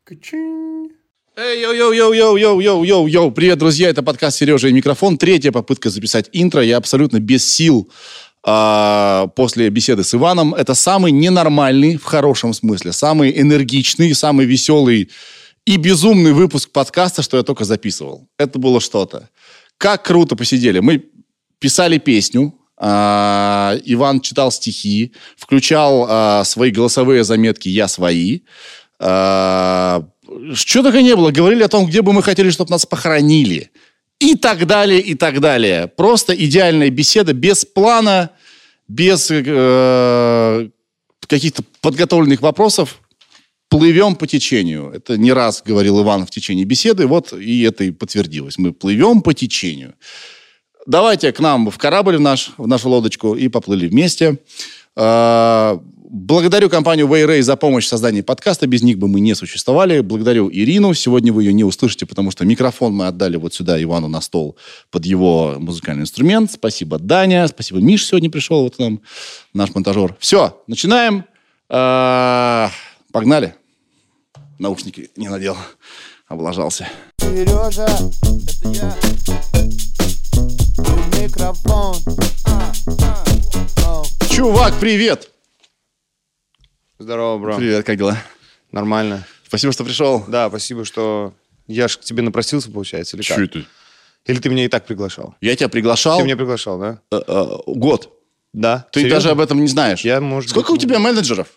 Качинь. Эй, йоу-йоу-йоу-йоу-йоу-йоу-йоу. Привет, друзья, это подкаст «Сережа и микрофон». Третья попытка записать интро. Я абсолютно без сил после беседы с Иваном. Это самый ненормальный, в хорошем смысле, самый энергичный, самый веселый и безумный выпуск подкаста, что я только записывал. Это было что-то. Как круто посидели. Мы писали песню, Иван читал стихи, включал свои голосовые заметки, я свои. Что только не было. Говорили о том, где бы мы хотели, чтобы нас похоронили. И так далее, и так далее. Просто идеальная беседа, без плана, без каких-то подготовленных вопросов. Плывем по течению. Это не раз говорил Иван в течение беседы. Вот и это и подтвердилось. Мы плывем по течению. Давайте к нам в корабль, в нашу лодочку, и поплыли вместе. Благодарю компанию Way-Ray за помощь в создании подкаста. Без них бы мы не существовали. Благодарю Ирину. Сегодня вы ее не услышите, потому что микрофон мы отдали вот сюда Ивану на стол под его музыкальный инструмент. Спасибо, Даня. Спасибо, Миш сегодня пришел. Вот нам наш монтажер. Все, начинаем. Погнали. Наушники не надел. Облажался. Сережа, это я. Микрофон. Чувак, привет. Здорово, бро. Привет, как дела? Нормально. Спасибо, что пришел. Да, спасибо, что... Я ж к тебе напросился, получается, или как? Чё это? Или ты меня и так приглашал? Я тебя приглашал. Ты меня приглашал, да? Год. Да. Ты Серьезно? даже об этом не знаешь. Я, может Сколько быть, у тебя менеджеров?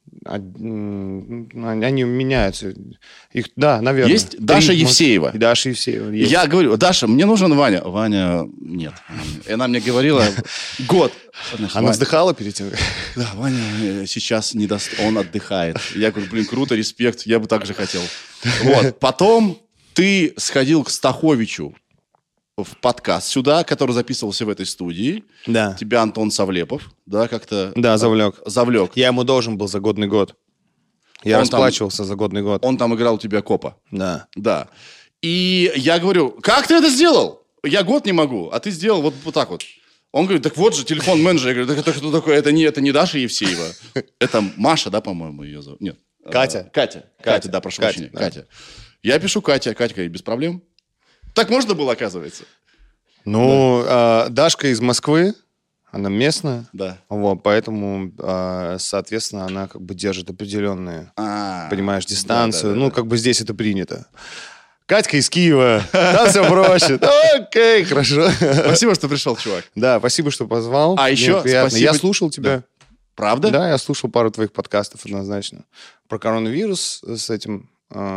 Они меняются. Их, да, наверное. Есть Даша Евсеева. И Даша Евсееева. Есть. Я говорю, Даша, мне нужен Ваня. Ваня, нет. И она мне говорила, год. Значит, Она вздыхала перед тем? Да, Ваня сейчас не даст, он отдыхает. Я говорю, блин, круто, респект, я бы так же хотел. Вот, потом ты сходил к Стаховичу в подкаст сюда, который записывался в этой студии. Да. Тебя Антон Савлепов, да, как-то... Да, завлек. Завлек. Я ему должен был за годный год. Я расплачивался за годный год. Он там играл у тебя копа. Да. Да. И я говорю, как ты это сделал? Я год не могу, а ты сделал вот так вот. Он говорит, так вот же телефон менеджера. Я говорю, так это кто такой? Это не Даша Евсеева. Это Маша, да, по-моему, ее зовут? Нет. Катя. Катя, да, прошу прощения. да. Катя. Я пишу Катя. Катя говорит, без проблем. Так можно было, оказывается? Ну, Дашка из Москвы, она местная. Да. Вот, поэтому, соответственно, она как бы держит определенные, понимаешь, дистанцию. Да. Ну, как бы здесь это принято. Катька из Киева, там все проще. Окей, хорошо. Спасибо, что пришел, чувак. Да, спасибо, что позвал. А еще приятно. спасибо. Я слушал тебя. Правда? Да, я слушал пару твоих подкастов однозначно. Про коронавирус с этим...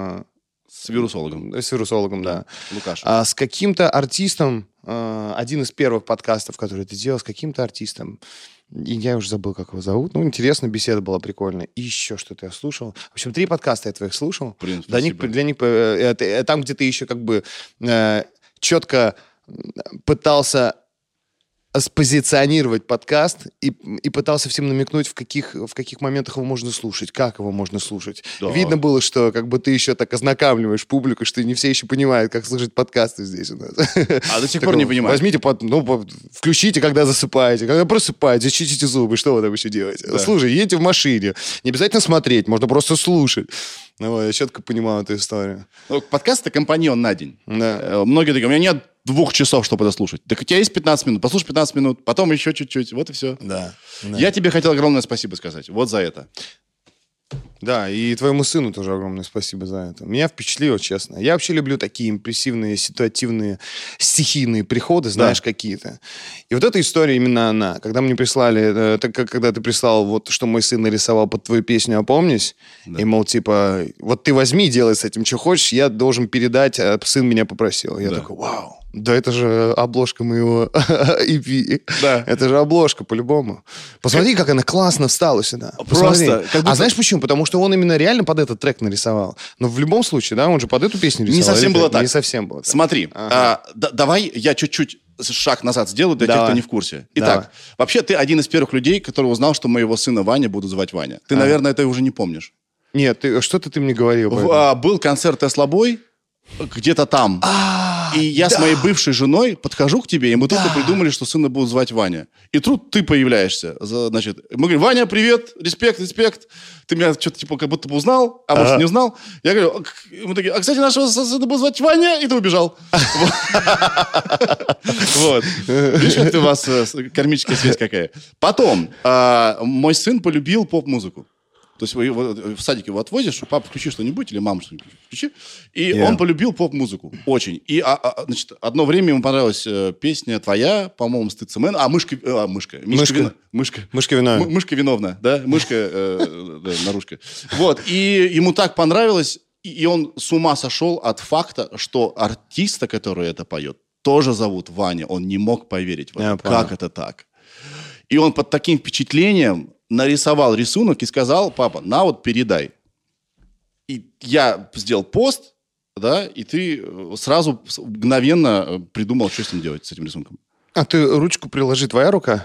С вирусологом. С вирусологом, да. Лукаш. А с каким-то артистом, один из первых подкастов, который ты делал, с каким-то артистом, и я уже забыл, как его зовут. Ну, интересно, беседа была прикольная. И еще что-то я слушал. В общем, 3 подкаста я твоих слушал. Блин, Для них, там, где ты еще как бы четко пытался спозиционировать подкаст и пытался всем намекнуть, в каких моментах его можно слушать, как его можно слушать. Да. Видно было, что как бы ты еще так ознакомливаешь публику, что не все еще понимают, как слушать подкасты здесь у нас. А до сих пор не понимаю. Возьмите, включите, когда засыпаете, когда просыпаетесь, чистите зубы, что вы там еще делаете? Да. Слушай, едете в машине, не обязательно смотреть, можно просто слушать. Ну, вот, я четко понимал эту историю. Ну, подкаст — это компаньон на день. Да. Многие такие, у меня нет 2 часов, чтобы это слушать. Так у тебя есть 15 минут, послушай 15 минут, потом еще чуть-чуть, вот и все. Да. Я тебе хотел огромное спасибо сказать, вот за это. Да, и твоему сыну тоже огромное спасибо за это. Меня впечатлило, честно. Я вообще люблю такие импрессивные, ситуативные, стихийные приходы, знаешь, какие-то. И вот эта история именно она. Когда мне прислали, когда ты прислал, вот что мой сын нарисовал под твою песню «Опомнись», и, мол, типа, вот ты возьми, делай с этим, что хочешь, я должен передать, а сын меня попросил. Я такой, вау. Да это же обложка моего EP. Да. Это же обложка по-любому. Посмотри, как она классно встала сюда. Просто. А знаешь почему? Потому что он именно реально под этот трек нарисовал. Но в любом случае, да, он же под эту песню рисовал. Не совсем было так. Не совсем было так. Смотри, давай я чуть-чуть шаг назад сделаю для тех, кто не в курсе. Итак, вообще ты один из первых людей, который узнал, что моего сына Ваня будут звать Ваня. Ты, наверное, это уже не помнишь. Нет, что ты мне говорил? Был концерт Tesla Boy где-то там. И я с моей бывшей женой подхожу к тебе, и мы только придумали, что сына будут звать Ваня. И тут ты появляешься. Значит, мы говорим: Ваня, привет, респект. Ты меня что-то типа как будто бы узнал, а может не узнал. Я говорю, мы такие: кстати, нашего сына будут звать Ваня, и ты убежал. Вот. Видишь, как у вас кармическая связь какая. Потом, мой сын полюбил поп-музыку. То есть в садик его отвозишь, папа, включи что-нибудь, или мама что-нибудь включи. И он полюбил поп-музыку. Очень. И, значит, одно время ему понравилась песня твоя, по-моему, «Стыцемен». Мышка виновна. Мышка виновна, да? Мышка наружка. Вот. И ему так понравилось, и он с ума сошел от факта, что артиста, который это поет, тоже зовут Ваня. Он не мог поверить в это. Как это так? И он под таким впечатлением нарисовал рисунок и сказал: папа, на вот передай. И я сделал пост, да, и ты сразу мгновенно придумал, что с ним делать, с этим рисунком. А ты ручку приложи, твоя рука?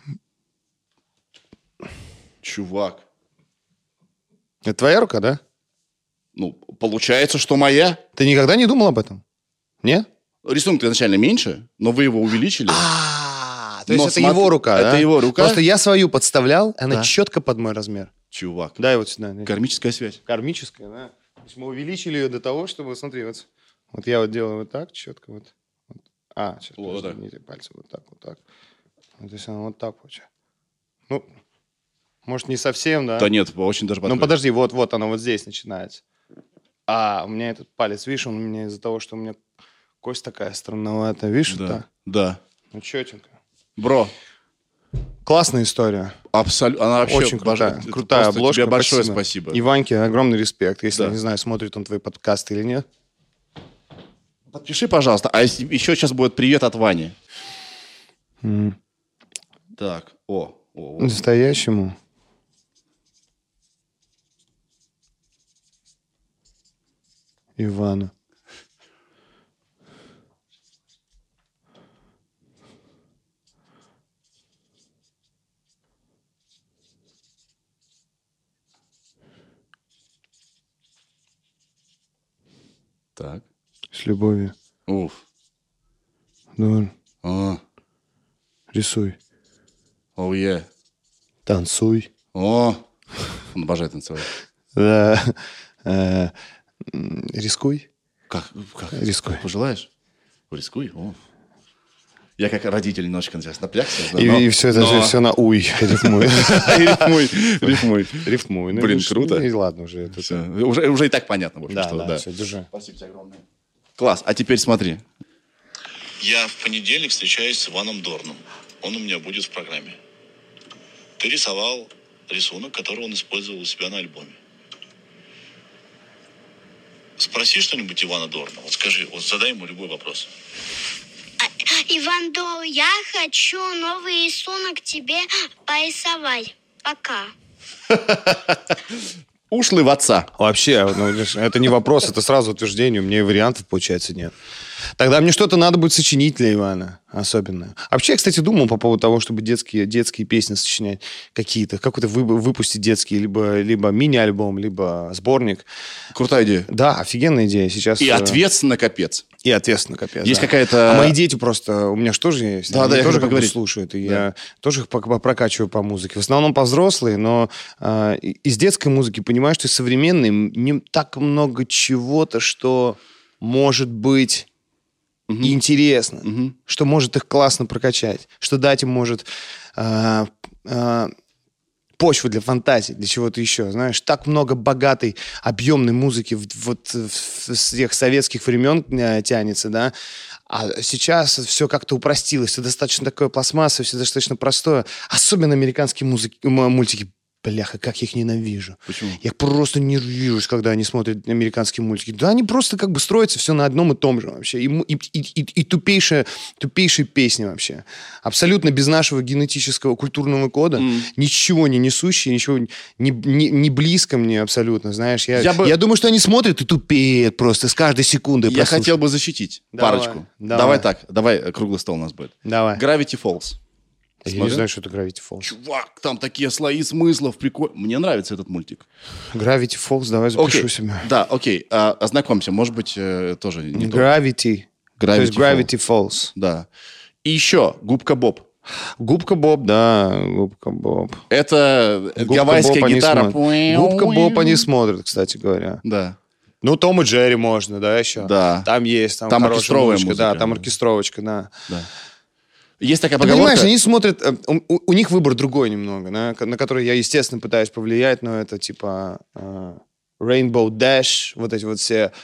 Чувак. Это твоя рука, да? Ну, получается, что моя. Ты никогда не думал об этом? Нет? Рисунок изначально меньше, но вы его увеличили. То есть это его рука, это да? его рука. Просто я свою подставлял, она четко под мой размер. Чувак. Дай вот сюда. Кармическая связь. Кармическая, да. То есть мы увеличили ее до того, чтобы, смотри, вот я вот делаю вот так, четко вот. Сейчас подожди, пальцы вот так. Вот, то есть она вот так получается. Ну, может, не совсем, да? Да нет, очень даже подходит. Ну, подожди, вот оно вот здесь начинается. У меня этот палец, видишь, он у меня из-за того, что у меня кость такая странноватая, видишь? Да. Ну, четенько. Бро. Классная история. Абсолютно. Она вообще очень крутая обложка. Тебе большое спасибо. И Ваньке огромный респект. Если, не знаю, смотрит он твои подкасты или нет. Подпиши, пожалуйста. А еще сейчас будет привет от Вани. Так. Настоящему. Ивану. Так. С любовью. Уф. Давай. Рисуй. Оу-е. Танцуй. Он обожает танцевать. Да. Рискуй. Как? Рискуй. Пожелаешь? Рискуй. Я как родитель немножечко сейчас напрягся. И все это все на уй. Рифмуй. Рифмуй. Блин, круто. И ладно уже. Уже и так понятно. Да, все, держи. Спасибо тебе огромное. Класс. А теперь смотри. Я в понедельник встречаюсь с Иваном Дорном. Он у меня будет в программе. Ты рисовал рисунок, который он использовал у себя на альбоме. Спроси что-нибудь Ивана Дорна. Вот скажи, задай ему любой вопрос. Иван Дор, я хочу новый рисунок тебе порисовать. Пока. Ушлый в отца. Вообще, это не вопрос, это сразу утверждение. У меня и вариантов, получается, нет. Тогда мне что-то надо будет сочинить для Ивана особенно. А вообще, я, кстати, думал по поводу того, чтобы детские песни сочинять какие-то. Какой-то выпустить детский, либо мини-альбом, либо сборник. Крутая идея. Да, офигенная идея. Сейчас... И ответственно капец. Есть какая-то... А мои дети просто... У меня же тоже есть. Да, они я тоже как бы слушают. И я тоже их прокачиваю по музыке. В основном по взрослой, но из детской музыки понимаю, что из современной не так много чего-то, что может быть интересно, что может их классно прокачать, что дать им может почву для фантазии, для чего-то еще. Знаешь, так много богатой, объемной музыки с тех советских времен тянется, да. А сейчас все как-то упростилось, все достаточно такое пластмассовое, все достаточно простое. Особенно американские мультики. Бляха, как я их ненавижу. Почему? Я просто нервируюсь, когда они смотрят американские мультики. Да, они просто как бы строятся все на одном и том же вообще. И тупейшие песни вообще. Абсолютно без нашего генетического культурного кода. Ничего не несущие, ничего не близко мне абсолютно, знаешь. Я думаю, что они смотрят и тупеют просто с каждой секундой. Я хотел бы защитить парочку. Давай круглый стол у нас будет. Давай. Gravity Falls. Я не Смотрел? знаю, что это Gravity Falls. Чувак, там такие слои смыслов, прикольно. Мне нравится этот мультик. Gravity Falls, давай запишу Окей. себе. Да, окей. Ознакомься, может быть, тоже не то. Gravity. То есть Gravity Gravity Falls. Да. И еще Губка Боб. Губка Боб, да, Губка Боб. Это Губка гавайская Боб они гитара. смотрят. Губка Боб они смотрят, кстати говоря. Да. Ну, Том и Джерри можно, да, еще? Да. Там есть, там Там хорошая оркестровая музычка, музыка. да, там оркестровочка, да. Да. Есть такая Ты поговорка. понимаешь, они смотрят, у них выбор другой немного, на который я, естественно, пытаюсь повлиять, но это типа Rainbow Dash, вот эти вот все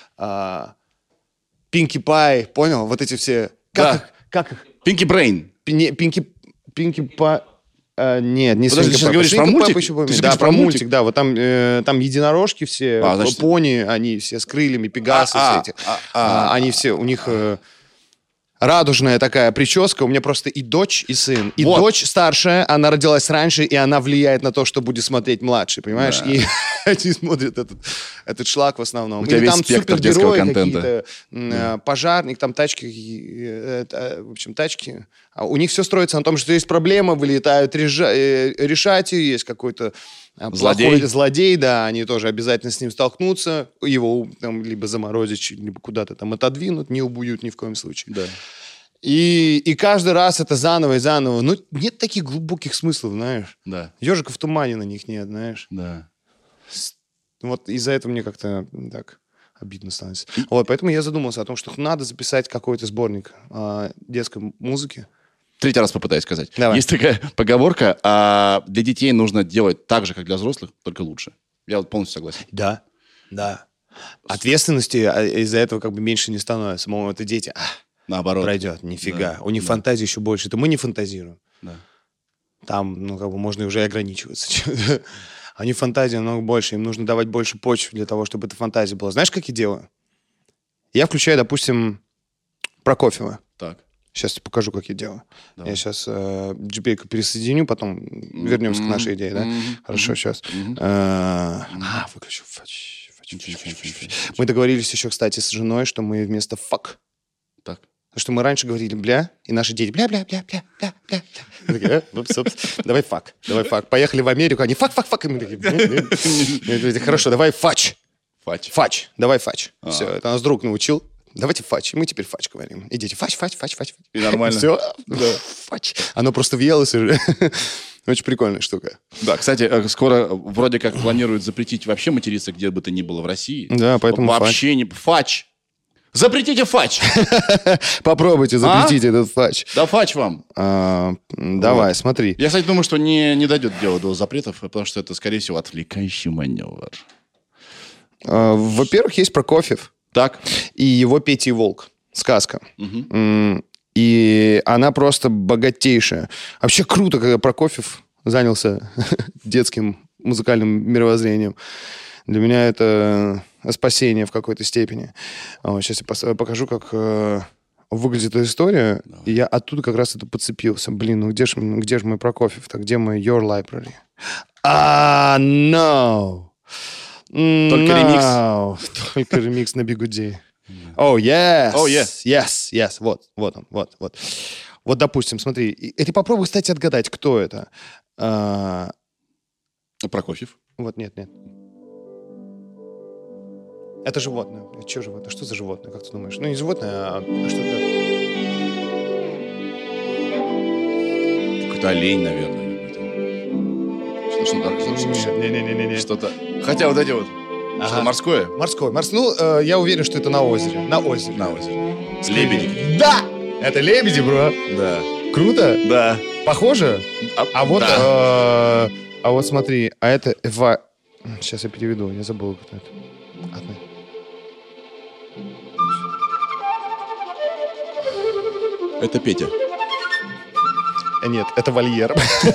Pinkie Pie, понял? Вот эти все... Как их? Пинки Брейн. Pinkie Pie... Нет, не Подожди, ты Pinkie сейчас Pie. говоришь про Pinkie Pie мультик? еще помню. Ты сейчас Да, говоришь про про мультик, мультик? да. Вот там единорожки все, значит- пони, они все с крыльями, пегасы все эти. Они все, у них... радужная такая прическа. У меня просто и дочь, и сын. И Вот. дочь старшая, она родилась раньше, и она влияет на то, что будет смотреть младший, понимаешь? Да. И они смотрят этот шлак в основном. У тебя Или весь там спектр супергерои детского контента. какие-то, пожарник, там тачки, в общем, тачки. А у них все строится на том, что есть проблема, вылетают решать ее, есть какой-то Злодей. плохой злодей, да, они тоже обязательно с ним столкнутся, его там либо заморозить, либо куда-то там отодвинут, не убьют ни в коем случае. Да. И каждый раз это заново и заново. Ну, нет таких глубоких смыслов, знаешь. Да. Ежика в тумане на них нет, знаешь. Да. Вот из-за этого мне как-то так обидно становится. Вот, поэтому я задумался о том, что надо записать какой-то сборник детской музыки. Третий раз попытаюсь сказать. Давай. Есть такая поговорка, для детей нужно делать так же, как для взрослых, только лучше. Я вот полностью согласен. Да, да. Ответственности из-за этого как бы меньше не становится. Мол, это дети. Наоборот. Пройдет, нифига. Да, У них да. фантазии еще больше. Это мы не фантазируем. Да. Там, ну, как бы можно уже и ограничиваться. Они фантазии намного больше. Им нужно давать больше почв для того, чтобы эта фантазия была. Знаешь, как я делаю? Я включаю, допустим, Прокофьева. Так. Сейчас тебе покажу, как я делаю. Давай. Я сейчас JPEG пересоединю, потом вернемся к нашей идее, да? Хорошо, сейчас. Выключу. Фач. Мы договорились еще, кстати, с женой, что мы вместо fuck. Так. Потому что мы раньше говорили бля, и наши дети бля-бля-бля-бля-бля-бля. Мы такие, упс. Давай фак. Поехали в Америку, они фак. И мы такие, хорошо, давай фач. Фач. Давай фач. Все, это нас друг научил. Давайте фач. И мы теперь фач говорим. И дети фач. И нормально. Все, фач. Оно просто въелось уже. Очень прикольная штука. Да, кстати, скоро вроде как планируют запретить вообще материться где бы то ни было в России. Да, поэтому вообще не... Фач! Запретите фач! Попробуйте запретить этот фач. Да фач вам! Давай, смотри. Я, кстати, думаю, что не дойдет дело до запретов, потому что это, скорее всего, отвлекающий маневр. Во-первых, есть Прокофьев. Так? И его «Петя и волк». Сказка. И она просто богатейшая. Вообще круто, когда Прокофьев занялся детским музыкальным мировоззрением. Для меня это спасение в какой-то степени. Сейчас я покажу, как выглядит эта история. Давай. И я оттуда как раз это подцепился. Блин, ну где же мой Прокофьев-то? Где мой Your Library? No! Только ремикс. Только ремикс на бигуди. Oh, yes. Oh, yeah. Yes. Вот он. Вот, допустим, смотри. И ты попробуй, кстати, отгадать, кто это. Прокофьев. Вот, нет. Это животное. Что животное? Что за животное, как ты думаешь? Ну, не животное, а что-то... Какой-то олень, наверное. Не-не-не. Что-то... Хотя вот эти вот... Что-то морское? Морской. Ну, я уверен, что это на озере. На озере. Лебеди. Да! Это лебеди, бро. Да. Круто? Да. Похоже? А вот... да. А вот смотри, а это... Сейчас я переведу, я забыл, кто это. Ладно. Это Петя. Нет, это вольер.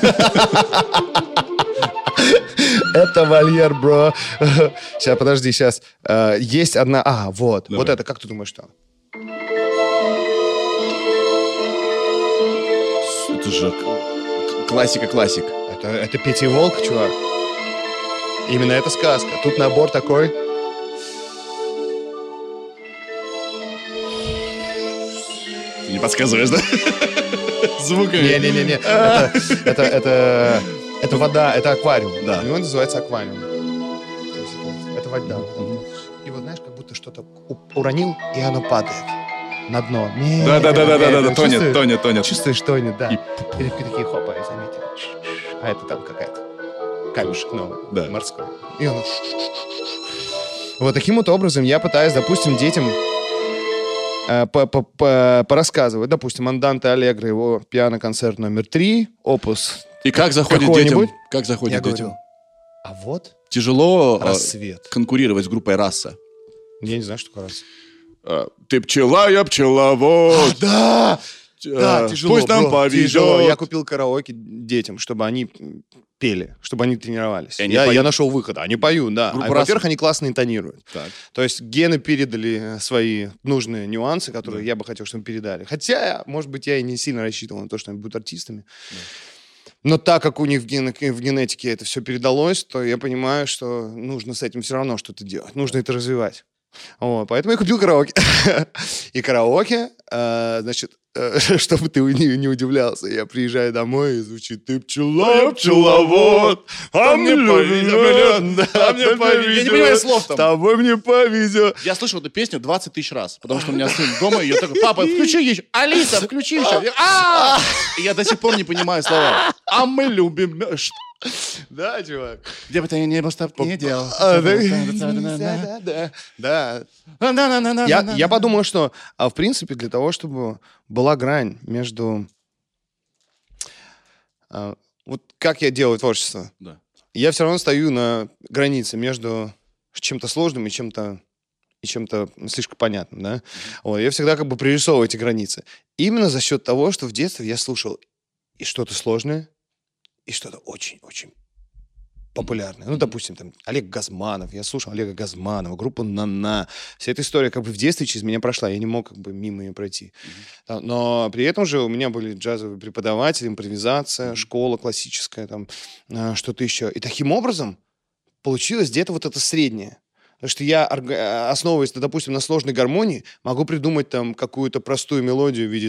Это вольер, бро. Сейчас, подожди, сейчас. Есть одна... вот. Давай. Вот это, как ты думаешь, что? Это же классика-классик. Это Петя и волк, чувак. Именно это сказка. Тут набор такой... Ты не подсказываешь, да? Звуками. Не-не-не. Это вода, это аквариум. Да. У него называется аквариум. То есть это вода. И вот знаешь, как будто что-то уронил, и оно падает на дно. Да, тонет. Чувствуешь, тонет, да. И такие, хопа, я заметил. А это там какая-то камешек новый, Да. морской. И он... Вот таким вот образом я пытаюсь, допустим, детям порассказывать. Допустим, Анданте Аллегро, его пиано-концерт номер 3, опус. И как заходит Какой-нибудь? детям? Как заходит Я детям? говорю, а вот Тяжело рассвет. конкурировать с группой «Раса». Я не знаю, что такое рассвет. Ты пчела, я пчеловод. Да, тяжело. Пусть нам бро, тяжело. повезет. Я купил караоке детям, чтобы они пели, чтобы они тренировались. И они Я поют? нашел выход. Они поют, да. Группа Во-первых, «Раса». они классно интонируют. Так. То есть гены передали свои нужные нюансы, которые я бы хотел, чтобы передали. Хотя, может быть, я и не сильно рассчитывал на то, что они будут артистами. Но так как у них в генетике это все передалось, то я понимаю, что нужно с этим все равно что-то делать. Нужно это развивать. Вот, поэтому я купил караоке. И караоке, значит, чтобы ты не удивлялся, я приезжаю домой, и звучит: ты пчела, я пчеловод, а мне повезет, а мне повезет. Я не понимаю слов там. С тобой мне повезет. Я слышал эту песню 20 тысяч раз, потому что у меня сын дома, и я такой: папа, включи еще. Алиса, включи еще. И я до сих пор не понимаю слова. А мы любим... Да, чувак. Где бы ты ни был, чтоб не делал. Да. Я подумал, что, в принципе, для того, чтобы была грань между... Вот как я делаю творчество? Да. Я все равно стою на границе между чем-то сложным и чем-то слишком понятным, да? Вот, я всегда как бы прорисовываю эти границы. Именно за счет того, что в детстве я слушал и что-то сложное, и что-то очень-очень популярное. Ну, допустим, там Олег Газманов. Я слушал Олега Газманова, группу «На-на». Вся эта история как бы в детстве через меня прошла. Я не мог как бы мимо ее пройти. Но при этом же у меня были джазовые преподаватели, импровизация, школа классическая, там, что-то еще. И таким образом получилось где-то вот это среднее. Потому что я, основываясь, допустим, на сложной гармонии, могу придумать там какую-то простую мелодию в виде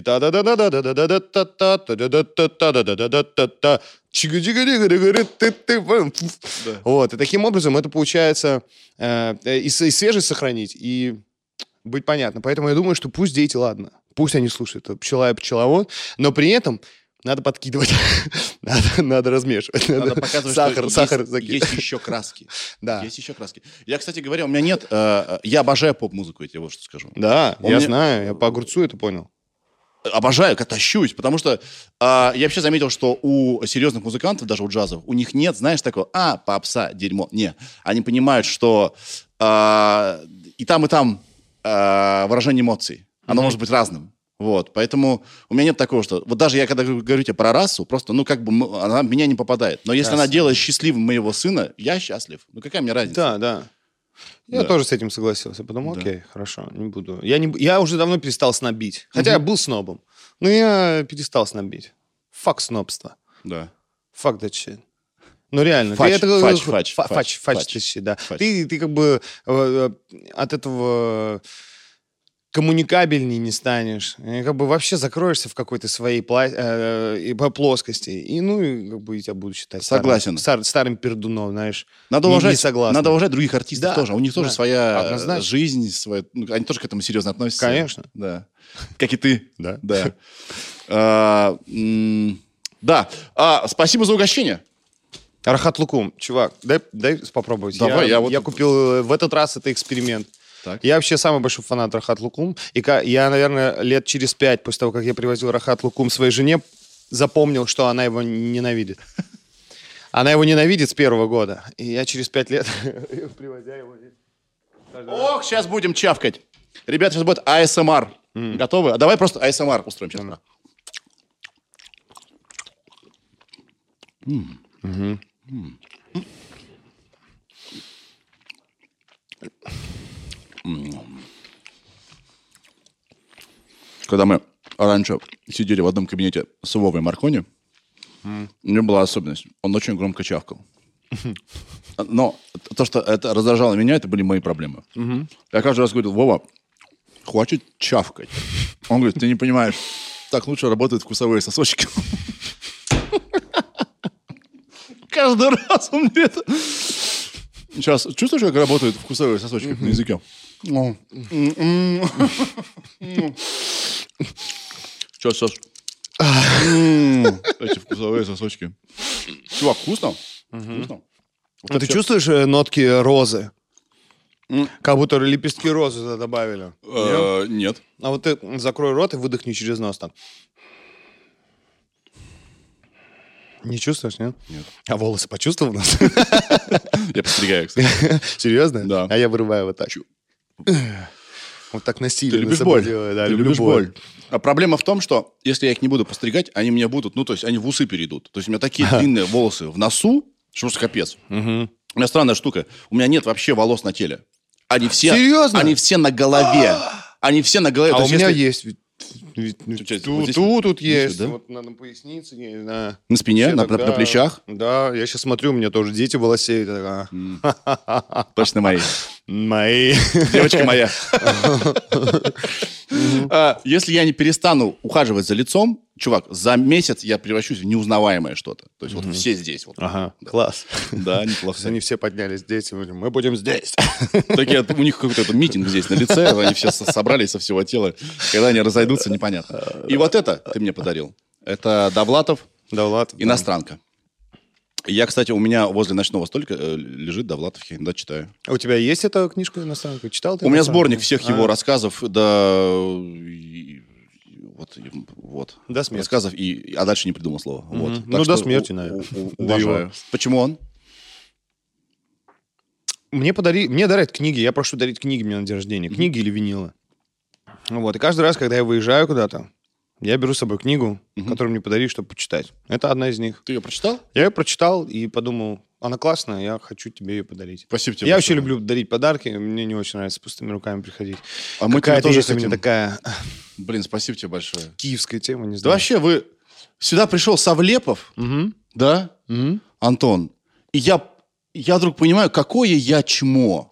та-да-да-да-да-да-да-да-да-да-да-да-да-да-да-да-да. Вот, и таким образом это получается и свежесть сохранить, и быть понятно. Поэтому я думаю, что пусть дети, ладно, пусть они слушают пчела и пчеловод, но при этом надо подкидывать, надо размешивать. Надо показывать, сахар что есть еще краски. Да. Есть еще краски. Я, кстати говоря, у меня нет... Я обожаю поп-музыку, я тебе вот что скажу. Да, я знаю, я по огурцу это понял. Обожаю, тащусь, потому что я вообще заметил, что у серьезных музыкантов, даже у джазов, у них нет, знаешь, такого: попса, дерьмо. Не, они понимают, что и там выражение эмоций, оно может быть разным. Вот, поэтому у меня нет такого, что... Вот даже я, когда говорю тебе про расу, просто, она в меня не попадает. Но если она делает счастливым моего сына, я счастлив. Ну, какая мне разница? Да. Я тоже с этим согласился. Подумал, окей, хорошо, не буду. Я уже давно перестал снобить. Хотя я был снобом. Но я перестал снобить. Фак снобство. Да. Fuck that shit. Ну, реально. Фач, да. Ты как бы от этого... коммуникабельней не станешь, и как бы вообще закроешься в какой-то своей плоскости, и как бы тебя будут считать согласен. старым пердуном, знаешь. Надо не уважать других артистов тоже. У них тоже своя жизнь, они тоже к этому серьезно относятся. Конечно. Да. Как и ты. Да. Да. Спасибо за угощение. Рахат Лукум, чувак, дай попробовать. Давай, я купил в этот раз, это эксперимент. Так. Я вообще самый большой фанат Рахат Лукум. И я, наверное, лет через 5 после того, как я привозил Рахат Лукум своей жене, запомнил, что она его ненавидит. Она его ненавидит с первого года. И я через 5 лет, привозя его... Ох, сейчас будем чавкать. Ребята, сейчас будет АСМР. Готовы? А давай просто АСМР устроим сейчас. Когда мы раньше сидели в одном кабинете с Вовой Маркони, у него была особенность. Он очень громко чавкал. Но то, что это раздражало меня, это были мои проблемы. Я каждый раз говорил: Вова, хватит чавкать. Он говорит: ты не понимаешь, Так лучше работают вкусовые сосочки. Каждый раз у меня это... Сейчас, чувствуешь, как работают вкусовые сосочки на языке? Сейчас. Эти вкусовые сосочки. Чувак, вкусно? Вкусно. А ты чувствуешь нотки розы? Как будто лепестки розы туда добавили. Нет. А вот ты закрой рот и выдохни через нос там. Не чувствуешь, нет? Нет. А волосы почувствовал у нас? Я постригаю, кстати. Серьезно? Да. А я вырываю вот так. Вот так насильно. Ты любишь боль. Да, ты любишь боль. А проблема в том, что если я их не буду постригать, они мне будут, то есть они в усы перейдут. То есть у меня такие длинные волосы в носу, что просто капец. У меня странная штука. У меня нет вообще волос на теле. Они все, Серьезно? Они все на голове. Они все на голове. А у меня есть. Тут есть. да? Вот на пояснице. На спине, на плечах. Да, я сейчас смотрю, у меня тоже дети волосеют. Точно мои. Мои. Девочка моя. Если я не перестану ухаживать за лицом, чувак, за месяц я превращусь в неузнаваемое что-то. То есть вот все здесь. Вот. Ага, класс. Да, неплохо. Они все поднялись здесь, мы будем здесь. Такие, у них какой-то митинг здесь на лице, они все собрались со всего тела. Когда они разойдутся, непонятно. И вот это ты мне подарил. Это Довлатов, иностранка. Я, кстати, у меня возле ночного столика лежит Довлатов, я иногда читаю. А у тебя есть эта книжка иностранка? Читал ты? У меня сборник всех его рассказов, вот. До смерти. Рассказов, а дальше не придумал слова. Вот. Ну, до смерти, наверное. Уважаю. Почему он? Мне дарят книги, я прошу дарить книги мне на день рождения. Книги или винилы. Вот. И каждый раз, когда я выезжаю куда-то, я беру с собой книгу, которую мне подарили, чтобы почитать. Это одна из них. Ты ее прочитал? Я ее прочитал и подумал, она классная, я хочу тебе ее подарить. Спасибо тебе. Я вообще люблю дарить подарки, мне не очень нравится пустыми руками приходить. А мы тебе тоже есть у хотим. меня такая Блин, спасибо тебе большое. киевская тема, не Да знаю. вообще, сюда пришел Савлепов, да, Антон, и я вдруг понимаю, какое я чмо.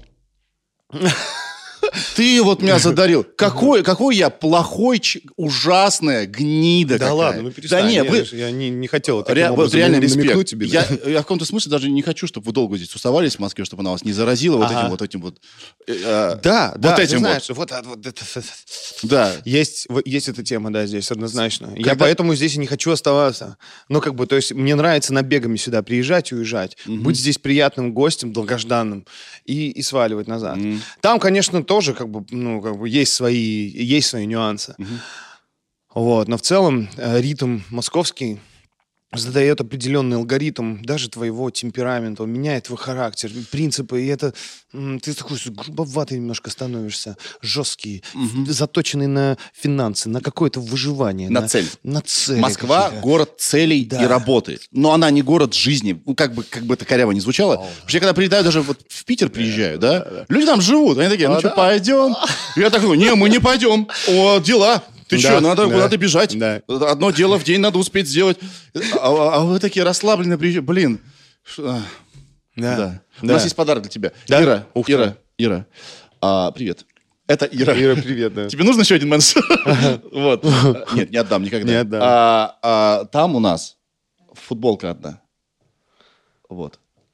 Ты вот меня задарил. Какой я плохой, ужасная гнида Да какая. ладно, ну перестань. Да нет, Я не хотел таким вот образом реально намекнуть респект. тебе. Я в каком-то смысле даже не хочу, чтобы вы долго здесь тусовались в Москве, чтобы она вас не заразила вот этим вот. Да, вот этим ты знаешь, вот это. Да. Есть эта тема, да, здесь однозначно. Я поэтому здесь и не хочу оставаться. Ну, то есть мне нравится набегами сюда приезжать и уезжать, быть здесь приятным гостем, долгожданным и сваливать назад. Там, конечно, тоже есть свои нюансы. Вот, но в целом ритм московский задает определенный алгоритм даже твоего темперамента, он меняет твой характер, принципы, и это ты такой грубоватый немножко становишься, жесткий, заточенный на финансы, на какое-то выживание. На цель. На цель. Москва — город целей и работы. Но она не город жизни. Ну, как бы это коряво не звучало. Потому что я когда прилетаю, даже вот в Питер приезжаю, да, люди там живут. Они такие, ну что, пойдем? Я такой, не, мы не пойдем. О, дела. Ты что, надо куда-то бежать. Да. Одно дело в день надо успеть сделать. А вы такие расслабленные приезжаете. Блин. Да. У нас есть подарок для тебя. Да? Ира. Привет. Это Ира. Ира, привет, да. Тебе нужен еще один менеджер? Вот. Нет, не отдам никогда. Не отдам. Там у нас футболка одна. Вот.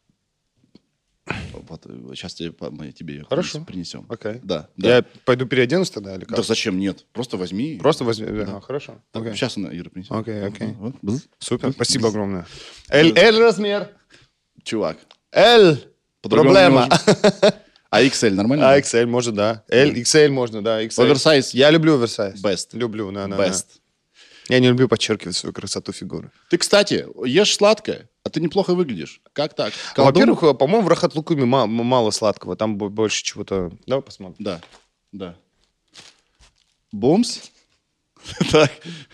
Сейчас мы тебе ее принесем. Окей. Да. Я пойду переоденусь тогда или как? Да зачем? Нет. Просто возьми. Просто возьми. Да. Хорошо. Сейчас она Ира принесет. Окей. Вот. Супер. Спасибо огромное. L размер. Чувак. L. Проблема. А XL нормально? А XL можно, да. L, XL можно, да. XL. Оверсайз? Я люблю оверсайз. Best. Люблю, да. Best. Я не люблю подчеркивать свою красоту фигуры. Ты, кстати, ешь сладкое, а ты неплохо выглядишь. Как так? Во-первых, по-моему, в Рахат Лукуме мало сладкого. Там больше чего-то... Давай посмотрим. Да. Бумс? Так.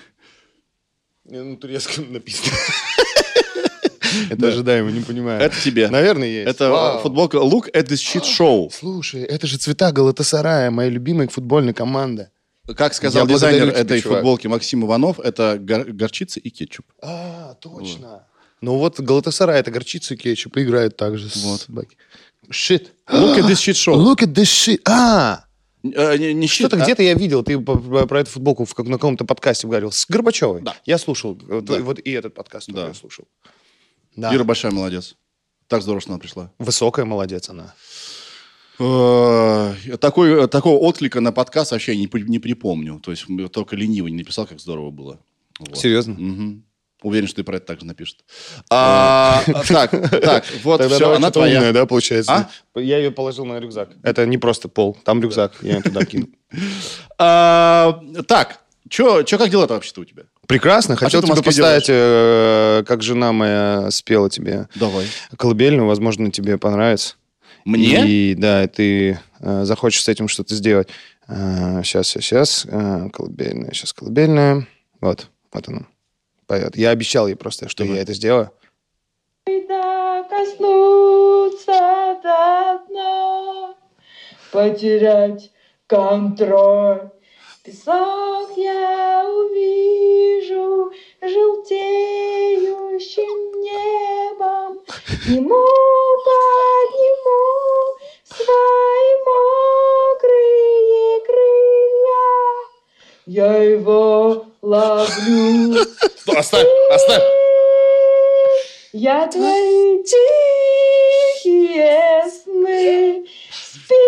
На турецком написано. Это ожидаемо, не понимаю. Это тебе. Наверное, есть. Это футболка Look at this shit show. Слушай, это же цвета Галатасарая, моя любимая футбольная команда. Как сказал дизайнер этой футболки Максим Иванов, это горчица и кетчуп. Точно. Вот. Ну вот Галатасарай — это горчица и кетчуп, и играют также. Вот. Shit. Look at this shit show. Look at this shit. Не Что-то где-то я видел, ты про эту футболку на каком-то подкасте говорил. С Горбачевой. Да. Я слушал. Да. Вот и этот подкаст тоже Да. я слушал. Да. Ира большая молодец. Так здорово, что она пришла. Высокая молодец она. Такого отклика на подкаст вообще не припомню. То есть только ленивый не написал, как здорово было. Вот. Серьезно? Мгм. Уверен, что и про это также напишет. Так, вот Тогда все, она твоя. умная, да, получается? А? Я ее положил на рюкзак. Это не просто пол, там рюкзак. Я ее туда кинул. Так, как дела-то вообще-то у тебя? Прекрасно. Хотел что ты в тебе Москве поставить, как жена моя спела тебе Давай. колыбельную. Возможно, тебе понравится. Мне? И да, ты захочешь с этим что-то сделать. Сейчас. Колыбельная. Вот она поет. Я обещал ей просто, что Давай. я это сделаю. Да коснуться до дна, потерять контроль. Песок я увижу желтеющим небом, ему подниму свои мокрые крылья. Я его ловлю. Оставь. Я твои тихие сны, спи,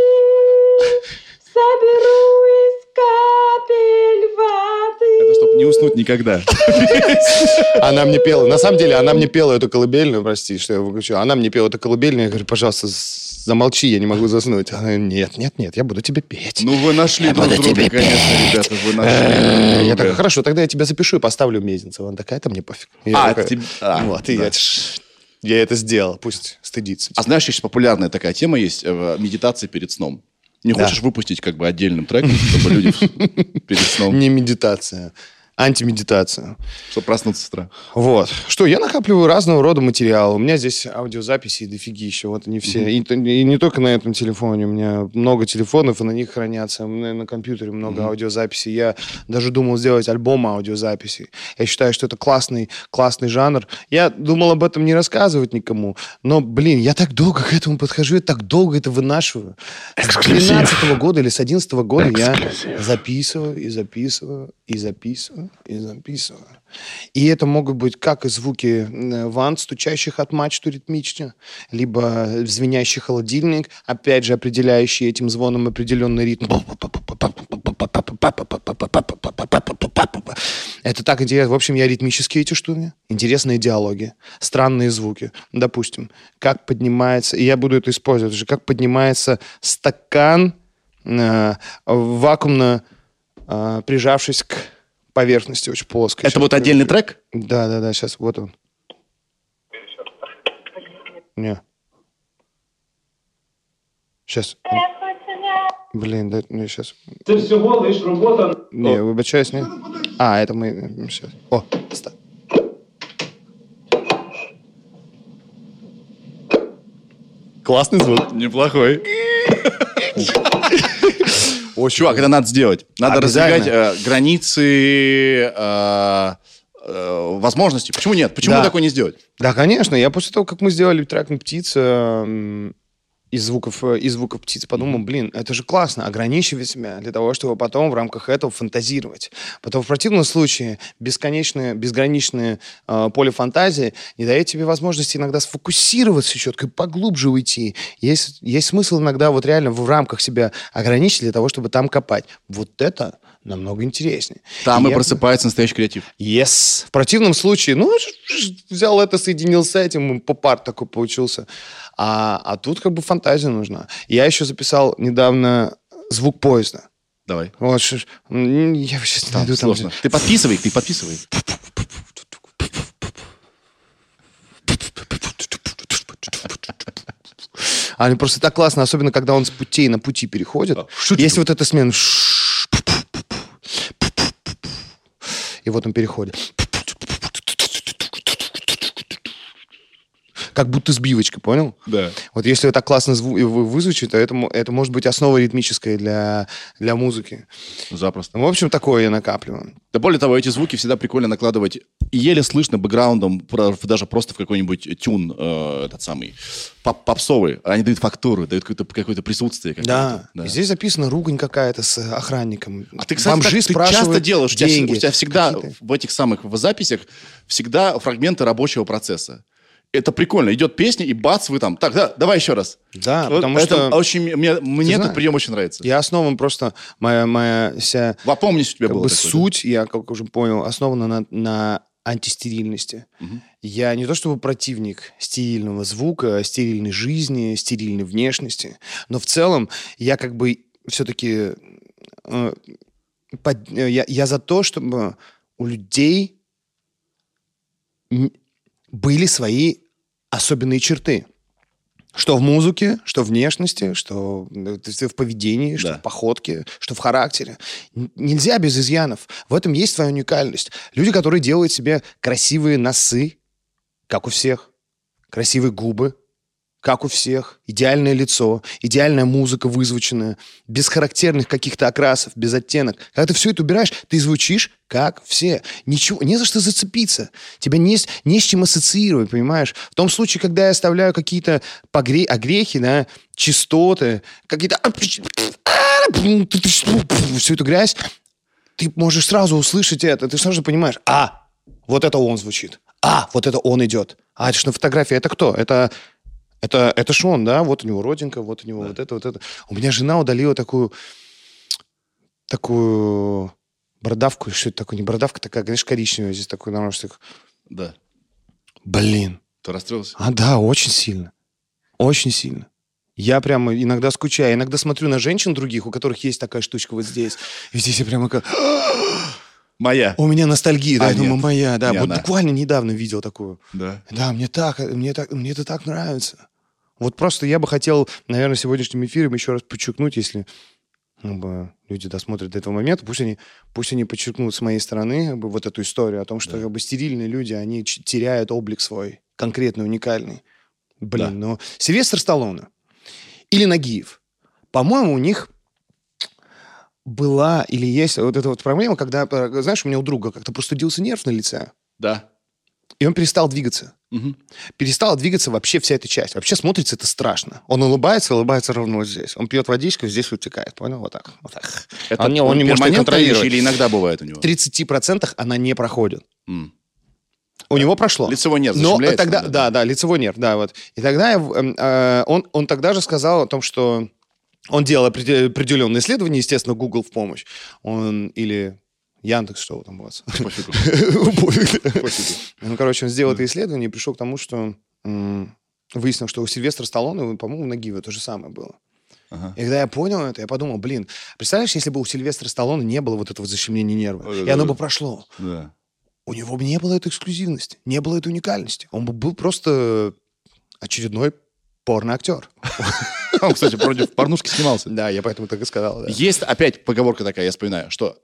соберу из капель воды. Это чтобы не уснуть никогда. Она мне пела. На самом деле, она мне пела эту колыбельную, прости, что я выключу. Она мне пела эту колыбельную. Я говорю, пожалуйста, замолчи, я не могу заснуть. Она, нет, я буду тебе петь. Ну, вы нашли друг буду друга, тебе конечно, ребята, вы нашли. Я такой, хорошо, тогда я тебя запишу и поставлю Мезенцева. Она такая, это мне пофиг. это тебе... Вот, и да. я это сделал, пусть стыдится. А знаешь, сейчас популярная такая тема есть, медитация перед сном. Не Да. хочешь выпустить как бы отдельным треком, чтобы люди перед сном, Не медитация, антимедитация. чтобы проснуться с утра? Вот. Что, я накапливаю разного рода материал. У меня здесь аудиозаписи дофигища. Вот они все. И не только на этом телефоне. У меня много телефонов, и на них хранятся. У меня на компьютере много аудиозаписей. Я даже думал сделать альбом аудиозаписей. Я считаю, что это классный жанр. Я думал об этом не рассказывать никому. Но, блин, я так долго к этому подхожу, я так долго это вынашиваю. С 12 года или с 11 года я записываю и записываю, и записываю, и записываю. И это могут быть как и звуки вант, стучащих от мачту ритмично, либо звенящий холодильник, опять же, определяющий этим звоном определенный ритм. Это так интересно. В общем, я ритмические эти штуки. Интересные диалоги, странные звуки. Допустим, как поднимается, и я буду это использовать уже, как поднимается стакан, вакуумно прижавшись к поверхности очень плоской. Это вот отдельный трек? Да, сейчас, вот он. Не. Сейчас. Блин, да, ну сейчас. Це всього лиш робота. Не, вибачаюсь, не. Это мы сейчас. О, ста. Классный звук. Неплохой. Чувак, это надо сделать. Надо Обязательно. раздвигать границы возможностей. Почему нет? Почему Да. такое не сделать? Да, конечно. Я после того, как мы сделали трек «Птица», из звуков птиц, подумал, блин, это же классно, ограничивать себя для того, чтобы потом в рамках этого фантазировать. Потом в противном случае безграничное поле фантазии не дает тебе возможности иногда сфокусироваться четко и поглубже уйти. Есть смысл иногда вот реально в рамках себя ограничить для того, чтобы там копать. Вот это намного интереснее. Там и я- просыпается настоящий креатив. Yes. В противном случае, взял это, соединил с этим, поп-арт такой получился. А тут как бы фантазия нужна. Я еще записал недавно звук поезда. Давай. Вот, я сейчас не найду там. Сложно. Ты подписывай. Они просто так классно, особенно когда он с путей на пути переходит. Есть вот эта смена. И вот он переходит. как будто сбивочка, понял? Да. Вот если так классно вызвучит, то это может быть основа ритмическая для музыки. Запросто. В общем, такое я накапливаю. Да более того, эти звуки всегда прикольно накладывать и еле слышно бэкграундом, даже просто в какой-нибудь тюн, этот самый, попсовый. Они дают фактуру, дают какое-то присутствие. Да. И здесь записана ругань какая-то с охранником. А ты, кстати, Бомжи ты часто спрашивают делаешь, деньги. у тебя всегда Какие-то. в этих самых в записях всегда фрагменты рабочего процесса. Это прикольно. Идет песня, и бац, вы там. Так, да, давай еще раз. Да, Вот потому это что... очень, мне этот знаешь, прием очень нравится. Я основан просто... Моя вся В «Опомнись» у тебя как было бы такое, да? суть, я как уже понял, основана на антистерильности. Я не то чтобы противник стерильного звука, стерильной жизни, стерильной внешности, но в целом я как бы все-таки... Я за то, чтобы у людей были свои особенные черты. Что в музыке, что в внешности, что в поведении, что Да. в походке, что в характере. Нельзя без изъянов. В этом есть своя уникальность. Люди, которые делают себе красивые носы, как у всех, красивые губы, как у всех, идеальное лицо, идеальная музыка вызвученная, без характерных каких-то окрасов, без оттенок. Когда ты все это убираешь, ты звучишь как все. Ничего, не за что зацепиться. Тебя не с чем ассоциировать, понимаешь? В том случае, когда я оставляю какие-то огрехи, да, частоты, какие-то... всю эту грязь, ты можешь сразу услышать это. Ты сразу понимаешь, вот это он звучит. Вот это он идет. Это что на фотографии? Это кто? Это ж он, да? Вот у него родинка, вот у него вот это. У меня жена удалила такую бородавку. Что это такое? Не бородавка такая, конечно, коричневая. Здесь такой наушник. Да. Блин. Ты расстроился? Да, очень сильно. Очень сильно. Я прямо иногда скучаю. Иногда смотрю на женщин других, у которых есть такая штучка вот здесь. И здесь я прямо как... Моя. У меня ностальгия, да, я думаю, нет. моя, да. Не Вот она. буквально недавно видел такую. Да. Да, мне это так нравится. Вот просто я бы хотел, наверное, сегодняшним эфиром еще раз подчеркнуть, если люди досмотрят до этого момента, пусть они подчеркнут с моей стороны как бы, вот эту историю о том, что как бы, стерильные люди, они теряют облик свой, конкретный, уникальный. Блин, но Сильвестр Сталлоне или Нагиев, по-моему, у них была или есть вот эта вот проблема, когда, знаешь, у меня у друга как-то простудился нерв на лице, Да. и он перестал двигаться. Перестала двигаться вообще вся эта часть. Вообще смотрится это страшно. Он улыбается ровно вот здесь. Он пьет водичку, здесь вытекает. Понял? Вот так. Это он не может это перманентная контролировать. вещь или иногда бывает у него? В 30% она не проходит. У него прошло. Лицевой нерв Но зашибляется, тогда, да, лицевой нерв, да, вот. И тогда он тогда же сказал о том, что он делал определенные исследования, естественно, Google в помощь. Или Яндекс, что вы там у вас? Пофигу. Ну, короче, он сделал это исследование и пришел к тому, что выяснил, что у Сильвестра Сталлоне, по-моему, у Нагиева то же самое было. Ага. И когда я понял это, я подумал, блин, представляешь, если бы у Сильвестра Сталлоне не было вот этого защемления нерва, и оно бы прошло, Да. у него бы не было этой эксклюзивности, не было этой уникальности. Он бы был просто очередной порно-актер. Он, кстати, вроде в порнушке снимался. Да, я поэтому так и сказал. Да. Есть опять поговорка такая, я вспоминаю, что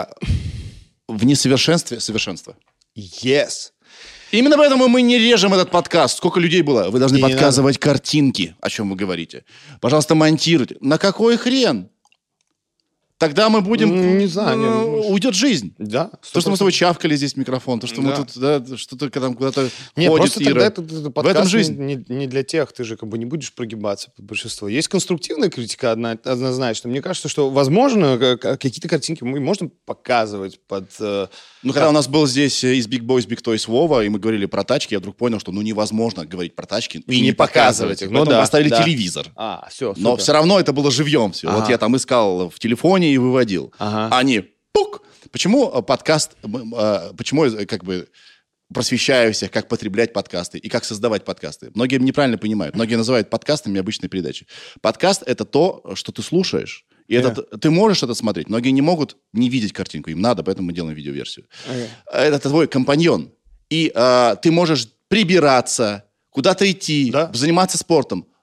в несовершенстве совершенство. Yes. Именно поэтому мы не режем этот подкаст. Сколько людей было? Вы должны Не подказывать картинки, о чем вы говорите. Пожалуйста, монтируйте. На какой хрен? Тогда мы будем... Не знаю. Уйдет жизнь. Да. То, что мы с тобой чавкали здесь в микрофон, то, что мы Да. тут, да, что-то там куда-то Нет, ходит просто Ира. тогда этот В подкаст этом жизнь. не для тех, ты же как бы не будешь прогибаться под большинство. Есть конструктивная критика однозначно. Мне кажется, что, возможно, какие-то картинки можно показывать под... Ну, когда у нас был здесь из Big Boys, Big Toys Вова, и мы говорили про тачки, я вдруг понял, что невозможно говорить про тачки и не показывать их. Ну Поэтому да, поставили да. телевизор. Все, Но все равно это было живьем все. Вот Ага. я там искал в телефоне и выводил. Ага. Они пук! Почему подкаст, почему я как бы просвещаю всех, как потреблять подкасты и как создавать подкасты? Многие неправильно понимают. Многие называют подкастами обычные передачи. Подкаст — это то, что ты слушаешь. И ты можешь это смотреть. Многие не могут не видеть картинку. Им надо, поэтому мы делаем видеоверсию. Это твой компаньон. И ты можешь прибираться, куда-то идти, Да. заниматься спортом.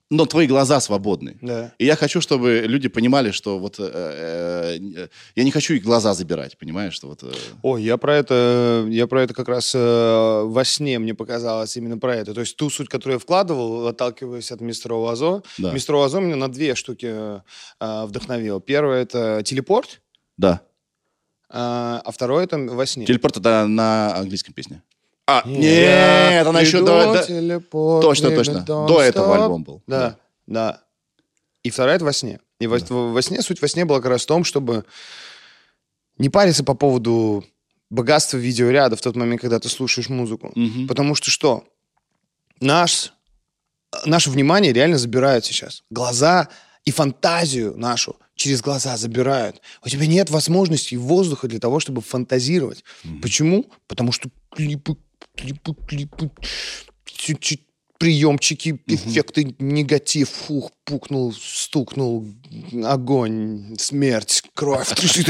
но твои глаза свободны. Да. И я хочу, чтобы люди понимали, что вот я не хочу их глаза забирать, понимаешь, что вот. Ой, я про это как раз во сне мне показалось именно про это. То есть ту суть, которую я вкладывал, отталкиваясь от мистера Уазо. Да. Мистер Уазо меня на 2 штуки вдохновил. Первое — это телепорт, Да. а второе — это во сне. Телепорт это на английском песне. А, Я нет, она еще приду, телепорт, Точно, время точно. don't До этого stop. альбом был. Да. И вторая — это во сне. И во сне, суть во сне была как раз в том, чтобы не париться по поводу богатства видеоряда в тот момент, когда ты слушаешь музыку. Мгм. Потому что что? Наше внимание реально забирают сейчас. Глаза и фантазию нашу через глаза забирают. У тебя нет возможности и воздуха для того, чтобы фантазировать. Почему? Потому что клипы, приемчики, эффекты, негатив, пукнул, стукнул, огонь, смерть, кровь.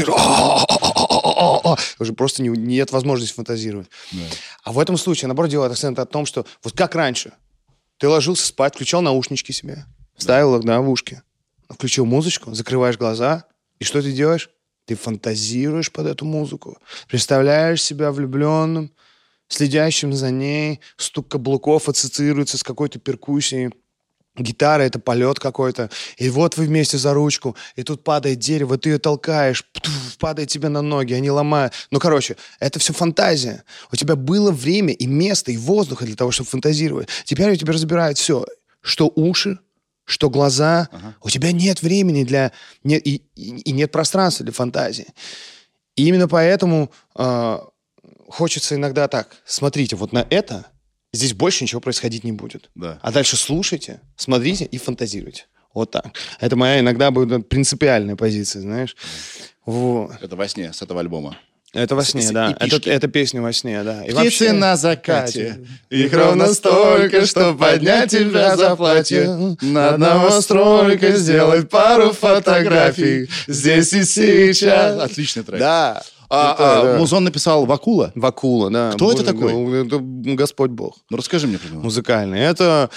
Уже просто нет возможности фантазировать. А в этом случае, наоборот, делает акцент о том, что вот как раньше. Ты ложился спать, включал наушнички себе, вставил их в ушки, включил музычку, закрываешь глаза, и что ты делаешь? Ты фантазируешь под эту музыку, представляешь себя влюбленным, следящим за ней, стук каблуков ассоциируется с какой-то перкуссией, гитара — это полет какой-то, и вот вы вместе за ручку, и тут падает дерево, ты ее толкаешь, падает тебе на ноги, они ломают. Ну, короче, это все фантазия. У тебя было время и место, и воздуха для того, чтобы фантазировать. Теперь у тебя разбирают все, что уши, что глаза. У тебя нет времени и нет пространства для фантазии. И именно поэтому хочется иногда так: смотрите вот на это, здесь больше ничего происходить не будет. Да. А дальше слушайте, смотрите и фантазируйте. Вот так. Это моя иногда будет принципиальная позиция, знаешь. Вот. Это во сне с этого альбома. Это во сне, да. эпишки. Это песня во сне, да. И Птицы вообще, на закате, их ровно столько, чтоб поднять тебя за платье. На одного столика сделать пару фотографий. Здесь и сейчас. Отличный трек. да. Музон написал Вакула. Вакула, да. Кто это такой? Это Господь Бог. Ну, расскажи мне про него. Музыкальный. Это...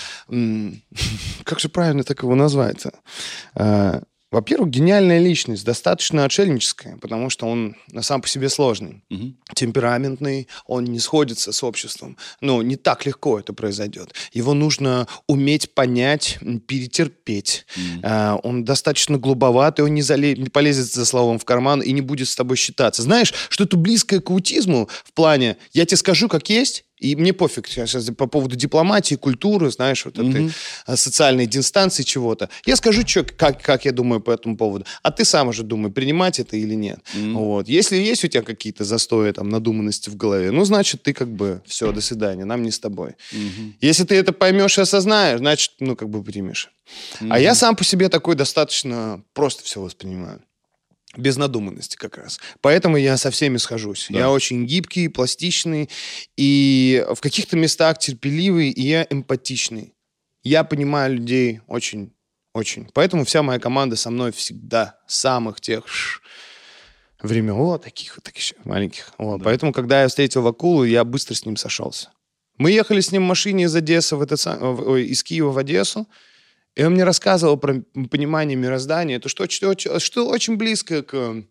Как же правильно так его назвать-то? Во-первых, гениальная личность, достаточно отшельническая, потому что он сам по себе сложный, темпераментный, он не сходится с обществом. Ну, не так легко это произойдет. Его нужно уметь понять, перетерпеть. Он достаточно глуповатый, он не полезет за словом в карман и не будет с тобой считаться. Знаешь, что-то близкое к аутизму в плане «я тебе скажу, как есть», и мне пофиг сейчас по поводу дипломатии, культуры, знаешь, вот этой социальной дистанции чего-то. Я скажу, как я думаю по этому поводу. А ты сам уже думай, принимать это или нет. Вот. Если есть у тебя какие-то застои, там, надуманности в голове, ну, значит, ты как бы все, до свидания, нам не с тобой. Если ты это поймешь и осознаешь, значит, ну, как бы примешь. А я сам по себе такой достаточно просто все воспринимаю. Без надуманности как раз. Поэтому я со всеми схожусь. Да. Я очень гибкий, пластичный, и в каких-то местах терпеливый, и я эмпатичный. Я понимаю людей очень. Поэтому вся моя команда со мной всегда с самых тех времен. Вот таких маленьких. Вот. Да. Поэтому, когда я встретил Вакулу, я быстро с ним сошелся. Мы ехали с ним в машине из Одессы из Киева в Одессу. И он мне рассказывал про понимание мироздания. Это что очень близко к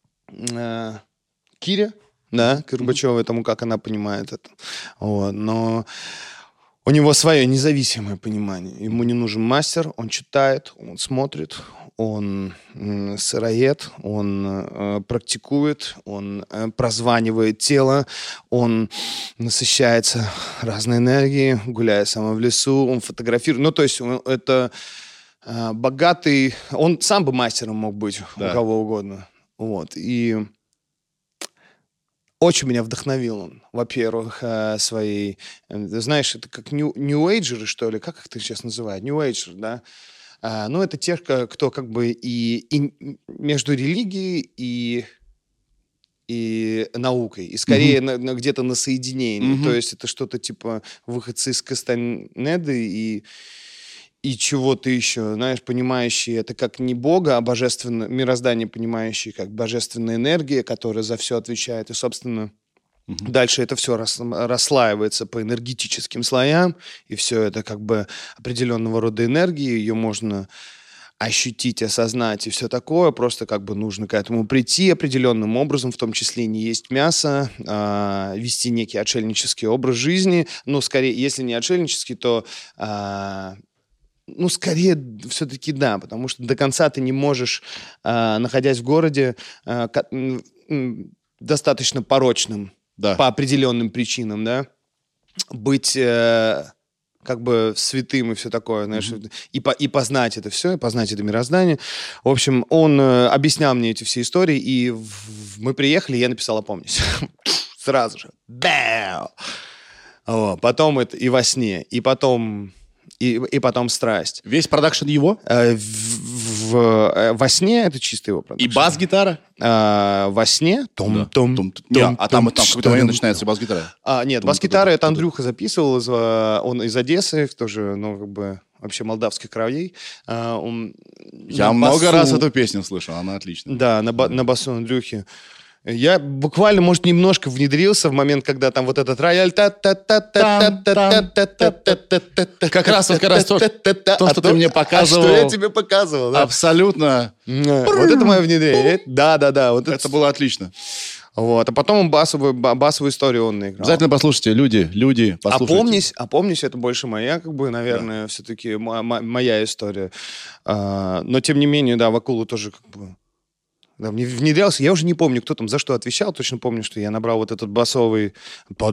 Кире, да, к Горбачевой, тому, как она понимает это. Вот. Но у него свое независимое понимание. Ему не нужен мастер, он читает, он смотрит, он сыроед, он практикует, он прозванивает тело, он насыщается разной энергией, гуляя сам в лесу, он фотографирует. Ну, то есть это богатый... Он сам бы мастером мог быть, Да. у кого угодно. Вот. И очень меня вдохновил он, во-первых, своей... Знаешь, это как нью-эйджеры, что ли? Как их ты сейчас называют? Нью-эйджер, да? Ну, это те, кто как бы и между религией и наукой, и скорее где-то на соединении. То есть это что-то типа выходцы из Кастанеды и чего-то еще, знаешь, понимающие это как не Бога, а божественное мироздание, понимающие как божественная энергия, которая за все отвечает. И, собственно, Дальше это все расслаивается по энергетическим слоям, и все это как бы определенного рода энергии, ее можно ощутить, осознать и все такое, просто как бы нужно к этому прийти определенным образом, в том числе не есть мясо, вести некий отшельнический образ жизни, ну, скорее, если не отшельнический, то... Ну, скорее, все-таки да, потому что до конца ты не можешь, находясь в городе, достаточно порочным по определенным причинам, да, быть как бы святым и все такое, знаешь, и познать это все, и познать это мироздание. В общем, он объяснял мне эти все истории, и мы приехали, и я написал «Опомнись». Сразу же. Бэу! Потом это и во сне, и потом страсть. Весь продакшн его? Во сне это чисто его продакшн. И бас-гитара? Во сне? А там в какой-то момент начинается бас-гитара? Нет, бас-гитара это Андрюха записывал, он из Одессы, тоже, ну, как бы, вообще молдавских кровей. Я много раз эту песню слышал, она отличная. Да, на басу Андрюхи. Я буквально, может, немножко внедрился в момент, когда там вот этот рояль... Как раз то, что ты мне показывал. Что я тебе показывал, да? Абсолютно. Вот это мое внедрение. Да. Это было отлично. Вот, а потом басовую историю он наиграл. Обязательно послушайте, люди, послушайте. Опомнись, это больше моя, как бы, наверное, все-таки моя история. Но, тем не менее, да, Вакулу тоже, как бы... Да, мне внедрялся, я уже не помню, кто там за что отвечал, точно помню, что я набрал вот этот басовый на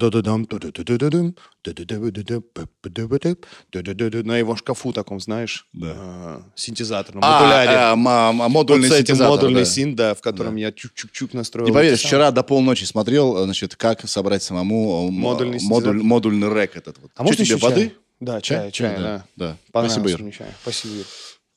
его шкафу таком, знаешь, синтезаторном, модульный синтезатор. Модульный синт, да, в котором я чук-чук настроил. Не поверишь, вчера до полночи смотрел, значит, как собрать самому модульный рэк этот. А можно еще воды? Да, чай, да. Спасибо, Ир. Спасибо, Ир.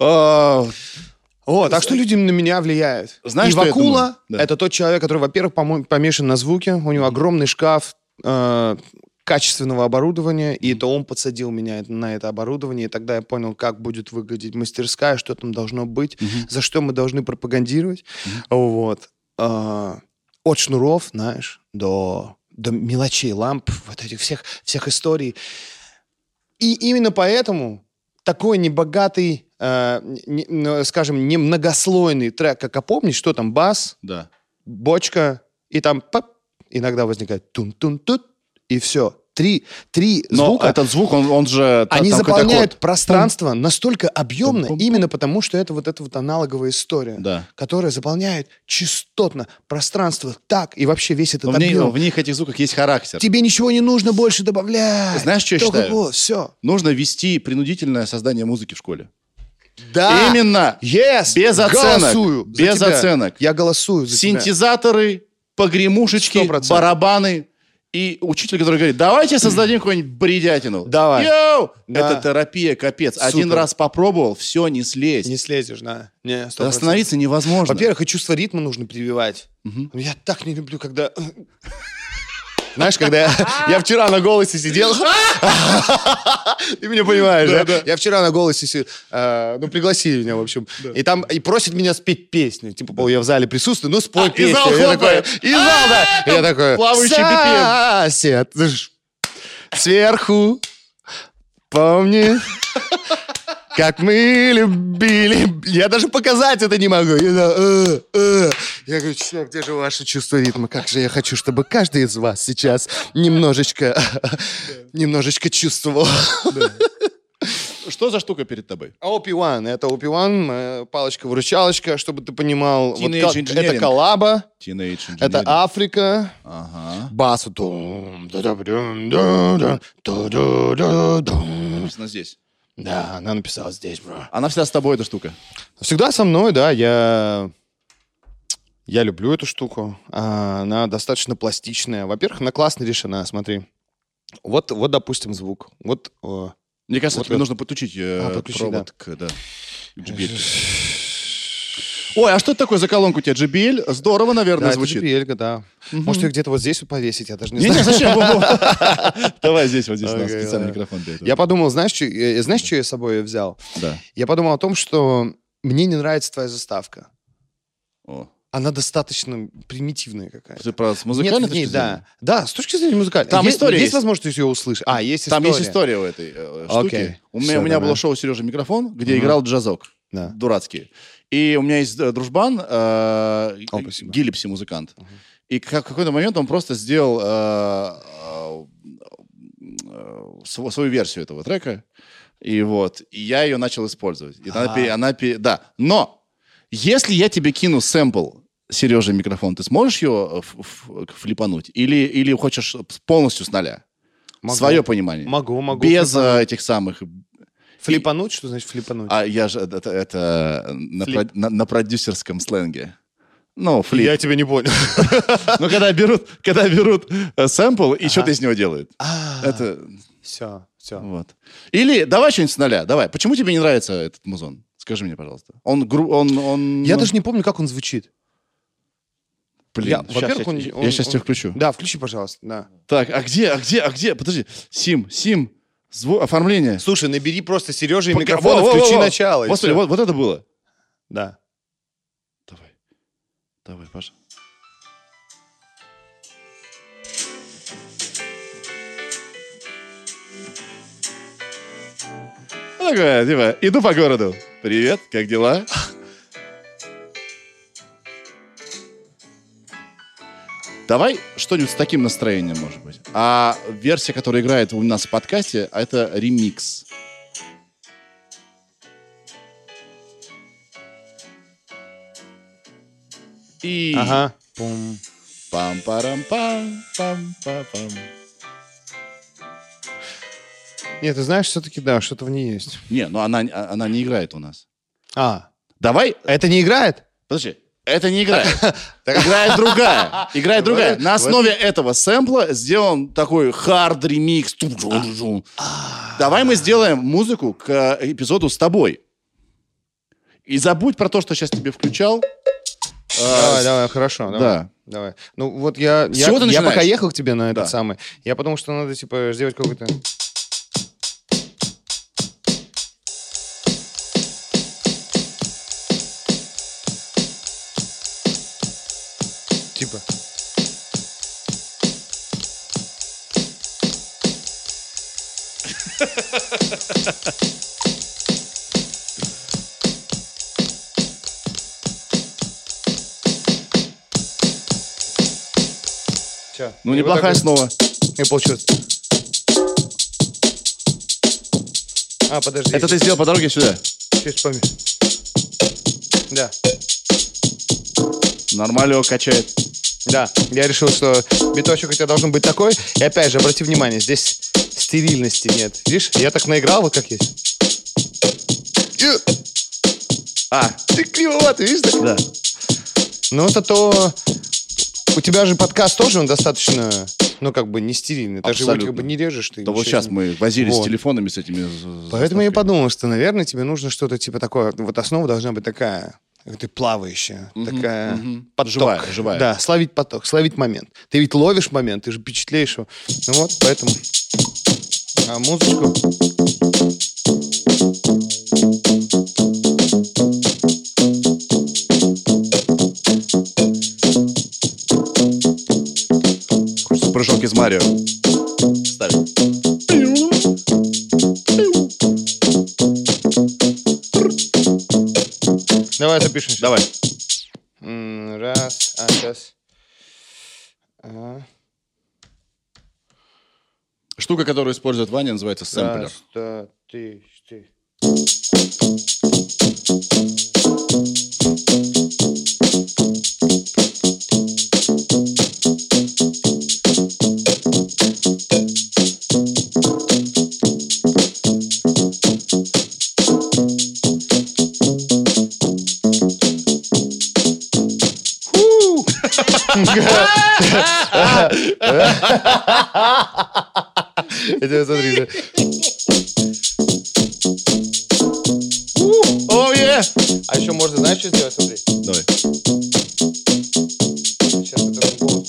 Так что люди на меня влияют. Знаешь, и Вакула — это тот человек, который, во-первых, помешан на звуке, у него огромный шкаф качественного оборудования, и это он подсадил меня на это оборудование, и тогда я понял, как будет выглядеть мастерская, что там должно быть, за что мы должны пропагандировать. Вот. От шнуров, знаешь, до мелочей, ламп, вот этих всех историй. И именно поэтому такой небогатый, скажем, немногослойный трек, как «Опомнись», что там, бас, бочка, и там иногда возникает тун-тун-тут, и все. Три звука. Но этот звук, он же... Они заполняют пространство настолько объемно, именно потому, что это вот эта вот аналоговая история, которая заполняет частотно пространство так, и вообще весь этот объем. В них, этих звуках, есть характер. Тебе ничего не нужно больше добавлять. Знаешь, что я считаю? Все. Нужно вести принудительное создание музыки в школе. Да. Именно. Без оценок. Голосую. Без оценок. Я голосую за тебя. Синтезаторы, погремушечки, 100%. Барабаны. И учитель, который говорит, давайте создадим какую-нибудь бредятину. Давай. Йоу! Да. Это терапия, капец. Супер. Один раз попробовал, все, не слезть. Не слезешь, да. Не, 100%. Остановиться невозможно. Во-первых, и чувство ритма нужно прививать. Я так не люблю, когда... Знаешь, когда я вчера на «Голосе» сидел... Ты меня понимаешь, да? Я вчера на «Голосе» сидел... Ну, пригласили меня, в общем. И там и просят меня спеть песню. Типа, я в зале присутствую, ну, спой песню. И зал хлопает. И зал, да. Я такой... Плавающий BPM. Сосед. Сверху. Помни... Как мы любили... Я даже показать это не могу. Я говорю, чувак, где же ваше чувство ритма? Как же я хочу, чтобы каждый из вас сейчас немножечко чувствовал. Что за штука перед тобой? OP1. Это OP1, палочка-выручалочка, чтобы ты понимал. Вот Teenage Engineering. это коллаба, Teenage Engineering. это Африка. Ага. Бас. Написано здесь. Да, она написала здесь, бро. Она всегда с тобой, эта штука? Всегда со мной, да. Я люблю эту штуку. Она достаточно пластичная. Во-первых, она классно решена, смотри. Вот, допустим, звук. Вот. Мне кажется, вот тебе нужно подключить провод к JBL. Ой, а что это такое за колонка у тебя? JBL? Здорово, наверное, Да, звучит. это JBL, да. Может, ее где-то вот здесь повесить, я даже не Не, знаю. зачем? Давай здесь, вот здесь у нас Окей, специальный да. микрофон для этого. Я подумал, знаешь, что я с собой взял? Да. Я подумал о том, что мне не нравится твоя заставка. О. она достаточно примитивная какая-то. Ты про музыкальной Нет в точки ней, зрения? да, с точки зрения музыкальной. Там история есть есть. возможность ее услышать? Есть Там история. есть история у этой штуки. Окей. У Всё, меня давай. было шоу «Сережа Микрофон», где играл джазок. Да. Дурацкий. И у меня есть дружбан, спасибо. Гиллипси музыкант. И в какой-то момент он просто сделал свою версию этого трека. И я ее начал использовать. И да. Но если я тебе кину сэмпл «Сережа Микрофон», ты сможешь ее флипануть? Или хочешь полностью с нуля? Могу. Свое понимание. Могу. Без флипануть. этих самых... Флипануть? Что значит флипануть? А я же это Флип. на продюсерском сленге. Ну, флип. Я тебя не понял. Ну, когда берут сэмпл и что-то из него делают. Это Все. вот. Или давай что-нибудь с нуля. Давай. Почему тебе не нравится этот музон? Скажи мне, пожалуйста. Он Я даже не помню, как он звучит. Блин, во-первых, я сейчас тебя включу. Да, включи, пожалуйста. Да. Так, а где? Подожди. Сим. Оформление. Слушай, набери просто Сережа и Пока- микрофон, и во, включи во, во. начало. и Господи, всё. вот это было. Да. Давай, Паша. Такое, типа, иду по городу. Привет, как дела? Давай что-нибудь с таким настроением, может быть. А версия, которая играет у нас в подкасте, это ремикс. И... Ага. Пум. Пам-парам-пам-пам-пам-пам. Нет, ты знаешь, все-таки, да, что-то в ней есть. Не, ну она не играет у нас. Давай, Это не играет? подожди, это не играет. Играет другая. Играет другая. На основе этого сэмпла сделан такой хард-ремикс. Давай мы сделаем музыку к эпизоду с тобой. И забудь про то, что сейчас тебе включал. Давай, хорошо. Да. Давай. Ну вот я чего ты пока начинаешь? ехал к тебе на этот Да. самый, я подумал, что надо, типа, сделать какой-то... Типа... Чё? Ну, И вот неплохая так вот. основа. И получилось. Подожди. Это ты сделал по дороге сюда. Сейчас вспомню. Да, Нормально его качает. да. Я решил, что биточек у тебя должен быть такой. И опять же, обрати внимание, здесь стерильности нет. Видишь, я так наиграл, вот как есть. Ты кривоватый, видишь? Так? Да. Ну, это то... У тебя же подкаст тоже, он достаточно, ну, как бы не стерильный. Ты же его Абсолютно. как бы не режешь. Ты Да вот ничего сейчас не- мы возились Вот. с телефонами, с этими... Поэтому я и заставками. подумал, что, наверное, тебе нужно что-то типа такое. Вот основа должна быть такая, как ты плавающая, такая поток. Живая. Да, словить поток, словить момент. Ты ведь ловишь момент, ты же впечатляешь его. Ну вот, поэтому музычку. Хочется прыжок из Марио. Ставить. Давай запишем. Давай. Раз, сейчас. Штука, которую использует Ваня, называется сэмплер. Раз, два, три, четыре. Это смотри. А еще можно, знаешь, что сделать? Смотри. Давай. Сейчас это такой голос.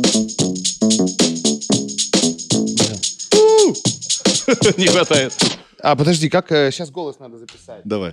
Не хватает. Подожди, как сейчас голос надо записать? Давай.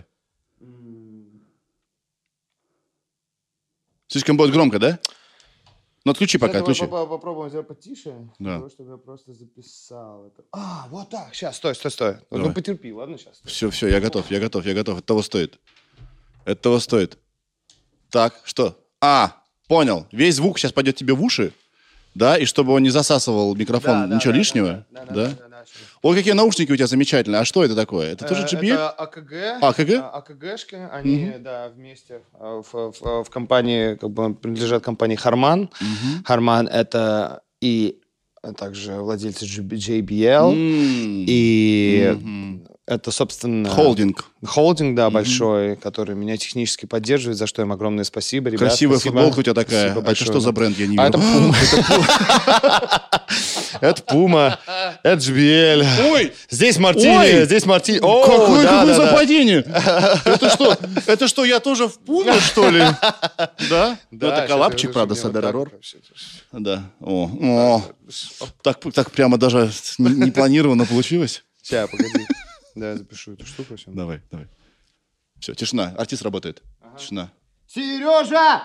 Слишком будет громко, да? Ну, отключи пока, отключи. Попробуем сделать потише, Да. чтобы я просто записал это. Вот так, сейчас, стой. Давай. Ну, потерпи, ладно, сейчас. Все, я готов. Это того стоит. Так, что? Понял. Весь звук сейчас пойдет тебе в уши, да, и чтобы он не засасывал микрофон, ничего лишнего. Да. Ой, какие наушники у тебя замечательные. А что это такое? Это тоже JBL? Это АКГ. АКГ? АКГшки, они, вместе в компании, как бы принадлежат компании Harman. Harman — это и также владельцы JBL. И это, собственно... Холдинг, да, большой, который меня технически поддерживает, за что им огромное спасибо. Ребят, красивая спасибо. футболка у тебя такая. Спасибо Это большое. что за бренд, я не Это вижу. Puma. Это Puma. Это JBL. Ой! Здесь Мартини. Какое совпадение! Это что, я тоже в Пуме, что ли? Да? Ну, это коллапчик, правда, с Адерарор. Да. Так прямо даже не планированно получилось. Сейчас, погоди. Да, я запишу эту штуку. Давай. Все, тишина. Артист работает. Тишина. Сережа!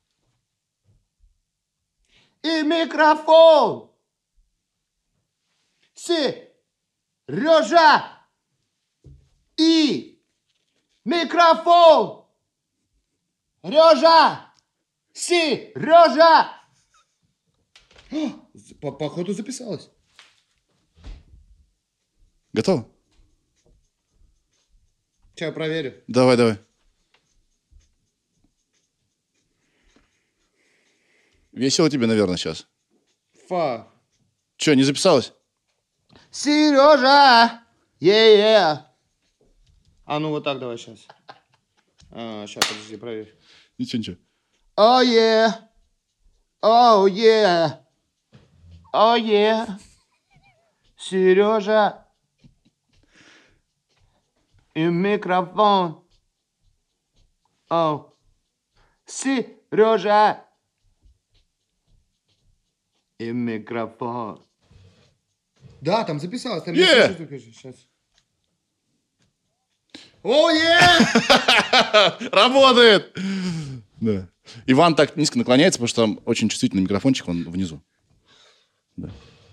И микрофон! Сережа! И микрофон! Сережа! Сережа! Походу записалось. Готово? Сейчас я проверю. Давай. Весело тебе, наверное, сейчас. Че, не записалось? Сережа! Ну вот так давай сейчас. Сейчас, подожди, проверь. Ничего. Oh yeah! Oh yeah! Oh yeah! Сережа! И микрофон! Сережа! И микрофон! Да, там записалось. Там сейчас. О, Работает! Да. Иван так низко наклоняется, потому что там очень чувствительный микрофончик, он внизу. Да.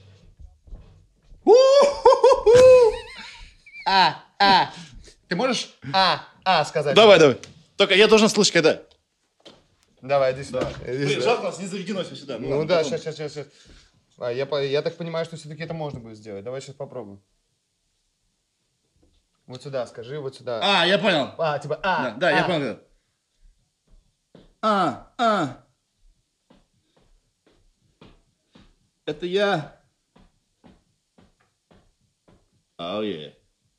Ты можешь сказать? Давай. Только я должен слышать, когда. Давай, иди сюда. Жалко, нас не заведено все сюда. Ну да, сейчас. Я так понимаю, что все-таки это можно будет сделать. Давай сейчас попробуем. Вот сюда скажи, вот сюда. Я понял. Да, я понял. Это я. Oh, yeah.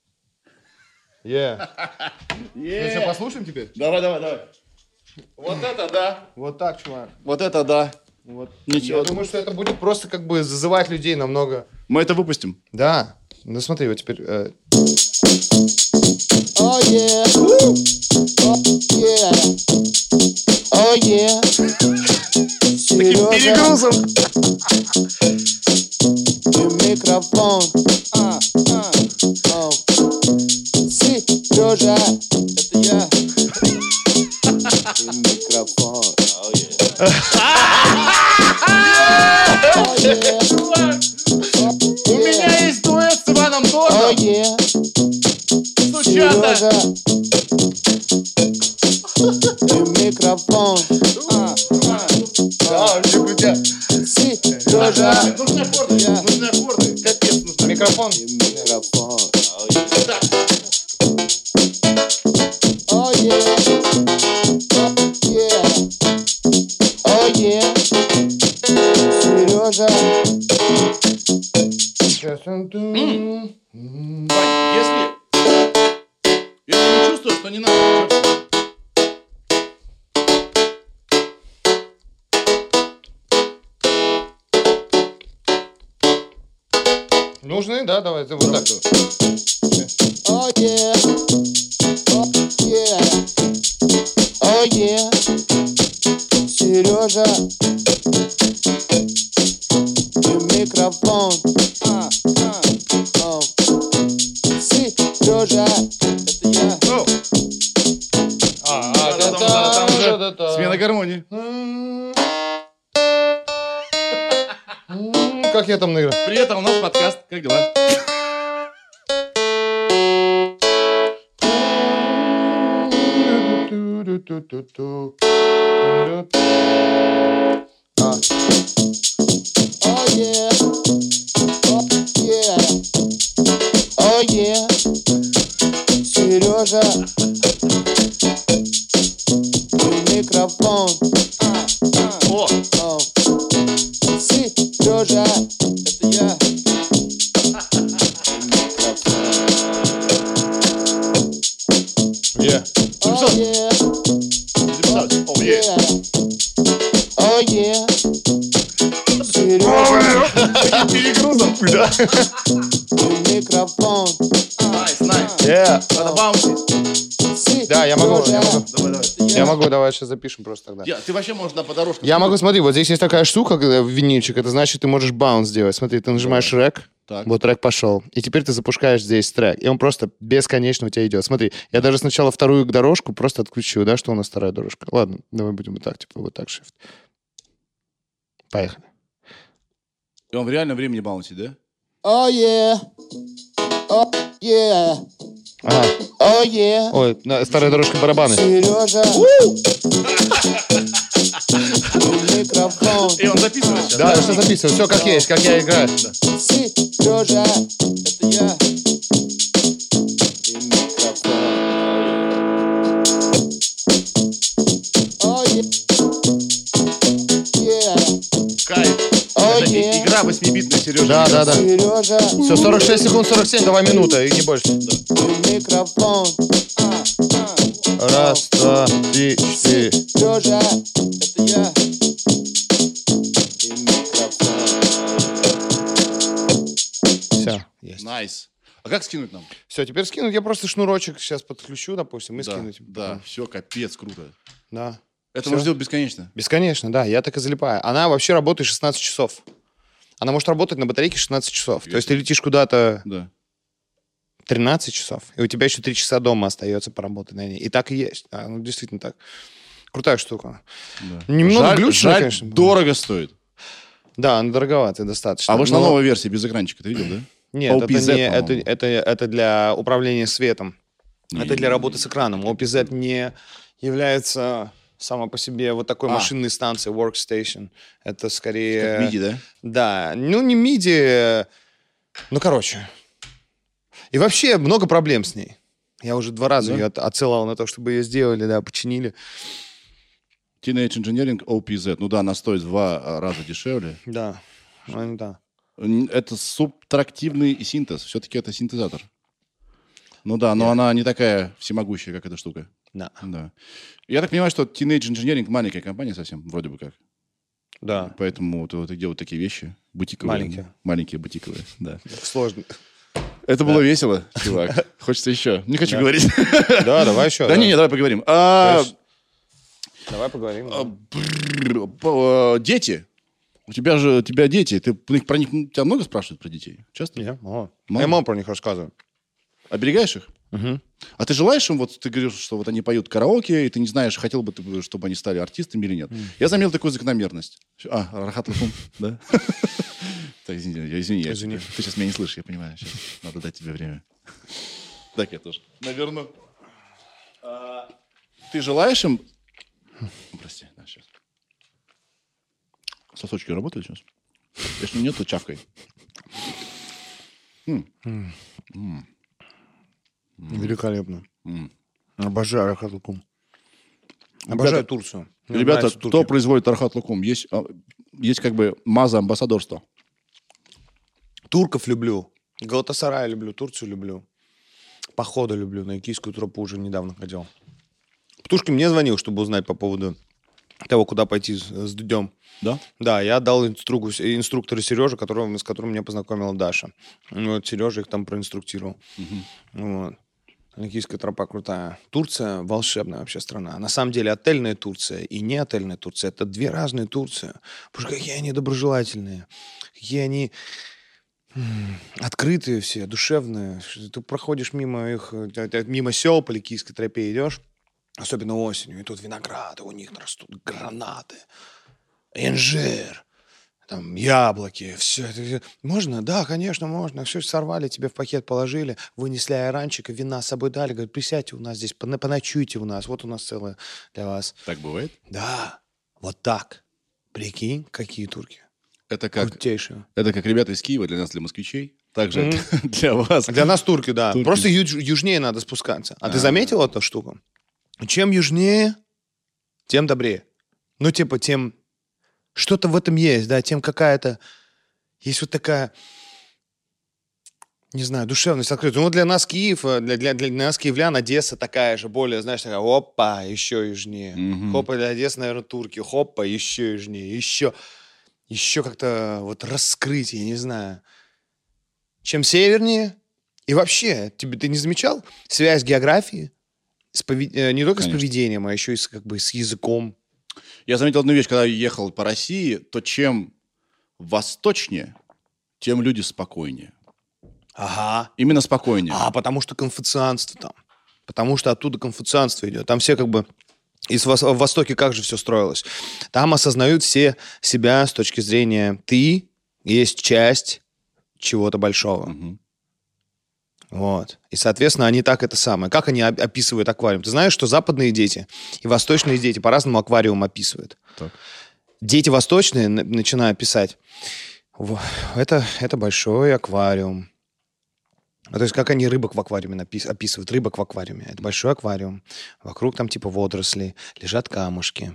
Ну что, послушаем теперь? Давай. Вот это да. Вот так, чувак. Вот это да. Вот. Ничего. Я думаю, что это будет просто как бы зазывать людей намного. Мы это выпустим. Да. Ну смотри, вот теперь... Oh yeah! Oh yeah! Таким перегрузом. И микрофон! Сережа! Это я! И микрофон! У меня есть дуэт с Иваном тоже. Стучата. И микрофон! Да, вообще крутя. Сережа! Нужны аккорды. Капец, нужны. Микрофон. И микрофон! Oh yeah! Oh yeah! Сережа! Если не чувствую, что не надо. Нужны, да? Давай, вот так. Oh yeah! Oh yeah! Oh yeah! Сережа! И микрофон! Сережа! Сережа, это я. О, там уже смена гармонии. Как я там наиграл? Привет, а у нас подкаст. Как дела? Oh yeah, oh yeah, oh yeah, Сережа, микрофон, О, Сережа, это я. Yeah. Oh yeah, записалось. О, есть. oh yeah, Сережа, Перегрузом. Да. микрофон, Найс. Yeah. Надо баунсить. Да, я могу. Давай. Я могу, давай сейчас запишем просто тогда. Ты вообще можешь по дорожке. Я могу, смотри, вот здесь есть такая штука, когда винильчик, это значит, ты можешь баунс сделать. Смотри, ты нажимаешь рек, Так. вот трек пошел, и теперь ты запускаешь здесь трек, и он просто бесконечно у тебя идет. Смотри, я даже сначала вторую дорожку просто отключу, да, что у нас вторая дорожка. Ладно, давай будем вот так, типа вот так, shift. Поехали. И он в реальном времени баунсит, да? oh yeah, oh yeah, Ага. oh yeah. Ой, вторая дорожка барабаны. Сережа, микрофон, И он записывает сейчас. Да, я все записываю, все как есть, как я играю. Сережа, это я. И микрофон. Oh yeah, yeah, Кайф. oh Это yeah, игра 8-битная, Сережа. Да. Сережа, Все, 46 секунд, 47, давай минута, и не больше. и микрофон. Раз, два, три, четыре. Сережа, это я. И микрофон. Все, есть. Найс. А как скинуть нам? Все, теперь скинуть. Я просто шнурочек сейчас подключу, допустим, и скинуть. Да, все, капец, круто. Да. Это Всё. можно делать бесконечно. Бесконечно, да, я так и залипаю. Она вообще работает 16 часов. Она может работать на батарейке 16 часов. То есть ты летишь куда-то Да. 13 часов, и у тебя еще 3 часа дома остается поработать на ней. И так и есть. Да, ну, действительно так. Крутая штука. Да. Немного глючная, жаль, конечно. дорого стоит. Да, она дороговатая достаточно. А вышла но- новая версия без экранчика, ты видел, да? Нет, это, OPZ, не, по-моему. это для управления светом. Это для работы с экраном. OPZ не является сама по себе вот такой машинной станцией, workstation. Это скорее... Как MIDI, да? Да, ну не MIDI, ну короче. И вообще много проблем с ней. Я уже 2 раза Да? ее отсылал на то, чтобы ее сделали, да, починили. Teenage Engineering OPZ. Ну да, она стоит в 2 раза дешевле. Да, ну, да. Это субтрактивный синтез. Все-таки это синтезатор. Ну да, но она не такая всемогущая, как эта штука. Да. Да. Я так понимаю, что Teenage Engineering маленькая компания совсем, вроде бы как. Да, Поэтому вот и делают такие вещи. Бутиковые. Маленькие. Маленькие бутиковые, да. сложно. Это было весело, чувак. Хочется еще. Не хочу говорить. Да, давай еще. Да не, давай поговорим. Давай поговорим. Дети. У тебя дети. Ты про них, тебя много спрашивают про детей? Часто? Я Мало? мало про них рассказываю. Оберегаешь их? Мгм. А ты желаешь им, вот ты говоришь, что вот они поют караоке, и ты не знаешь, хотел бы ты, чтобы они стали артистами или нет. Я заметил такую закономерность. Рахат Лакум, да? Так, извини, Извини. ты сейчас меня не слышишь, я понимаю. Сейчас надо дать тебе время. Так, я тоже наверну. Ты желаешь им... Прости, да, сейчас. Сосочки работают сейчас? Если нет, то чавкай. Великолепно. М. Обожаю Рахат Лукум. Обожаю Турцию. Мне Ребята, нравится кто Турция. производит Рахат Лукум? Есть как бы маза амбассадорства. Турков люблю. Галатасарай люблю, Турцию люблю. Походы люблю. На Икийскую тропу уже недавно ходил. Птушкин мне звонил, чтобы узнать по поводу того, куда пойти с Дудем. Да? Да, я отдал инструктору Сереже, с которым меня познакомила Даша. Ну, вот Сережа их там проинструктировал. Вот. Икийская тропа крутая. Турция волшебная вообще страна. На самом деле отельная Турция и не отельная Турция — это 2 разные Турции. Потому что какие они доброжелательные. Какие они открытые все, душевные. Ты проходишь мимо их, мимо сел по Ликийской тропе идешь, особенно осенью, и тут винограды, у них растут гранаты, инжир, там яблоки, все это. Можно? Да, конечно, можно. Все сорвали, тебе в пакет положили, вынесли айранчик, и вина с собой дали, говорят, присядьте у нас здесь, поночуйте у нас, вот у нас целое для вас. Так бывает? Да, вот так. Прикинь, какие турки. Это как Крутейшие. ребята из Киева для нас, для москвичей. Также для вас. Для нас турки, да. Турки. Просто южнее надо спускаться. А ты заметил эту штуку? Чем южнее, тем добрее. Ну, типа, тем... Что-то в этом есть, да, тем какая-то... Есть вот такая... Не знаю, душевность открытая. Ну, для нас Киев, для нас киевлян Одесса такая же, более, знаешь, такая, опа, еще южнее. Хопа, для Одессы, наверное, турки. Хопа, еще южнее. Еще как-то вот раскрыть, я не знаю. Чем севернее. И вообще, ты не замечал связь географии не только с поведением, а еще и как бы с языком? Я заметил одну вещь, когда ехал по России, то чем восточнее, тем люди спокойнее. Ага. Именно спокойнее. Потому что конфуцианство там. Потому что оттуда конфуцианство идет. Там все как бы... И в Востоке как же все строилось? Там осознают все себя с точки зрения ты есть часть чего-то большого. Мгм. Вот. И, соответственно, они так это самое. Как они описывают аквариум? Ты знаешь, что западные дети и восточные дети по-разному аквариум описывают. Так. Дети восточные начинают писать, это большой аквариум. То есть, как они рыбок в аквариуме описывают. Рыбок в аквариуме. Это большой аквариум. Вокруг там типа водоросли, лежат камушки.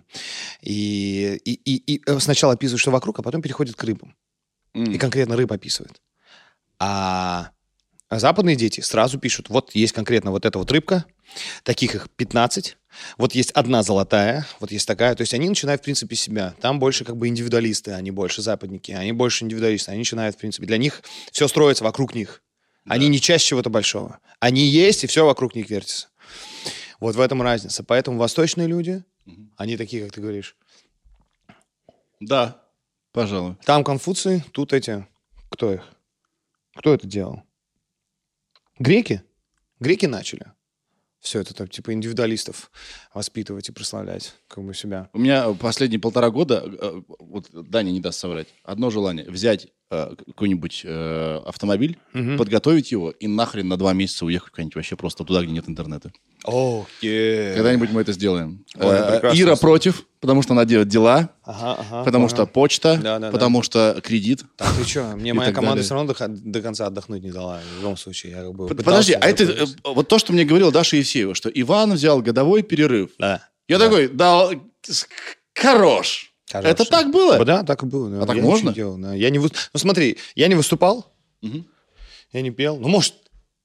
И сначала описывают, что вокруг, а потом переходят к рыбам. И конкретно рыб описывают. А западные дети сразу пишут, вот есть конкретно вот эта вот рыбка, таких их 15, вот есть одна золотая, вот есть такая. То есть они начинают, в принципе, себя. Там больше как бы индивидуалисты, они больше западники, они больше индивидуалисты. Они начинают, в принципе, для них все строится вокруг них. Да. Они не часть чего-то большого. Они есть, и все вокруг них вертится. Вот в этом разница. Поэтому восточные люди, они такие, как ты говоришь. Да, пожалуй. Там Конфуций, тут эти... Кто их? Кто это делал? Греки? Греки начали все это, там, типа, индивидуалистов воспитывать и прославлять, как бы, себя. У меня последние 1,5 года, вот Даня не даст соврать, одно желание: взять какой-нибудь автомобиль, подготовить его и нахрен на 2 месяца уехать куда-нибудь вообще просто туда, где нет интернета. Когда-нибудь мы это сделаем. Ира против, потому что она делает дела, потому что почта, потому что кредит. Так ты что, мне моя команда все равно до конца отдохнуть не дала. В любом случае, я как бы Подожди, а это вот то, что мне говорила Даша Евсеева, что Иван взял годовой перерыв. Да. Я такой, да, хорош. Это так было? Да, так и было. А так можно? Ну смотри, я не выступал, я не пел. Ну, может,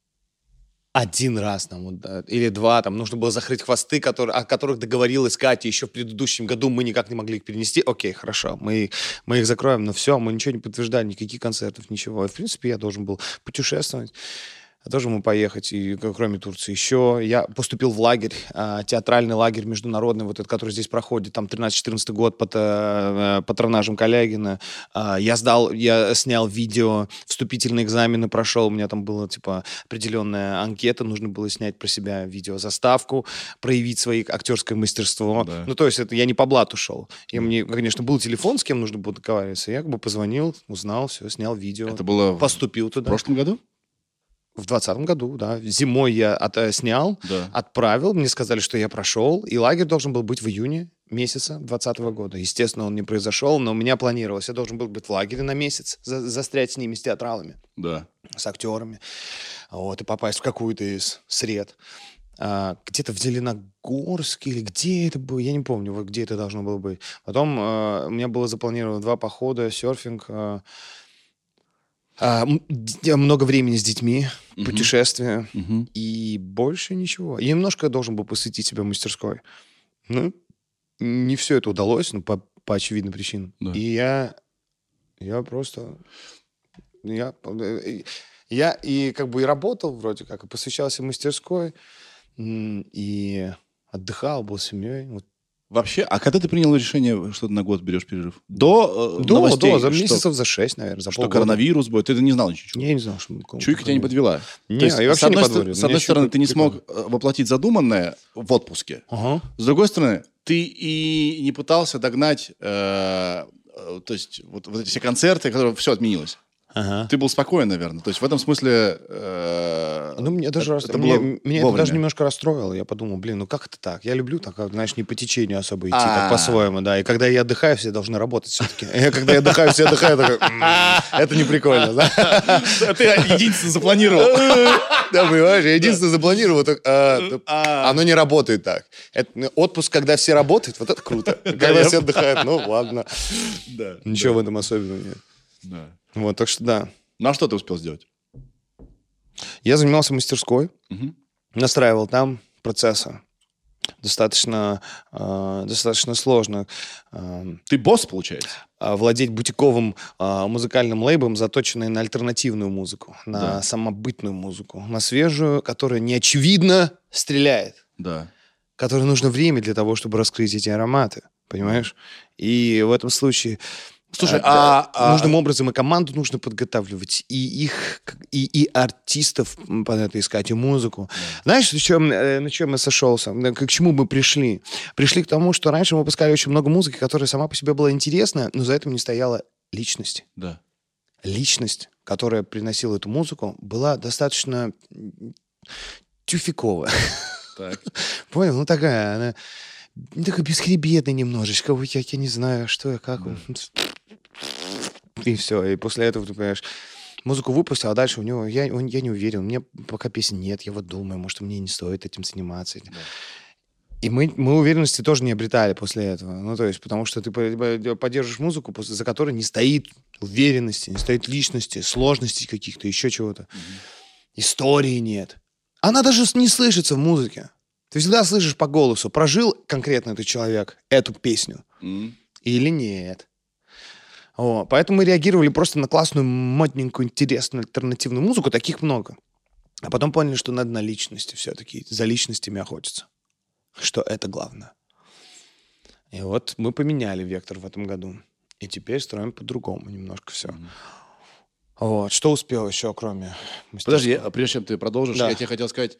1 раз там, вот, или 2, там нужно было закрыть хвосты, о которых договорилась Катя еще в предыдущем году, мы никак не могли их перенести. Окей, хорошо, мы их закроем, но все, мы ничего не подтверждали, никаких концертов, ничего. И, в принципе, я должен был путешествовать. Тоже мы поехать, и кроме Турции. Еще я поступил в лагерь, театральный лагерь международный, вот этот, который здесь проходит, там 13-14 год под патронажем Калягина. Я снял видео, вступительные экзамены прошел, у меня там была, типа, определенная анкета, нужно было снять про себя видеозаставку, проявить свое актерское мастерство. Да. Ну, то есть это я не по блату шел. И мне, конечно, был телефон, с кем нужно было договариваться. Я как бы позвонил, узнал, все, снял видео. Это было поступил туда. В прошлом году? В 2020 году, да. Зимой я снял, отправил, мне сказали, что я прошел, и лагерь должен был быть в июне месяца 2020 года. Естественно, он не произошел, но у меня планировалось. Я должен был быть в лагере на месяц, застрять с ними, с театралами, с актерами, вот, и попасть в какую-то из сред. Где-то в Зеленогорске или где это было, я не помню, где это должно было быть. Потом у меня было запланировано 2 похода, серфинг, много времени с детьми, путешествия и больше ничего. Я немножко должен был посвятить себя мастерской. Ну, не все это удалось, но по очевидным причинам. Да. И я просто... Я и как бы и работал вроде как, и посвящался мастерской, и отдыхал, был с семьей. Вот Вообще, а когда ты принял решение, что ты на год берешь перерыв? До новостей, за что- месяцев за 6, наверное, за что полгода. коронавирус будет, ты не знал ничего. Я не знал, что... Чуйка тебя не подвела. Не, То есть, я вообще с одной, не подводил. с одной Мне стороны, ещё ты не прикольно. смог воплотить задуманное в отпуске. Ага. С другой стороны, ты и не пытался догнать, то есть вот эти все концерты, которые все отменилось. Ага. Ты был спокоен, наверное. То есть в этом смысле... Ну, мне даже это меня было это вовремя. даже немножко расстроило. Я подумал, блин, ну как это так? Я люблю так, как, знаешь, не по течению особо идти, А. так по-своему, да. И когда я отдыхаю, все должны работать все-таки. Когда я отдыхаю, все отдыхают, такой, это не прикольно, да? Ты единственное запланировал. Да, понимаешь, я единственное запланировал, оно не работает так. Отпуск, когда все работают, вот это круто. Когда все отдыхают, ну ладно. Да. Ничего в этом особенного нет. Да. Вот, так что да. Ну а что ты успел сделать? Я занимался мастерской, Мгм. настраивал там процессы. Достаточно сложно Ты босс, получается? владеть бутиковым музыкальным лейблом, заточенный на альтернативную музыку, на Да. самобытную музыку, на свежую, которая неочевидно стреляет, Да. которой нужно время для того, чтобы раскрыть эти ароматы, понимаешь? И в этом случае... Слушай, нужным образом и команду нужно подготавливать, и их, и артистов под это искать, и музыку. Знаешь, на чем я сошелся? К чему мы пришли? Пришли к тому, что раньше мы выпускали очень много музыки, которая сама по себе была интересна, но за этим не стояла личность. Да. Личность, которая приносила эту музыку, была достаточно тюфиковая. Так. Понял? Ну, такая, она... Такая бесхребетная немножечко. Вот я не знаю, что я, как. И все. И после этого, ты понимаешь, музыку выпустил, а дальше у него... Я не уверен. У меня пока песен нет. Я вот думаю, может, мне не стоит этим заниматься. И мы уверенности тоже не обретали после этого. Ну, то есть, потому что ты поддержишь музыку, за которой не стоит уверенности, не стоит личности, сложностей каких-то, еще чего-то. Истории нет. Она даже не слышится в музыке. Ты всегда слышишь по голосу, прожил конкретно этот человек эту песню М. или нет. Поэтому мы реагировали просто на классную, модненькую, интересную, альтернативную музыку. Таких много. А потом поняли, что надо на личности все-таки. За личностями охотиться. Что это главное. И вот мы поменяли вектор в этом году. И теперь строим по-другому немножко все. Что успел еще, кроме Подожди, мастерской? прежде чем ты продолжишь, Да. я тебе хотел сказать,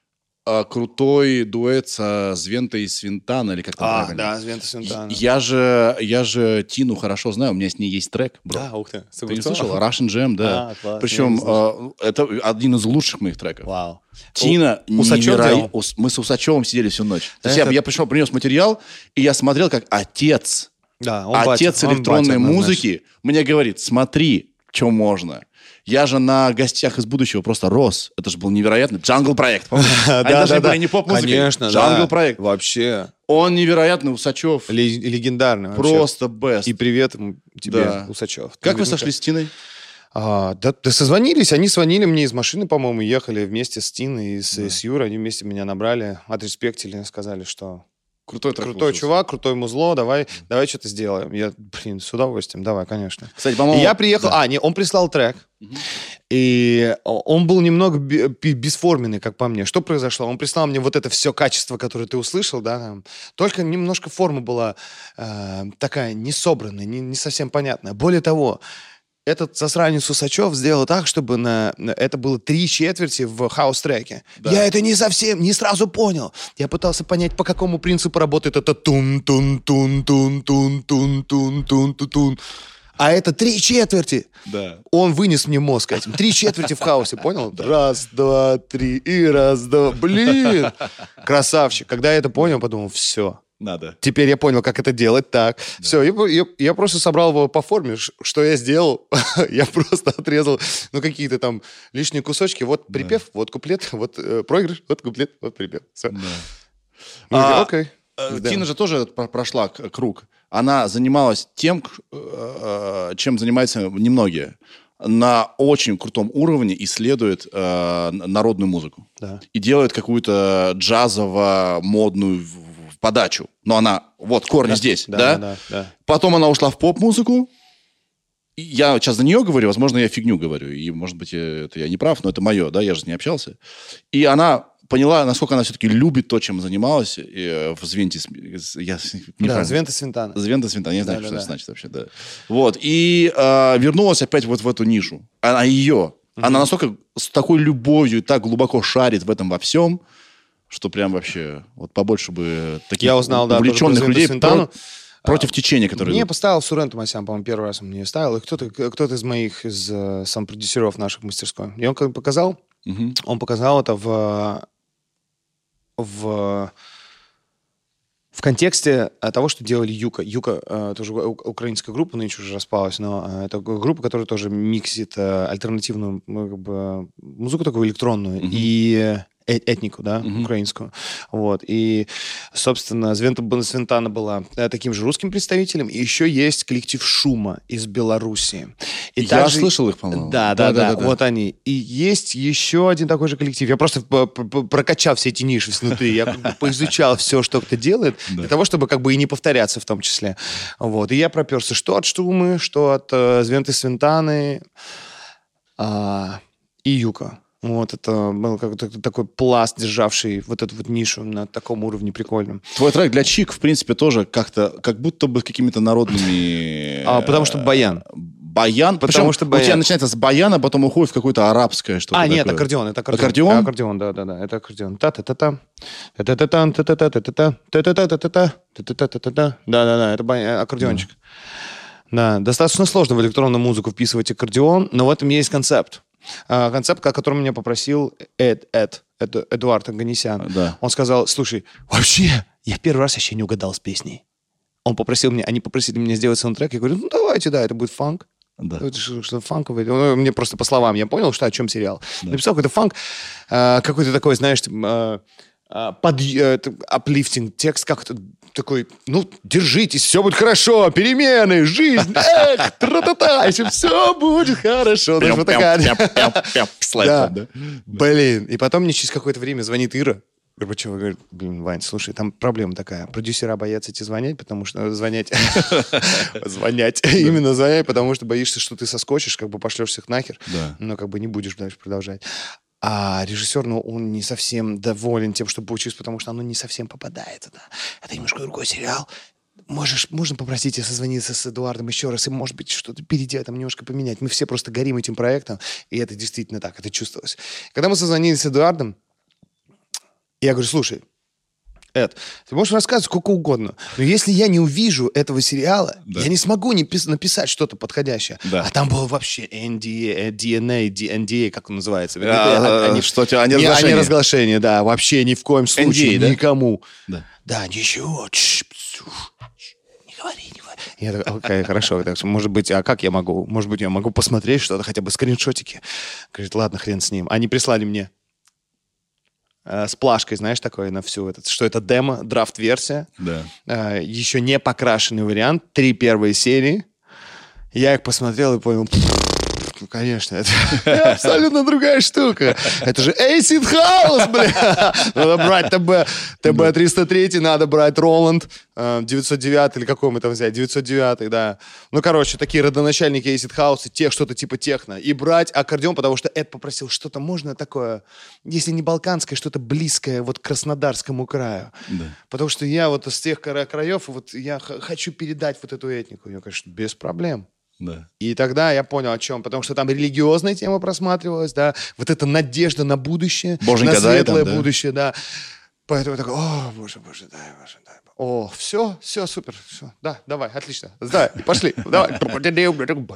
крутой дуэт со Звентой и Свинтана, или как там правильно? Да, Звента Свинтана. Я же Тину хорошо знаю, у меня с ней есть трек, бро. Да, ух ты. Ты не слышал? Russian Jam, да. А, класс, Причем я не это один из лучших моих треков. Вау. Тина Усачев делал? Мы с Усачевым сидели всю ночь. То есть Это- я пришел, принес материал, и я смотрел, как отец Да, отец электронной музыки мне говорит, смотри, что можно. Я же на гостях из будущего просто рос. Это же был невероятный джангл-проект. помнишь? Они даже были не поп-музыкой. Конечно, Джангл-проект. Вообще. Он невероятный, Усачев. Легендарный вообще. Просто best. И привет тебе, Да. Усачев. Как вы Наверняка. сошлись с Тиной? Да созвонились. Они звонили мне из машины, по-моему, ехали вместе с Тиной и с Юрой. Они вместе меня набрали, отреспектили, сказали, что Крутой трек крутой получился. чувак, крутое музло, давай что-то сделаем. Я, с удовольствием, давай, конечно. Кстати, И по-моему... я приехал... Да. Он прислал трек. И он был немного бесформенный, как по мне. Что произошло? Он прислал мне вот это все качество, которое ты услышал, да, там. Только немножко форма была такая несобранная, не совсем понятная. Более того, этот засранец Усачев сделал так, чтобы это было 3/4 в хаус-треке. Да. Я это не сразу понял. Я пытался понять, по какому принципу работает это тун-тун-тун-тун-тун-тун-тун-тун-тун. А это 3/4. Да. Он вынес мне мозг этим. 3/4 в хаосе, понял? Раз, два, три, и раз, два. Блин! Красавчик. Когда я это понял, подумал, все. Надо. Теперь я понял, как это делать. Так, все, я просто собрал его по форме. Что я сделал? Я просто отрезал, какие-то там лишние кусочки. Вот припев, вот куплет, вот проигрыш, вот куплет, вот припев. Все. Окей. Да. Тина же тоже прошла круг. Она занималась тем, чем занимаются немногие. На очень крутом уровне исследует народную музыку. Да. И делает какую-то джазово-модную подачу. Но она, вот, корни здесь, да? Да. Потом она ушла в поп-музыку. И я сейчас за нее говорю, возможно, я фигню говорю. И, может быть, это я не прав, но это мое, да, я же с ней общался. И она поняла, насколько она все-таки любит то, чем занималась в Звенте. Да, Звента Свинтана. Звента Свинтана, я не знаю, Да, что да, это да. значит вообще, да. Вот, и вернулась опять вот в эту нишу. Она настолько с такой любовью и так глубоко шарит в этом во всем, что прям вообще вот побольше бы таких Я узнал, да, увлеченных тоже про людей Звенту Свинтану. против течения, которые Мне идут. поставил Сурен Томасян, по-моему, первый раз он мне ставил. И кто-то из моих, сам-продюсеров наших в мастерской. И он как бы показал, Мгм. он показал это в контексте того, что делали Юка. Юка тоже украинская группа, нынче уже распалась, но это группа, которая тоже миксит альтернативную как бы, музыку такую электронную и этнику, да, украинскую. Вот. И, собственно, Звента Свинтана была таким же русским представителем. И еще есть коллектив Шума из Белоруссии. И Я также- слышал их, по-моему. Да. Вот они. И есть еще один такой же коллектив. Я просто прокачав все эти ниши внутри, я как бы поизучал все, что кто делает, для того, чтобы как бы и не повторяться в том числе. Вот. И я проперся что от Штумы, что от Звенты Свинтаны и Юка. Вот, это был как-то такой пласт, державший вот эту вот нишу на таком уровне прикольном. Твой трек для Чик, в принципе, тоже как-то, как будто бы какими-то народными... Потому что баян. Баян? Потому Причем что у тебя баян. начинается с баяна, потом уходит в какое-то арабское что-то Нет, такое. аккордеон, это аккордеон. Аккордеон? Аккордеон, да, это аккордеон. Та-та-та-та. Та-та-та-та, та-та-та-та-та, та-та-та-та-та, та-та-та-та-та. Да, это аккордеончик. Да, достаточно сложно в электронную музыку вписывать аккордеон, но в этом есть концепт. Концепт, о котором меня попросил Эдуард Аганесян. Да. Он сказал, слушай, вообще, я первый раз еще не угадал с песней. Они попросили меня сделать саундтрек. Я говорю, давайте, да, это будет фанк. Да. Это что фанковое. Мне просто по словам я понял, что о чем сериал. Написал какой-то фанк, какой-то такой, знаешь, uplifting текст, как-то такой, держитесь, все будет хорошо, перемены, жизнь, тра-та-та, если все будет хорошо. Знаешь, вот такая. Да. Блин, и потом мне через какое-то время звонит Ира Горбачева, говорит, Вань, слушай, там проблема такая, продюсера боятся тебе звонить, потому что именно звонять, потому что боишься, что ты соскочишь, как бы пошлешь всех нахер, но как бы не будешь дальше продолжать. А режиссер, он не совсем доволен тем, что получилось, потому что оно не совсем попадает туда. Это немножко другой сериал. Можно попросить тебя созвониться с Эдуардом еще раз и, может быть, что-то переделать, там немножко поменять. Мы все просто горим этим проектом, и это действительно так, это чувствовалось. Когда мы созвонились с Эдуардом, я говорю, слушай, Эд, ты можешь рассказывать сколько угодно, но если я не увижу этого сериала, я не смогу написать что-то подходящее. Да. А там было вообще NDA, DNA, как он называется? Они разглашения. Разглашение, да, вообще ни в коем случае, NDA, да? никому. Да. Ничего, не говори. Я такой, окей, хорошо. Так что, может быть, как я могу? Может быть, я могу посмотреть что-то, хотя бы скриншотики. Говорит, ладно, хрен с ним. Они прислали мне с плашкой, знаешь, такой на всю что это демо, драфт-версия. Да. Еще не покрашенный вариант, 3 первые серии. Я их посмотрел и понял, конечно, это абсолютно другая штука. Это же Acid House, бля. Надо брать ТБ-303, надо брать Роланд 909 или какой мы там взять, 909, да. Такие родоначальники Acid House, что-то типа техно. И брать аккордеон, потому что Эд попросил, что-то можно такое, если не балканское, что-то близкое вот к Краснодарскому краю. Да. Потому что я вот из тех краев, я хочу передать вот эту этнику. Я, конечно, без проблем. Да. И тогда я понял, о чем. Потому что там религиозная тема просматривалась, да, вот эта надежда на будущее, Боженька, на светлое дай там, да. будущее, да. Поэтому я такой, боже, дай. О, все, супер, все, да, давай, отлично, давай, пошли, давай. Боже, дай,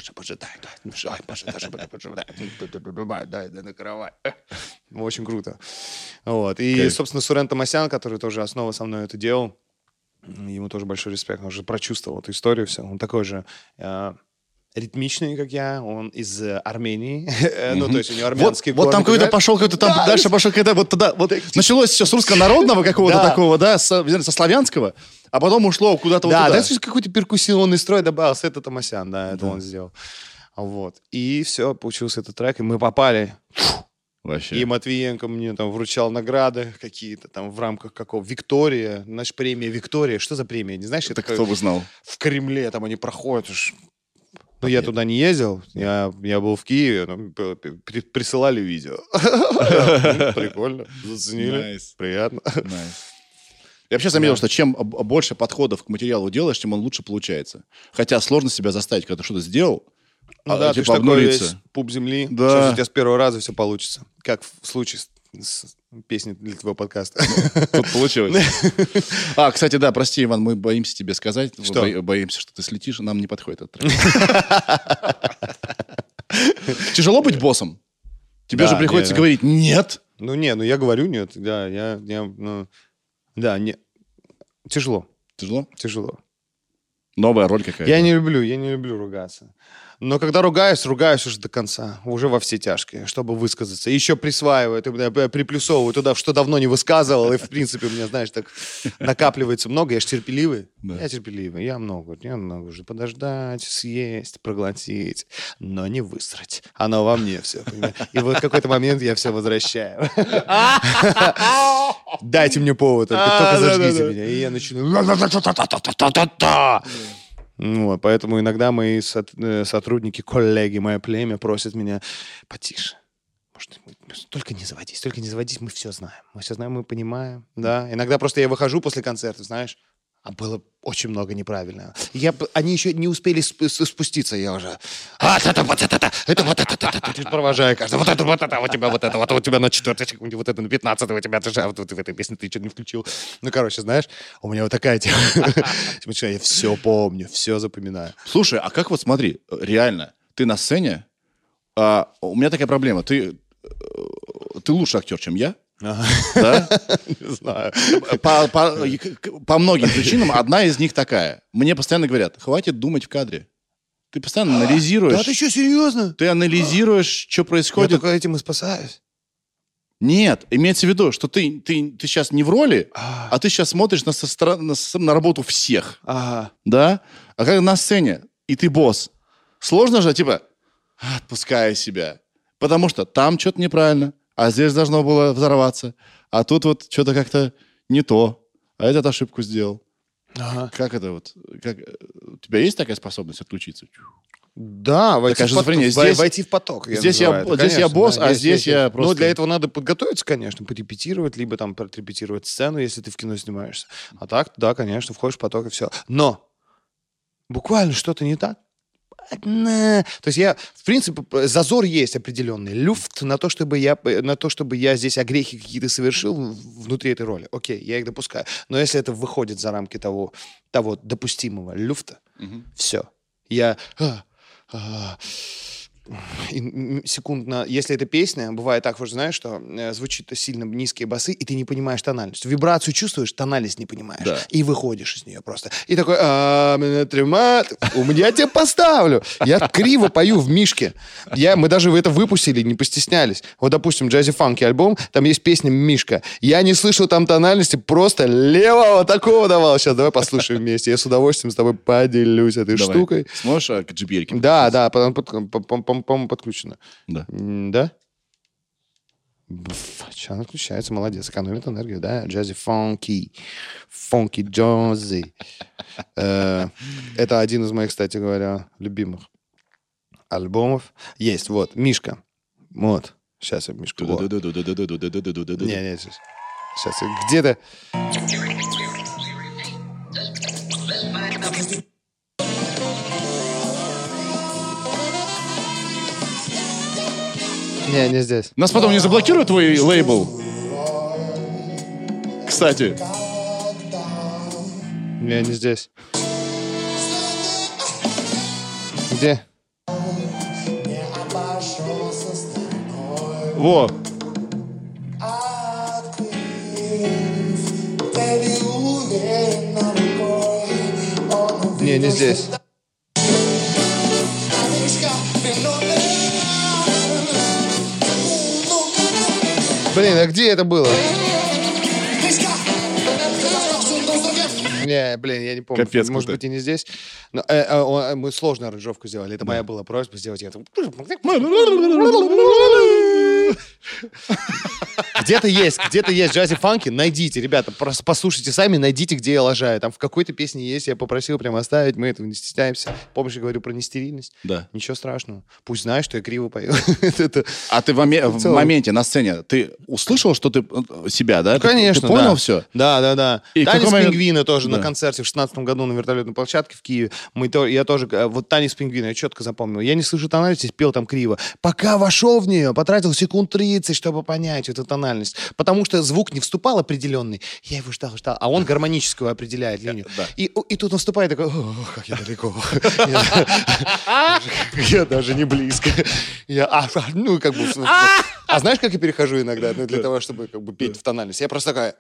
на кровать. Очень круто. Вот. И, собственно, Сурен Томасян, который тоже основа со мной это делал, ему тоже большой респект, он уже прочувствовал эту историю, все. Он такой же ритмичный, как я, он из Армении, то есть у него армянский Вот там какой-то пошел, дальше пошел какой-то, вот тогда, вот началось все с русско-народного какого-то такого, да, со славянского, а потом ушло куда-то вот туда. Да, дальше какой-то перкуссионный строй добавился, это Томасян, да, это он сделал. Вот. И все, получился этот трек, и мы попали. Вообще. И Матвиенко мне там вручал награды какие-то там в рамках какого? Виктория, наша премия Виктория. Что за премия? Не знаешь? Это кто бы знал? В Кремле там они проходят. Ну, я туда не ездил, я был в Киеве, присылали видео. Прикольно, заценили, Nice. приятно. Nice. Я вообще заметил, что чем больше подходов к материалу делаешь, тем он лучше получается. Хотя сложно себя заставить, когда ты что-то сделал, Ну да, ты типа ж такой весь обнулиться. пуп земли. Да. Сейчас у тебя с первого раза все получится. Как в случае с песней для твоего подкаста. Тут получилось. Кстати, да, прости, Иван, мы боимся тебе сказать. Что? Боимся, что ты слетишь, нам не подходит этот трек. Тяжело быть боссом? Тебе Да, же приходится не. говорить «нет». Ну я говорю нет, да, не. Тяжело. Тяжело? Новая роль какая-то. Я не люблю ругаться. Но когда ругаюсь уже до конца, уже во все тяжкие, чтобы высказаться. Еще присваиваю, приплюсовываю туда, что давно не высказывал, и в принципе у меня, знаешь, так накапливается много. Я же терпеливый. Да. Я терпеливый. Я много уже подождать, съесть, проглотить, но не высрать. Оно во мне все. Понимаешь? И вот в какой-то момент я все возвращаю. Дайте мне повод, только зажгите меня. И я начну... Ну, поэтому иногда мои сотрудники, коллеги, мое племя просят меня потише. Может, только не заводись, мы все знаем. Мы понимаем, да. Иногда просто я выхожу после концерта, знаешь, а было очень много неправильного. Они еще не успели спуститься, я уже... Это провожаю каждого. Вот у тебя на 4-й секунде, вот это на 15-й, у тебя вот в этой песне ты что-то не включил. Ну, короче, знаешь, у меня вот такая тема. Я все помню, все запоминаю. Слушай, а как вот смотри, реально, ты на сцене, у меня такая проблема, ты лучше актер, чем я, да? Не знаю. По многим причинам. Одна из них такая. Мне постоянно говорят, хватит думать в кадре. Ты постоянно анализируешь. Да ты что, серьезно? Ты анализируешь, что Я происходит. только этим и спасаюсь. Нет, имеется в виду, что ты сейчас не в роли, а ты сейчас смотришь на работу всех. Ага. Да? А как на сцене, и ты босс, сложно же, типа, отпускай себя. Потому что там что-то неправильно, а здесь должно было взорваться. А тут вот что-то как-то не то. А этот ошибку сделал. Ага. Как это вот? У тебя есть такая способность отключиться? Да, войти Такая в поток. шизофрения. Здесь- Войти в поток. здесь я босс, а здесь я просто- Ну, для этого надо подготовиться, конечно, порепетировать, либо там отрепетировать сцену, если ты в кино снимаешься. А так, да, конечно, входишь в поток и все. Но буквально что-то не так. То есть в принципе, зазор есть определенный, люфт на то, чтобы я здесь огрехи какие-то совершил внутри этой роли. Окей, я их допускаю. Но если это выходит за рамки того допустимого люфта, все. Я... секундно, если это песня, бывает так, вот знаешь, что звучит сильно низкие басы, и ты не понимаешь тональность. Вибрацию чувствуешь, тональность не понимаешь. Да. И выходишь из нее просто. И такой, меня тримат. Я тебе поставлю. Я криво пою в Мишке. Мы даже это выпустили, не постеснялись. Вот, допустим, Jazzy Funky альбом, там есть песня Мишка. Я не слышал там тональности, просто левого такого давал. Сейчас давай послушаем вместе. Я с удовольствием с тобой поделюсь этой Давай. штукой. Сможешь к JBL-ке? Да, по-моему, подключено. Да. Да? Сейчас она включается, молодец, экономит энергию, да? Jazzy Funky. Funky Jazzy. Это один из моих, кстати говоря, любимых альбомов. Есть, вот, Мишка. Вот. Сейчас я Мишку. Вот. Не, сейчас где-то... Не здесь. Нас потом не заблокирует твой лейбл? Кстати. Не здесь. Где? Во. Не здесь. Блин, а где это было? Не, блин, я не помню. Капец, Может круто. быть, и не здесь. Но, мы сложную аранжировку сделали. Это моя была просьба сделать это. Где-то есть джази-фанки, найдите, ребята, просто послушайте сами, найдите, где я лажаю. Там в какой-то песне есть, я попросил прям оставить, мы этого не стесняемся. Помнишь, я говорю про нестерильность? Да. Ничего страшного. Пусть знают, что я криво пою. А ты в моменте на сцене, ты услышал, что ты себя, да? Конечно, Ты понял да. все? Да. И «Танец какой момент- пингвина» тоже Да. на концерте в 16 году на вертолетной площадке в Киеве. Я тоже, вот «Танец пингвина» я четко запомнил. Я не слышу тональность, пел там криво. Пока вошел в нее, потратил секунд 30, чтобы понять эту тональность. Потому что звук не вступал определенный. Я его ждал. А он гармоническую определяет линию. Да. И тут он вступает такой, ох, как я далеко. Я даже не близко. Ну, как бы... А знаешь, как я перехожу иногда? Ну, для того, чтобы как бы петь в тональность. Я просто такая,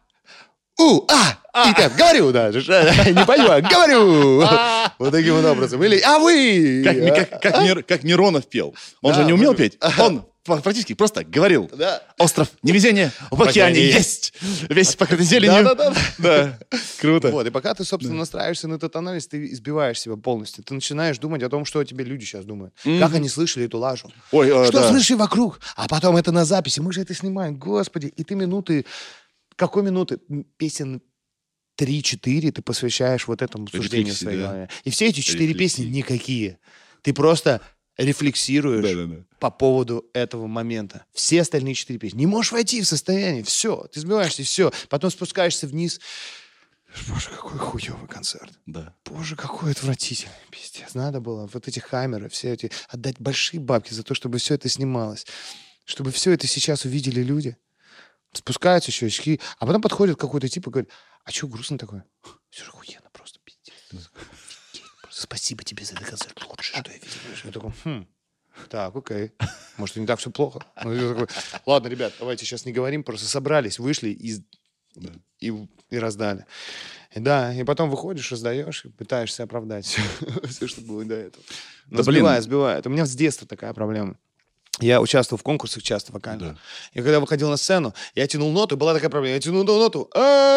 и так, говорю даже, не пою, а говорю. Вот таким вот образом. Или, а вы! Как Миронов пел. Он же не умел петь. Он практически просто говорил. Да. Остров невезения в океане есть. Весь покрытый зеленью. Да. Круто. Вот, и пока ты, собственно, настраиваешься на эту тональность, ты избиваешь себя полностью. Ты начинаешь думать о том, что о тебе люди сейчас думают. Как они слышали эту лажу. Ой, Что да. слышали вокруг? А потом это на записи. Мы же это снимаем. Господи. И ты минуты... Какой минуты? Песен 3-4 ты посвящаешь вот этому суждению Рефлексии, своей да. голове. И все эти 4 песни Рефлексии. никакие. Ты просто рефлексируешь Да. по поводу этого момента. Все остальные 4 песни. Не можешь войти в состояние. Все. Ты сбиваешься, все. Потом спускаешься вниз. Боже, какой хуёвый концерт. Да. Боже, какой отвратительный. Пиздец. Надо было вот эти хаммеры, все эти... Отдать большие бабки за то, чтобы все это снималось. Чтобы все это сейчас увидели люди. Спускаются еще очки. А потом подходит какой-то тип и говорит, а что грустно такое? Все же охуенно просто, пиздец. Офигеть. Просто спасибо тебе за этот концерт. Лучше, что я видел. Я такой, так, окей. Может, и не так все плохо. Ну, я такой, ладно, ребят, давайте сейчас не говорим. Просто собрались, вышли и раздали. И потом выходишь, раздаешь и пытаешься оправдать все, что было до этого. Но Да, блин. сбивает. У меня с детства такая проблема. Я участвовал в конкурсах часто вокально. Да. И когда выходил на сцену, я тянул ноту, была такая проблема. Я тянул ноту,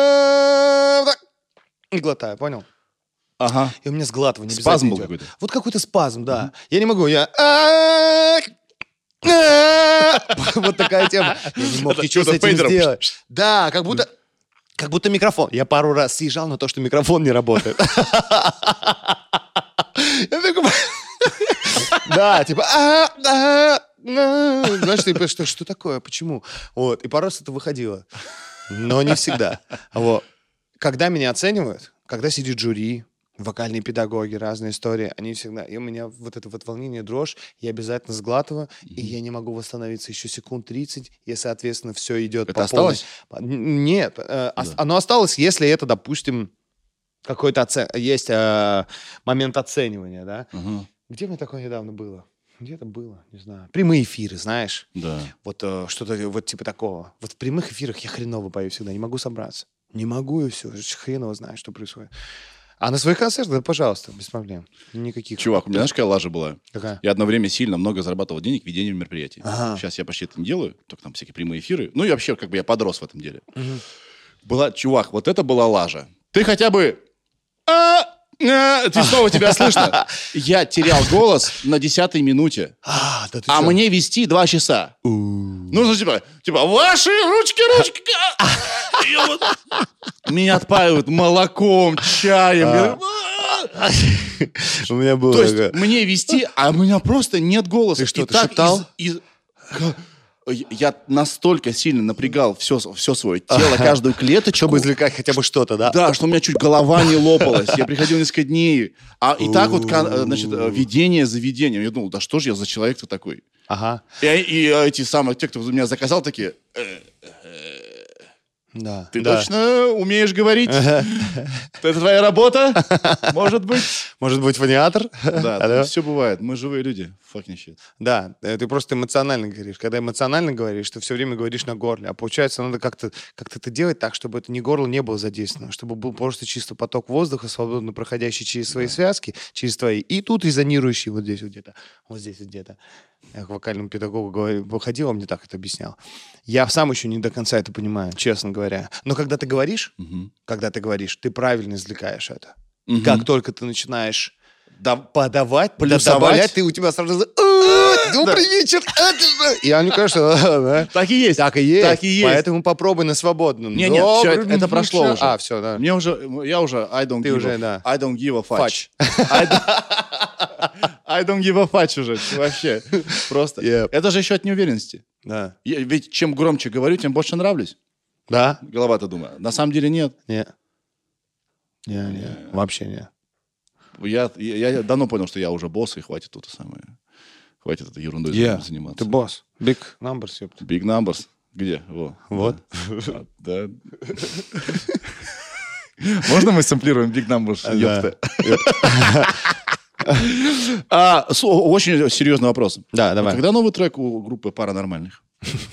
и глотаю, понял? Ага. И у меня сглатывание Спазм был обязательно идет. какой-то? Вот какой-то спазм, да. Я не могу, вот такая тема. Я не мог Это ничего с что-то этим Фейдером. сделать. Да, как будто микрофон. Я пару раз съезжал на то, что микрофон не работает. Я такой... Да, типа... Знаешь, типа, что такое, почему? Вот, и пару раз это выходило. Но не всегда. Вот. Когда меня оценивают, когда сидит жюри, вокальные педагоги, разные истории, они всегда... И у меня вот это вот волнение, дрожь, я обязательно сглатываю, и я не могу восстановиться еще секунд 30, и, соответственно, все идет Это по осталось? полной. Нет, оно осталось, если это, допустим, какой-то есть момент оценивания, да? Ага. Где мне такое недавно было? Где-то было, не знаю. Прямые эфиры, знаешь? Да. Вот что-то вот типа такого. Вот в прямых эфирах я хреново пою всегда, не могу собраться. Не могу, и все. Хреново знаю, что происходит. А на своих концертах, да, пожалуйста, без проблем. Никаких. Чувак, у меня, знаешь, какая лажа была? Какая? Я одно время сильно много зарабатывал денег ведением мероприятий. Ага. Сейчас я почти это не делаю, только там всякие прямые эфиры. Ну и вообще, как бы я подрос в этом деле. Была, чувак, вот это была лажа. Ты хотя бы... Ты снова тебя слышно. Я терял голос на 10-й минуте. Да ты А чё? мне вести 2 часа. Ну, типа, ваши ручки. И вот меня отпаивают молоком, чаем. Я говорю, У меня было То есть такое. мне вести, а у меня просто нет голоса. Ты что, И ты так шептал? Я настолько сильно напрягал все свое тело, каждую клеточку. Чтобы извлекать хотя бы что-то, да? Да, что у меня чуть голова не лопалась. Я приходил несколько дней. И так вот, значит, видение за видением. Я думал, да что же я за человек-то такой? Ага. И эти самые, те, кто меня заказал, такие, Да. ты да. точно умеешь говорить? Это твоя работа? Может быть? Может быть, фониатор? Да, все бывает. Мы живые люди. Fucking shit. Да, ты просто эмоционально говоришь. Когда эмоционально говоришь, ты все время говоришь на горле. А получается, надо как-то это делать так, чтобы это не горло не было задействовано, чтобы был просто чисто поток воздуха, свободно проходящий через свои связки, через твои, и тут резонирующий вот здесь вот где-то, вот здесь вот где-то. Я к вокальному педагогу выходил, он мне так это объяснял. Я сам еще не до конца это понимаю, честно говоря. Но когда ты говоришь, ты правильно извлекаешь это. Как только ты начинаешь подавать, Плюсовать. добавлять, ты у тебя сразу... Добрый вечер. И мне кажется, да. Так и есть. Так и есть. Так и есть. Поэтому попробуй на свободном. Не, все, Добрый это прошло вечер. уже. А, все, да. Я уже, I don't Ты give уже, a, да. I don't give a fudge. Фач. I don't give a fudge уже, вообще. Просто. Yep. Это же еще от неуверенности. Да. Ведь чем громче говорю, тем больше нравлюсь. Да? Голова-то думает. На самом деле нет. Не. Не. Вообще не. Я давно понял, что я уже босс, и хватит тут самое. Хватит этой ерундой заниматься. Ты босс. Big numbers, ёпта. Big numbers. Где? Во. Вот. Да. Можно мы сэмплируем Big numbers? Ёпта. Очень серьезный вопрос. Да, давай. Когда новый трек у группы Паранормальных?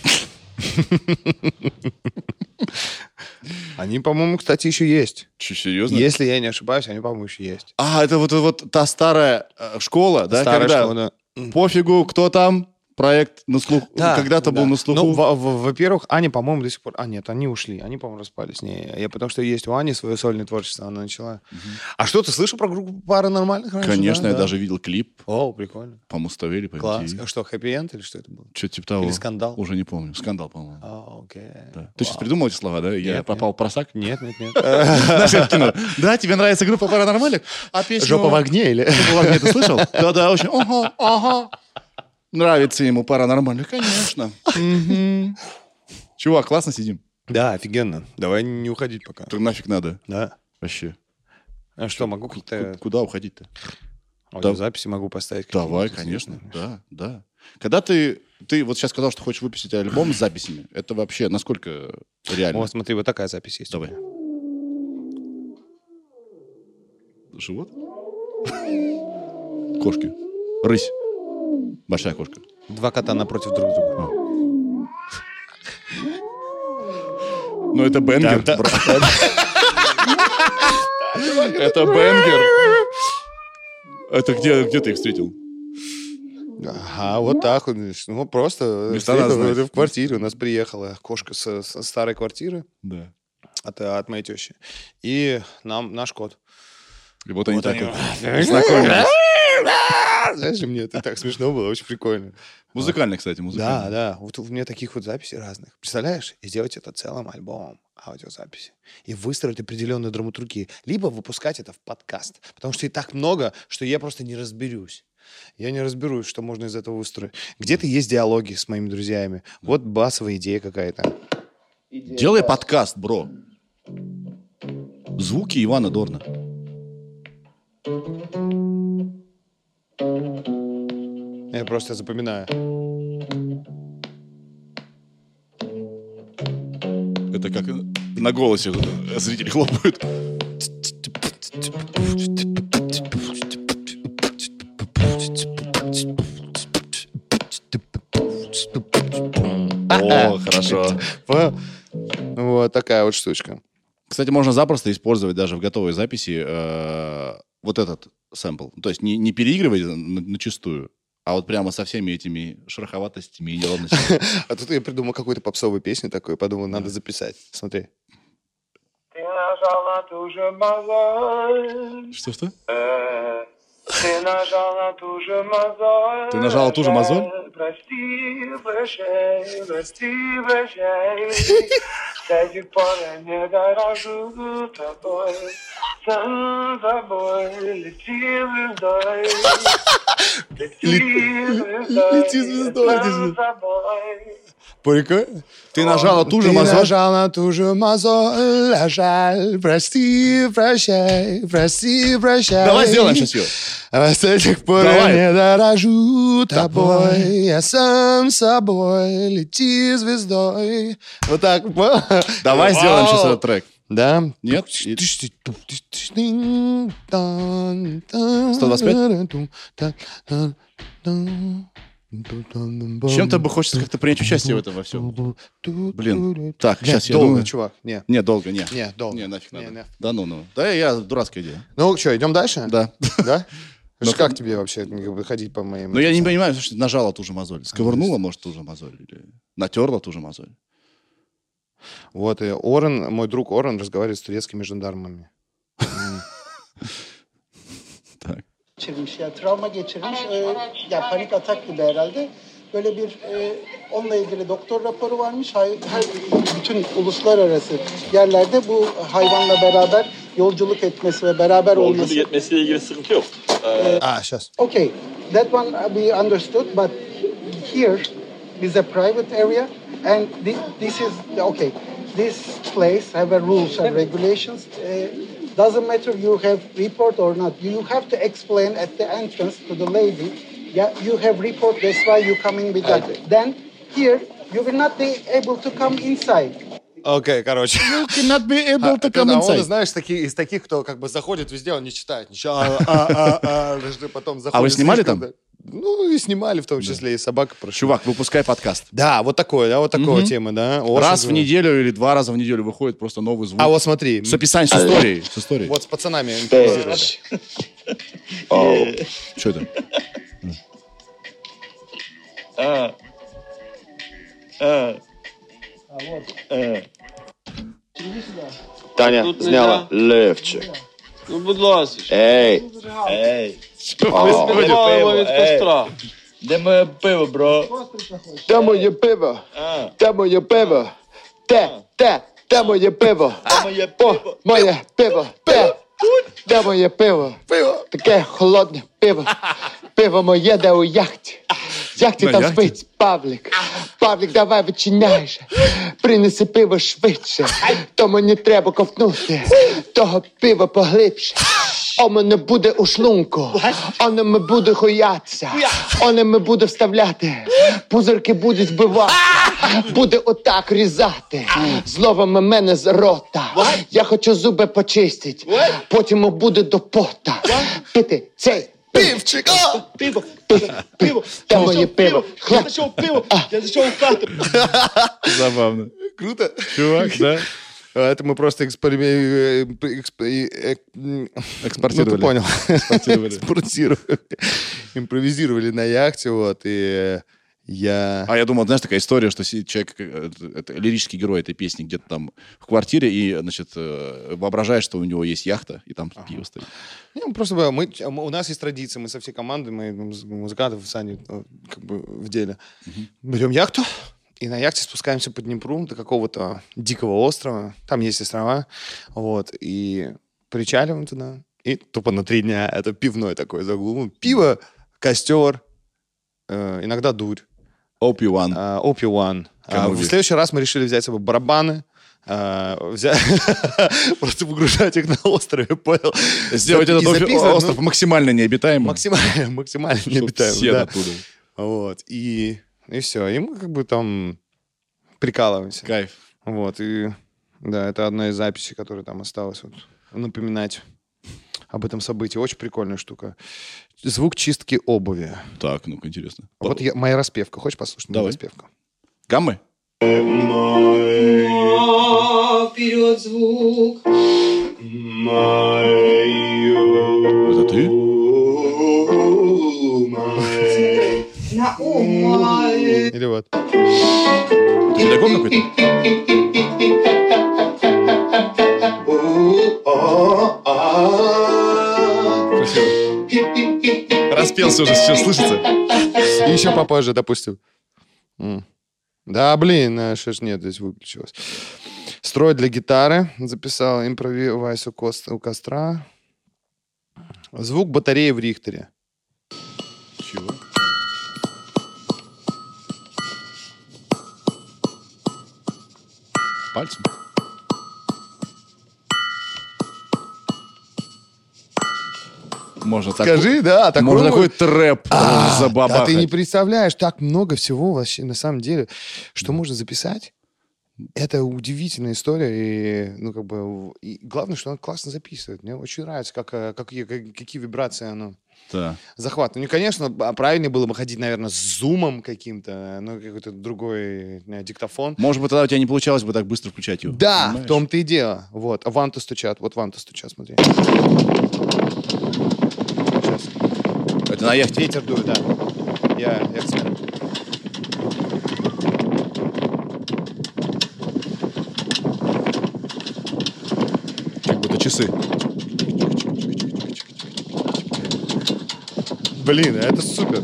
Они, по-моему, кстати, еще есть. Че, серьезно? Если я не ошибаюсь, они, по-моему, еще есть. Это вот та старая школа, да? Старая Когда школа, да. пофигу, кто там, проект на слуху, Да, когда-то да. был на слуху. Ну, во-первых, Аня, по-моему, до сих пор... нет, они ушли. Они, по-моему, распались. Не, потому что есть у Ани свое сольное творчество, она начала. А что, ты слышал про группу Паранормальных раньше? Конечно, да? я Да. даже видел клип О, прикольно. по Муз-ТВ или по Класс. MTV. А что, хэппи-энд или что это было? Что-то типа того. Или скандал? Уже не помню. Скандал, по-моему. Окей. Да. Ты сейчас придумал эти слова, да? Я Нет, попал в просак? Нет. Знаешь, это кино. Да, тебе нравится группа Паранормальных? А песню... Жопа в огне или... «Жопа в огне» ты слышал? Да, очень. Ага. Нравится ему Паранормальных, конечно. Мгм. Чувак, классно сидим. Да, офигенно. Давай не уходить пока. Так нафиг надо. Да. Вообще. А что, могу какие-то Куда уходить-то? аудиозаписи могу поставить? Давай, какие-нибудь конечно. известные? Да. Когда ты вот сейчас сказал, что хочешь выпустить альбом с записями, это вообще насколько реально? Вот, смотри, вот такая запись есть. Давай. Живот? Кошки. Рысь. Большая кошка. Два кота напротив друг друга. Ну, это бенгер, Да. брат. Это бенгер. Это где ты их встретил? Ага, вот так вот. Ну, просто Места надо знать. в квартире у нас приехала кошка со старой квартиры Да. от моей тещи. И наш кот. И вот они Вот так они. вот знакомились. Знаешь, мне это так смешно было, очень прикольно. Музыкально, кстати, музыкально. Да. Вот у меня таких вот записей разных. Представляешь? И сделать это целым альбомом аудиозаписи. И выстроить определенную драматургию. Либо выпускать это в подкаст. Потому что и так много, что я просто не разберусь. Я не разберусь, что можно из этого выстроить. Где-то есть диалоги с моими друзьями. Вот басовая идея какая-то. Делай подкаст, бро. Звуки Ивана Дорна. Я просто запоминаю. Это как на голосе зрители хлопают. О, хорошо. Вот такая вот штучка. Кстати, можно запросто использовать даже в готовой записи вот этот сэмпл. То есть не переигрывать начистую, а вот прямо со всеми этими шероховатостями и неровностями. А тут я придумал какую-то попсовую песню такую, подумал, надо записать. Смотри. Ты нажал на ту же мозоль. Что? Ты нажал на ту же мозоль. Ты нажал на ту же мозоль? Прости, прощай, прости, прощай. С тех пор я не дорожу тобой. Сам тобой лети звездой. Лети звездой, Сам собой. Прикольно. Ты нажал на ту же Ты мозоль? нажал на ту же мозоль, а жаль, прости, прощай, прости, прощай. Давай сделаем сейчас ее. А с этих пор Давай. я не дорожу тобой, я сам собой, лети звездой. Вот так. Давай сделаем сейчас этот трек. Да? Нет? 125? Чем-то бы хочется как-то принять участие в этом во всем. Блин. Так, Нет, сейчас я долго, думаю. чувак. Не, Не, долго, не. не, долго. Не, нафиг Не, надо. не. Да ну. Да я дурацкая идея. Ну что, идем дальше? Да. Да? Но- Как тебе вообще ходить по моим... Но я не понимаю, что ты нажала ту же мозоль. Сковырнула, может, ту же мозоль? Или натерла ту же мозоль? Вот, и Орен, мой друг Орен разговаривает с турецкими жандармами. Так. geçirmiş ya travma geçirmiş ya panik atak gibi herhalde. Böyle bir onunla ilgili doktor raporu varmış. Bütün uluslararası yerlerde bu hayvanla beraber yolculuk etmesi ve beraber olması. Yolculuk etmesiyle ilgili sıkıntı yok. Сейчас. Okay, that one we understood, but here is a private area, and this is okay. This place have a rules and regulations. Doesn't matter you have report or not. You have to explain at the entrance to the lady. Yeah, you have report. That's why you coming with that. Then here you will not be able to come inside. Окей, короче. You cannot be able to come Он, inside. знаешь, из таких, кто как бы заходит везде, он не читает ничего. Потом заходит. А вы снимали слишком, там? да. Ну, и снимали, в том числе, и собака прошла. Чувак, выпускай подкаст. Да, вот такой, да, вот такого темы, да. Очень Раз в здорово. неделю или 2 раза в неделю выходит просто новый звук. А вот смотри. С описанием, с историей. С историей. Вот с пацанами импровизировали. Что это? Таня Тут зняла левчик. Ну, будь ласка. Ей, Підпалимо від костра. де моє пиво, бро? Де моє пиво? Де моє пиво? Де моє пиво? Моє пиво. Де моє пиво? Таке холодне пиво. Пиво моє, де у яхті. В яхті На там яхті? спить Павлік. Павлік, давай відчиняйся. Принеси пиво швидше. То мені треба ковтнути. Того пива поглибше. Оно не буде у шлунку. Оно не буде хуятися. Оно не буде вставляти. Пузирки будуть збивати. Буде отак різати. Зловами мене з рота. Я хочу зуби почистити. Потім буде до пота. Пити цей пивчик. Пиво. Пиво. Де моє пиво? Я зайшов пиво. Я зайшов в хату. Забавно. Круто. Чувак, да? Это мы просто Экспортировали. Ну, ты понял. Экспортировали. Экспортировали. Импровизировали на яхте, вот, и я... А я думал, знаешь, такая история, что человек, это лирический герой этой песни, где-то там в квартире и, значит, воображает, что у него есть яхта, и там пиво стоит. Ну, просто у нас есть традиция, мы со всей командой, мы музыкантов, Сани, как бы в деле, берем яхту, и на яхте спускаемся по Днепру до какого-то дикого острова. Там есть острова. Вот. И причаливаем туда. И тупо на 3 дня. Это пивной такой загул. Пиво, костер, иногда дурь. OP1. OP1. В следующий раз мы решили взять с собой барабаны. Просто выгружать их на острове, понял? Сделать этот остров максимально необитаемым. Максимально необитаемым, все да. оттуда. Вот. И все. И мы как бы там прикалываемся. Кайф. Вот. И да, это одна из записей, которая там осталась. Вот. Напоминать об этом событии. Очень прикольная штука. Звук чистки обуви. Так, ну-ка, интересно. Вот моя распевка. Хочешь послушать мою Давай. распевку? Гаммы? Вперед звук. Это ты? На умай. Или вот. Педагог какой-то? Красиво. Распелся уже, сейчас слышится. И еще попозже, допустим. Да, блин, что ж нет, здесь выключилось. Строй для гитары. Записал импровайс у костра. Звук батареи в Рихтере. Чего? Пальцем? Можно Скажи, да, такой можно вот. такой трэп забабахать. Да ты не представляешь, так много всего вообще на самом деле, что можно записать. Это удивительная история, и, ну, как бы, и главное, что она классно записывает. Мне очень нравится, какие вибрации оно Да. захватывает. Ну, конечно, правильнее было бы ходить, наверное, с зумом каким-то, ну, какой-то другой диктофон. Может быть, тогда у тебя не получалось бы так быстро включать его. Да, понимаешь? в том-то и дело. Вот, ванты стучат, вот ванты стучат, смотри. Сейчас. Это на яхте. Ветер дует, да. Я яхтсмен. Как будто часы. Блин, это супер.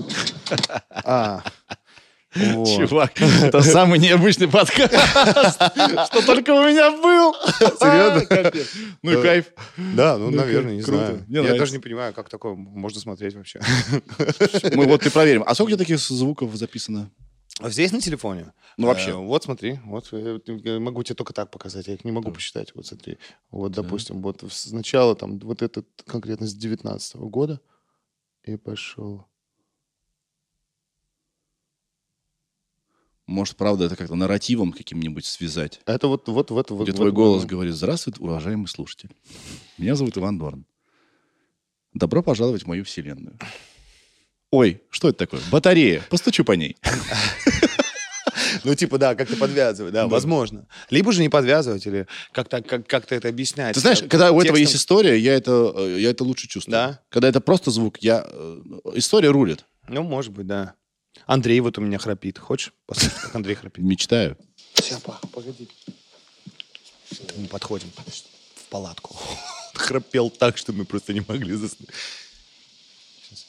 Вот. Чувак, это самый необычный подкаст, что только у меня был. Серьезно? Ну и кайф. Да, ну, наверное, не круто. знаю. Мне Я нравится. даже не понимаю, как такое можно смотреть вообще. Мы вот и проверим. А сколько у тебя таких звуков записано? Здесь на телефоне? Ну, вообще. Вот смотри, вот я могу тебе только так показать, я их не могу посчитать. Вот смотри, вот, допустим, вот сначала там вот этот конкретно с 19-го года и пошел. Может, правда, это как-то нарративом каким-нибудь связать? Это вот. Где твой голос говорит: «Здравствуйте, уважаемый слушатель. Меня зовут Иван Дорн. Добро пожаловать в мою вселенную». Ой, что это такое? Батарея. Постучу по ней. Ну, типа, да, как-то подвязывать, да, возможно. Либо же не подвязывать, или как-то это объяснять. Ты знаешь, когда у этого есть история, я это лучше чувствую. Да? Когда это просто звук, история рулит. Ну, может быть, да. Андрей вот у меня храпит. Хочешь послушать, как Андрей храпит? Мечтаю. Сейчас, погоди. Мы подходим в палатку. Храпел так, что мы просто не могли заснуть. Сейчас.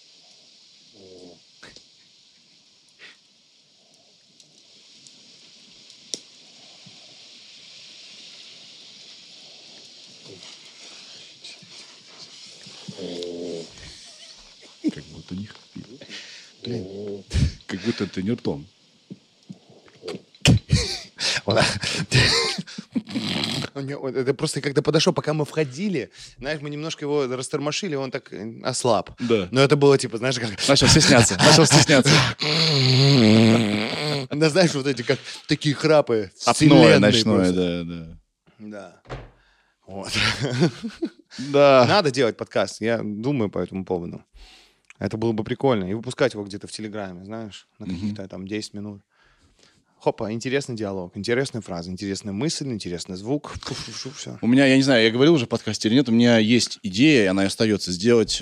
Как будто не храпит. Блин, как будто ты не ртом. Это просто когда подошел, пока мы входили, знаешь, мы немножко его растормошили, он так ослаб. Да. Но это было типа, знаешь, как... Начал стесняться. Да, знаешь, вот эти как такие храпы. Апноэ ночное, да. Да. Вот. Да. Надо делать подкаст, я думаю по этому поводу. Это было бы прикольно. И выпускать его где-то в Телеграме, знаешь, на каких-то там 10 минут. Хопа, интересный диалог, интересная фраза, интересная мысль, интересный звук. Все. У меня, я не знаю, я говорил уже в подкасте или нет, у меня есть идея, и она и остается, сделать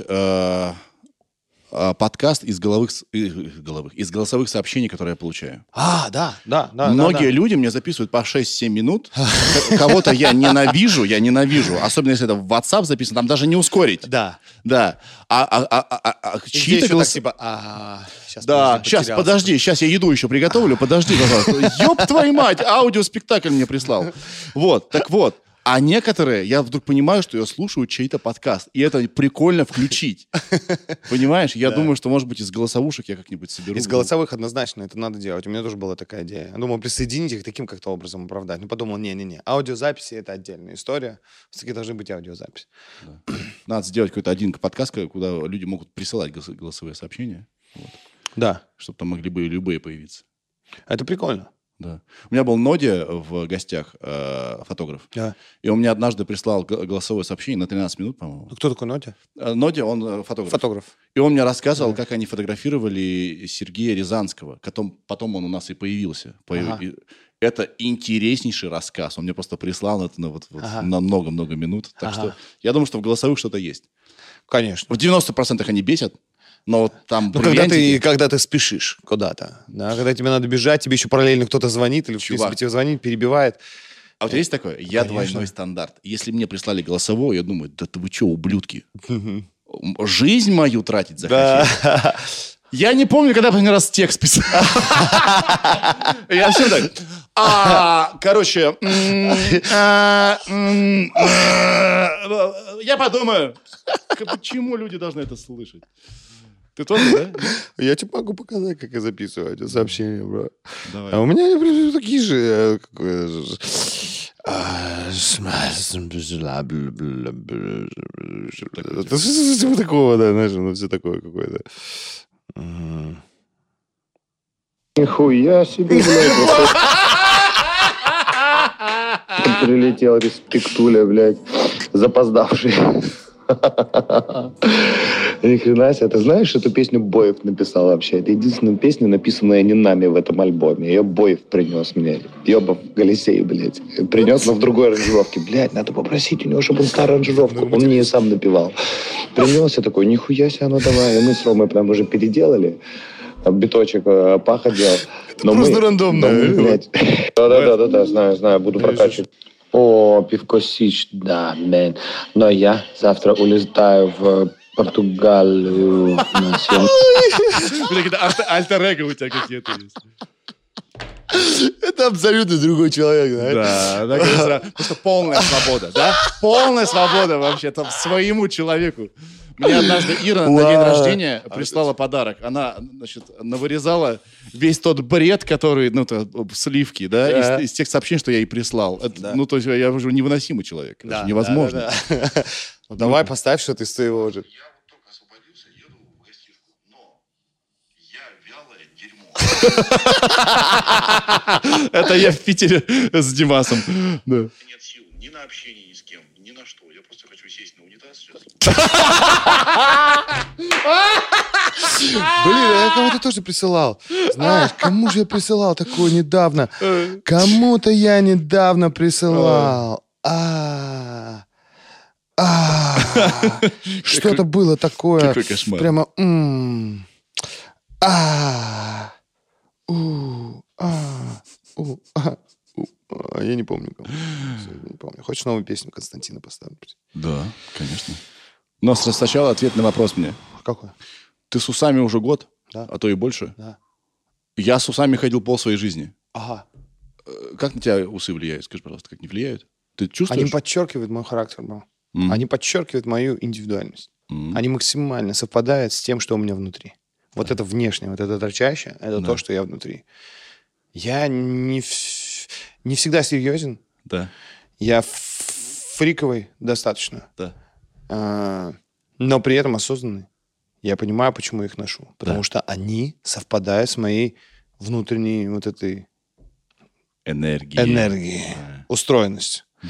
подкаст из голосовых сообщений, которые я получаю. Да. Многие люди мне записывают по 6-7 минут. Кого-то я ненавижу. Особенно, если это в WhatsApp записано, там даже не ускорить. Да. Да. Чьи-то голоса... Да, сейчас, подожди, сейчас я еду еще приготовлю, подожди, пожалуйста. Ёб твою мать, аудиоспектакль мне прислал. Вот, так вот. А некоторые, я вдруг понимаю, что я слушаю чей-то подкаст, и это прикольно включить. Понимаешь? Я думаю, что, может быть, из голосовушек я как-нибудь соберу. Из голосовых однозначно это надо делать. У меня тоже была такая идея. Я думал присоединить их таким как-то образом оправдать. Но подумал, не-не-не. Аудиозаписи — это отдельная история. Все-таки должны быть аудиозаписи. Да. Надо сделать какой-то один подкаст, куда люди могут присылать голосовые сообщения. Вот. Да. Чтобы там могли бы любые появиться. Это прикольно. Да. У меня был Нодя в гостях, фотограф. Да. И он мне однажды прислал голосовое сообщение на 13 минут, по-моему. Кто такой Нодя? Нодя, он фотограф. Фотограф. И он мне рассказывал, как они фотографировали Сергея Рязанского. Потом он у нас и появился. И это интереснейший рассказ. Он мне просто прислал это на много-много минут. Так что я думаю, что в голосовых что-то есть. Конечно. В 90% они бесят. Но вот там когда ты спешишь куда-то, да, когда тебе надо бежать, тебе еще параллельно кто-то звонит, или если тебе звонит, перебивает. А у тебя есть такое? Я двойной стандарт. Если мне прислали голосовое, я думаю, да вы что, ублюдки? Жизнь мою тратить захотели? Я не помню, когда последний раз текст писал. Я все так. Короче, я подумаю, почему люди должны это слышать? Ты тоже, да? Я тебе могу показать, как я записываю эти сообщения, бро. Давай. А у меня такие же... Типа такого, да, знаешь, ну все такое какое-то. Нихуя себе, блядь. Прилетел респектуля, блядь, запоздавший. Ни хрена себе. Ты знаешь, эту песню Боев написал вообще? Это единственная песня, написанная не нами в этом альбоме. Ее Боев принес мне. Ёбов Галисей, блядь. Принес, но в другой аранжировке. Блядь, надо попросить у него, чтобы он старую аранжировку. Он мне ее сам напевал. Принес, я такой, нихуя себе, ну давай. И мы с Ромой прям уже переделали. Биточек Паха делал. Это просто рандомно. Да, знаю, буду прокачивать. О, пивко Сич, да, мэн. Но я завтра улетаю в Португалию на съемки. Какие-то альтер-эго у тебя какие-то есть. Это абсолютно другой человек, да? Да, конечно, просто полная свобода, да? Полная свобода вообще, там, своему человеку. Мне однажды Ира на день рождения прислала подарок. Она, значит, навырезала весь тот бред, который, ну, сливки, да, из тех сообщений, что я ей прислал. Это, ну, то есть я уже невыносимый человек. Да, невозможно. Ну, давай поставь что-то из твоего же. Это я в Питере с Димасом. Нет сил ни на общение ни с кем, ни на что. Я просто хочу сесть на унитаз сейчас. Блин, я кому-то тоже присылал. Знаешь, кому же я присылал такое недавно? Кому-то я недавно присылал. Что-то было такое. Какой кошмар. Прямо... Я не помню. Не помню. Хочешь новую песню Константина поставить? Да, конечно. Но сначала ответ на вопрос мне. Какой? Ты с усами уже год? Да. А то и больше? Да. Я с усами ходил пол своей жизни. Ага. Как на тебя усы влияют? Скажи, пожалуйста, как не влияют? Ты чувствуешь? Они подчеркивают мой характер, бро. Они подчеркивают мою индивидуальность. Они максимально совпадают с тем, что у меня внутри. Вот это внешнее, вот это торчащее, это то, что я внутри. Я не всегда серьезен. Да. Я фриковый достаточно. Да. Но при этом осознанный. Я понимаю, почему я их ношу. Потому что они совпадают с моей внутренней вот этой энергией, устроенностью. Да.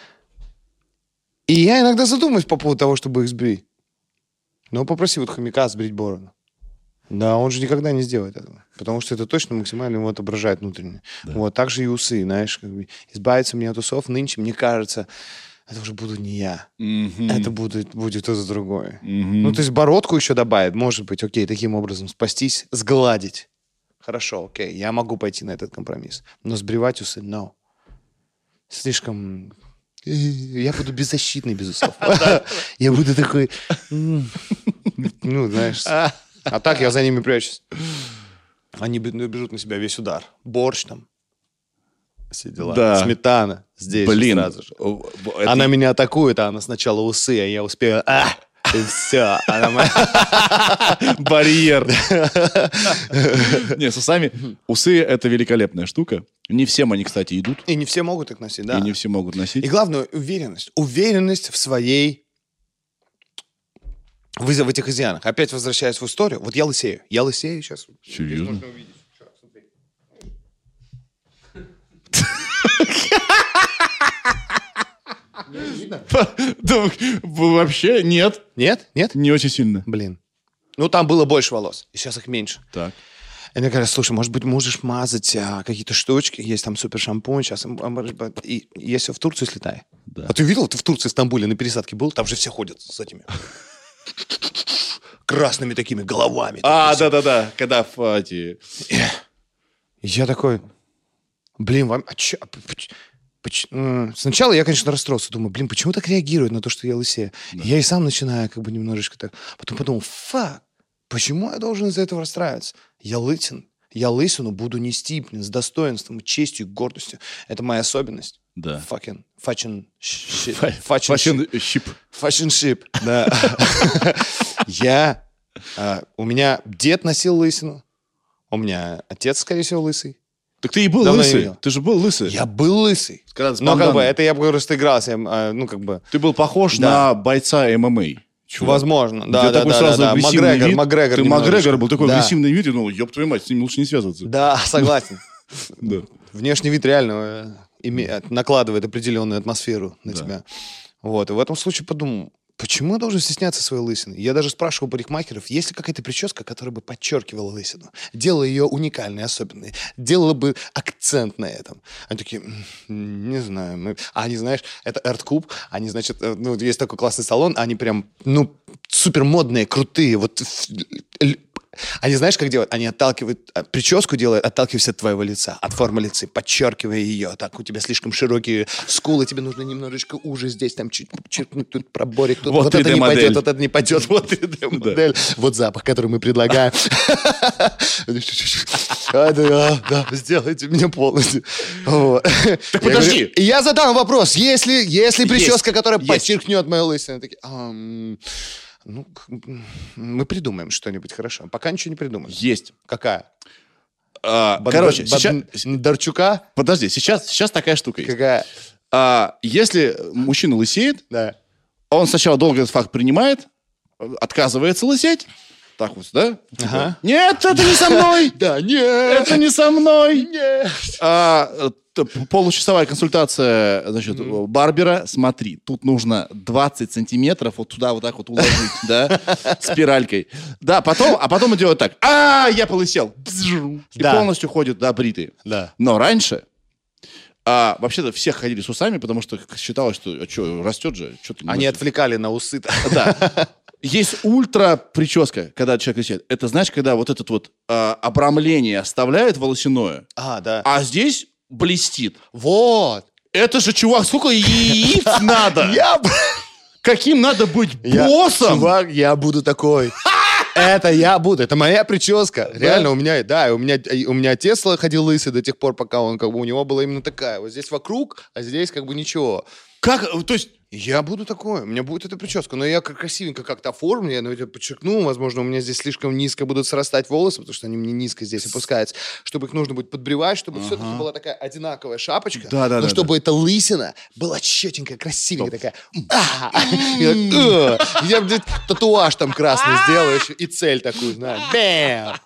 И я иногда задумываюсь по поводу того, чтобы их сбрить. Но попроси вот хомяка сбрить бороду. Да, он же никогда не сделает этого. Потому что это точно максимально его отображает внутренне. Да. Вот, так же и усы, знаешь. Как бы, избавиться мне от усов нынче, мне кажется, это уже буду не я. Это будет кто-то другой. Ну, то есть бородку еще добавить, может быть, окей, таким образом спастись, сгладить. Хорошо, окей, я могу пойти на этот компромисс. Но сбривать усы, no. Слишком... Я буду беззащитный без усов. Я буду такой... Ну, знаешь... А так я за ними прячусь. Они берут на себя весь удар. Борщ там. Все дела. Да. Сметана. Здесь сразу же. Она меня атакует, а она сначала усы, а я успею... И все. Барьер. Не, с усами. Усы — это великолепная штука. Не всем они, кстати, идут. И не все могут их носить, да. И не все могут носить. И главное, уверенность. Уверенность в своей... В этих изъянах. Опять возвращаясь в историю. Вот я лысею. Я лысею сейчас. Серьезно? Можно увидеть. Вообще нет. Нет? Нет? Не очень сильно. Блин. Ну, там было больше волос. И сейчас их меньше. Так. И мне говорят, слушай, может быть, можешь мазать какие-то штучки. Есть там супер шампунь. Сейчас. И если в Турцию слетай. Да. А ты видел, ты в Турции, в Стамбуле на пересадке был? Там же все ходят с этими... красными такими головами. Да-да-да. Когда эти... Я такой... Блин, вам... Сначала я, конечно, расстроился. Думаю, блин, почему так реагируют на то, что я лысею? Да. Я и сам начинаю как бы немножечко так... Потом подумал, почему я должен из-за этого расстраиваться? Я лысин. Я лысину буду нести, блин, с достоинством, честью, гордостью. Это моя особенность. Да. Fashion ship. Да. У меня дед носил лысину. У меня отец, скорее всего, лысый. Так ты и был лысый. Ты же был лысый. Я был лысый. Но как бы это я просто игрался. Ну как бы. Ты был похож на бойца ММА. Чувак. Возможно, да. Макгрегор. Ты Макгрегор был такой агрессивный вид, и ну, ёб твою мать, с ним лучше не связываться. Да, согласен. Внешний вид реально накладывает определенную атмосферу на тебя. Вот, и в этом случае подумал, почему я должен стесняться своей лысины? Я даже спрашивал парикмахеров, есть ли какая-то прическа, которая бы подчеркивала лысину, делала ее уникальной, особенной, делала бы акцент на этом. Они такие, не знаю. Они, знаешь, это Эрткуб, они, значит, ну, есть такой классный салон, они прям, ну, супер модные, крутые, вот Они знаешь, как делают? Они отталкивают, прическу делают, отталкиваясь от твоего лица, от формы лица, подчеркивая ее. Так, у тебя слишком широкие скулы, тебе нужно немножечко уже здесь, там чуть подчеркнуть, тут проборик, тут вот это не пойдет, вот это не пойдет, вот 3D-модель. Вот запах, который мы предлагаем. Да, сделайте меня полностью. Так подожди. Я задам вопрос. Если прическа, которая подчеркнет мою лысину, такие... Ну, мы придумаем что-нибудь хорошо. Пока ничего не придумаем. Есть. Какая? Короче, сейчас... Дарчука? Подожди, сейчас такая штука есть. Какая? Если мужчина лысеет, да. Он сначала долго этот факт принимает, отказывается лысеть. Так вот, да? Ага. Нет, это не со мной! Да, нет! Это не со мной! Нет! Получасовая консультация, значит, барбера. Смотри, тут нужно 20 сантиметров вот туда вот так вот уложить, да, спиралькой. Да, потом он делает так. Я полысел. И полностью ходит, да, бритый. Да. Но раньше вообще-то все ходили с усами, потому что считалось, что растет же. Они отвлекали на усы-то. Да. Есть ультра прическа, когда человек лысеет. Это, знаешь, когда вот этот вот обрамление оставляет волосяное, да. А здесь блестит. Вот. Это же, чувак, сколько яиц надо? Каким надо быть боссом? Чувак, я буду такой. Это я буду. Это моя прическа. Реально, у меня Тесла ходил лысый до тех пор, пока он, как бы, у него была именно такая. Вот здесь вокруг, а здесь как бы ничего. Как? То есть... Я буду такой, у меня будет эта прическа, но я красивенько как-то оформлю, я это подчеркну, возможно, у меня здесь слишком низко будут срастать волосы, потому что они мне низко здесь опускаются, чтобы их нужно будет подбривать, чтобы все-таки была такая одинаковая шапочка, но чтобы эта лысина была четенькая, красивенькая такая. Я татуаж там красный сделаю еще и цель такую, знаешь. Бэм!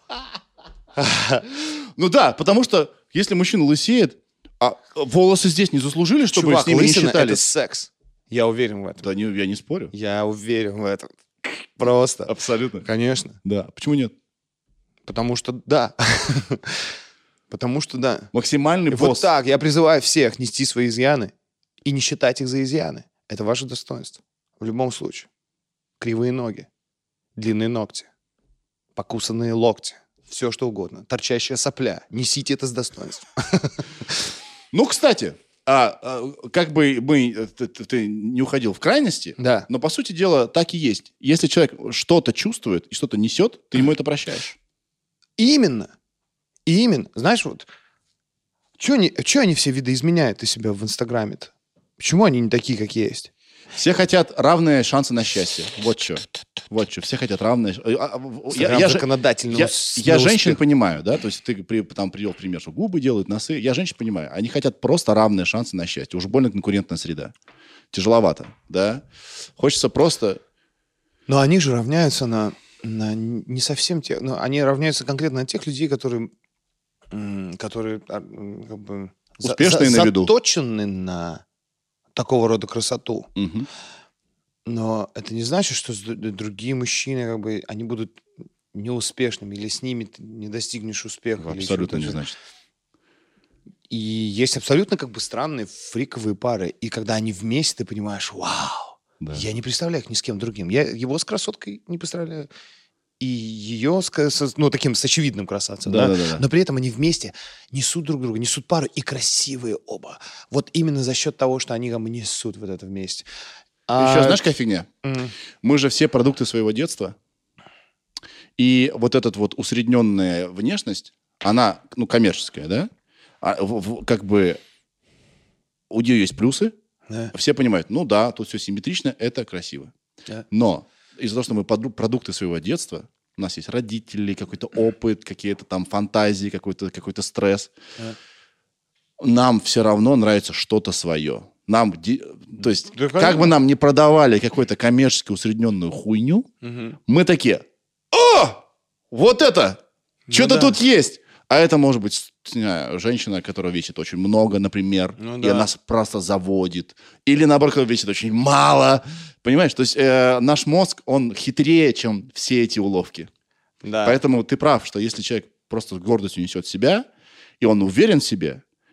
Ну да, потому что если мужчина лысеет, а волосы здесь не заслужили, чтобы с ними не считались. Это секс. Я уверен в этом. Да, я не спорю. Я уверен в этом. Просто. Абсолютно. Конечно. Да. Почему нет? Потому что да. Потому что да. Максимальный босс. Вот так. Я призываю всех нести свои изъяны и не считать их за изъяны. Это ваше достоинство. В любом случае. Кривые ноги, длинные ногти, покусанные локти, все что угодно. Торчащая сопля. Несите это с достоинством. Ну, кстати... как бы ты не уходил в крайности, да. Но, по сути дела, так и есть. Если человек что-то чувствует и что-то несет, ты ему это прощаешь. Именно. Знаешь, вот, что они все видоизменяют из себя в Инстаграме-то? Почему они не такие, как есть? Все хотят равные шансы на счастье. Вот что. Все хотят равные... Я женщин понимаю, да? То есть ты там привел пример, что губы делают, носы. Я женщин понимаю. Они хотят просто равные шансы на счастье. Уж больно конкурентная среда. Тяжеловато, да? Хочется просто... Но они же равняются на не совсем те... Но они равняются конкретно на тех людей, которые как бы... Успешные на виду. Заточены на... такого рода красоту. Угу. Но это не значит, что другие мужчины, как бы, они будут неуспешными, или с ними ты не достигнешь успеха. Абсолютно не значит. И есть абсолютно как бы странные фриковые пары. И когда они вместе, ты понимаешь, вау, я не представляю их ни с кем другим. Я его с красоткой не представляю. И ее таким с очевидным красавцем. Да? Но при этом они вместе несут друг друга, несут пару, и красивые оба. Вот именно за счет того, что они как бы несут вот это вместе. Еще знаешь, какая фигня? Мы же все продукты своего детства. И вот эта вот усредненная внешность, она, коммерческая, да? Как бы у нее есть плюсы. Да. Все понимают, тут все симметрично, это красиво. Да. Но из-за того, что мы продукты своего детства, у нас есть родители, какой-то опыт, какие-то там фантазии, какой-то стресс. Да. Нам все равно нравится что-то свое. То есть, как бы нам не продавали какую-то коммерчески усредненную хуйню, мы такие, вот это! Что-то тут есть! А это может быть женщина, которая весит очень много, например, и она просто заводит. Или, наоборот, которая весит очень мало. Понимаешь? То есть наш мозг, он хитрее, чем все эти уловки. Да. Поэтому ты прав, что если человек просто с гордостью несет себя, и он уверен в себе,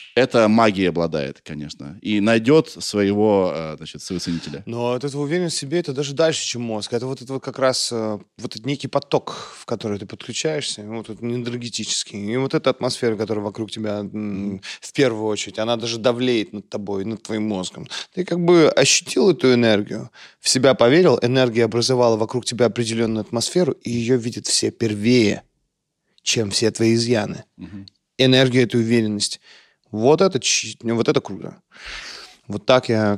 это магией обладает, конечно. И найдет своего, значит, соценителя. Но вот эта уверенность в себе, это даже дальше, чем мозг. Это вот как раз вот этот некий поток, в который ты подключаешься, вот этот энергетический. И вот эта атмосфера, которая вокруг тебя, в первую очередь, она даже давлеет над тобой, над твоим мозгом. Ты как бы ощутил эту энергию, в себя поверил, энергия образовала вокруг тебя определенную атмосферу, и ее видят все первее, чем все твои изъяны. Энергия — это уверенность. Вот это круто. Вот так я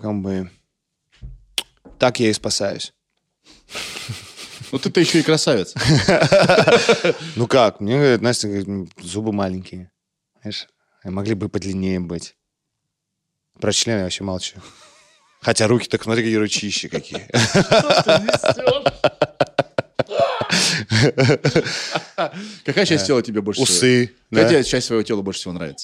так я и спасаюсь. Ну ты-то еще и красавец. Ну как? Мне говорят, Настя, зубы маленькие. Знаешь, могли бы подлиннее быть. Про член я вообще молчу. Хотя руки, так смотри, какие ручищи какие. Какая часть тела тебе больше всего? Усы. Какая часть своего тела больше всего нравится?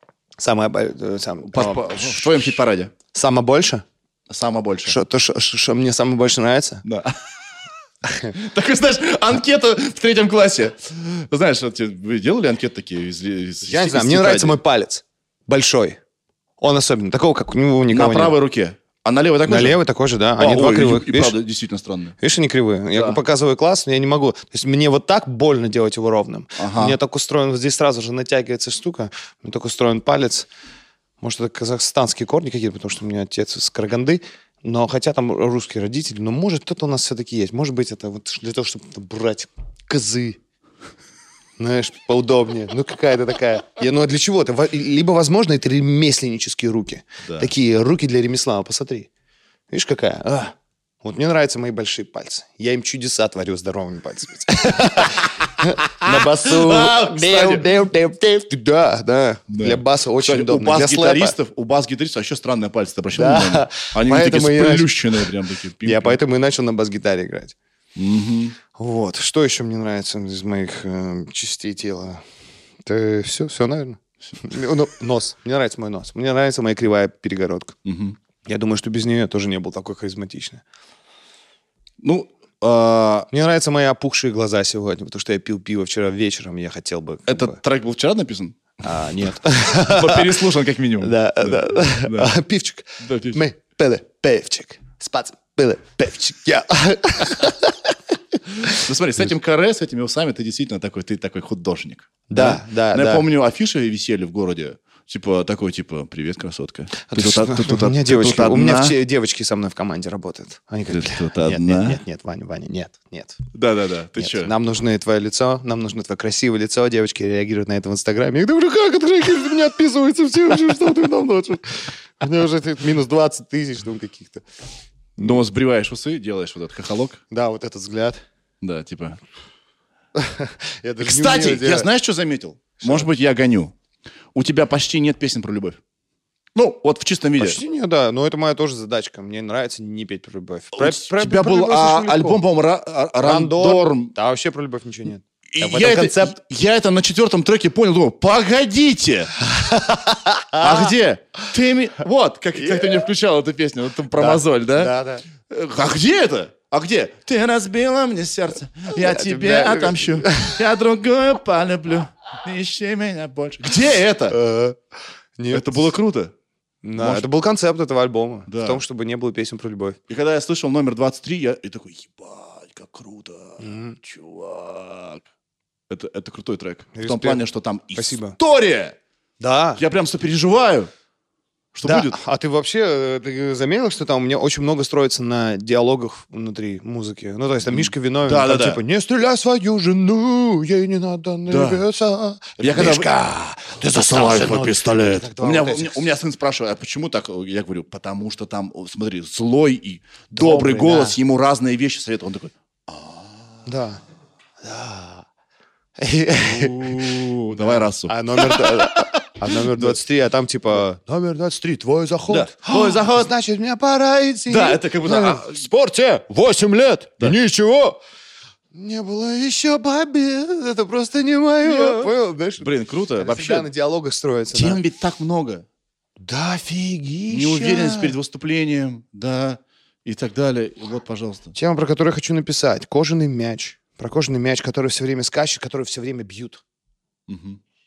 В твоем хит-параде. Самое больше? Самое больше. Что мне самое больше нравится? Да. Такой, знаешь, анкета в 3 классе. Знаешь, вы делали анкеты такие? Я не знаю, мне нравится мой палец. Большой. Он особенный. Такого, как у него никого нет. На правой руке. А на левой такой же? На левой такой же, да. Они два кривых. И правда, действительно странно. Видишь, они кривые. Я показываю класс, но я не могу. То есть мне вот так больно делать его ровным. У меня так устроен, вот здесь сразу же натягивается штука. У меня так устроен палец. Может, это казахстанские корни какие-то, потому что у меня отец из Караганды. Но хотя там русские родители, но может кто-то у нас все-таки есть. Может быть, это вот для того, чтобы брать козы. Знаешь, поудобнее. Ну, какая-то такая... Ну, а для чего? Либо, возможно, это ремесленнические руки. Да. Такие руки для ремесла. Посмотри. Видишь, какая? Вот мне нравятся мои большие пальцы. Я им чудеса творю здоровыми пальцами. На басу. Да. Для баса очень удобно. У бас-гитаристов еще странные пальцы. Ты обращал внимание? Они такие сплющенные прям такие. Я поэтому и начал на бас-гитаре играть. Вот. Что еще мне нравится из моих частей тела? Это все, наверное. Нос. Мне нравится мой нос. Мне нравится моя кривая перегородка. Я думаю, что без нее я тоже не был такой харизматичный. Ну, мне нравятся мои опухшие глаза сегодня, потому что я пил пиво вчера вечером, я хотел бы... Этот трек был вчера написан? Нет. Переслушан как минимум. Да. Пивчик. Мы пили пивчик. Спать пили пивчик. Ну смотри, с этим каре, с этими усами ты действительно такой художник. Да. Я помню, афиши висели в городе. Привет, красотка. У меня девочки со мной в команде работают. Они говорят, нет, Ваня, нет. Да, ты что? Нам нужно твое лицо, нам нужно твое красивое лицо. Девочки реагируют на это в Инстаграме. Я говорю, как это реагирует? Меня отписываются все, что ты там ночью. У меня уже минус 20 тысяч каких-то. Но сбриваешь усы, делаешь вот этот хохолок. Да, вот этот взгляд. Да, типа... Кстати, я знаешь, что заметил? Может быть, я гоню. У тебя почти нет песен про любовь. Ну, вот в чистом виде. Почти нет, да. Но это моя тоже задачка. Мне нравится не петь про любовь. У тебя был альбом, по-моему, «Рандорм». Да, вообще про любовь ничего нет. Я это на 4-м треке понял, думаю, погодите! А где? Вот, как ты мне включал эту песню, вот про мозоль, да? Да. А где это? А где? Ты разбила мне сердце, я тебе отомщу, я другую полюблю, ищи меня больше. Где это? Это было круто. Да, это был концепт этого альбома. В том, чтобы не было песен про любовь. И когда я слышал номер 23, я такой, ебать, как круто, чувак. Это крутой трек. В том плане, что там история. Да. Я прям сопереживаю. Что будет? А ты вообще заметил, что там у меня очень много строится на диалогах внутри музыки? Ну, то есть там Мишка Виновен, да. Типа, не стреляй свою жену, ей не надо навеса. Мишка, ты засылай свой пистолет. У меня сын спрашивает, а почему так? Я говорю, потому что там, смотри, злой и добрый голос, ему разные вещи советуют. Он такой, да. Давай расу. А номер 23, а там типа номер 23, твой заход. Да. Твой заход. Значит, мне пора идти. Да, это как будто... В спорте 8 лет, да. Ничего. Не было еще побед, это просто не мое. Понял? Блин, круто. Вообще на диалогах строится. Тем ведь так много. Да, офигища. Неуверенность перед выступлением, да, и так далее. Вот, пожалуйста. Тема, про которую я хочу написать. Кожаный мяч. Про кожаный мяч, который все время скачет, который все время бьют.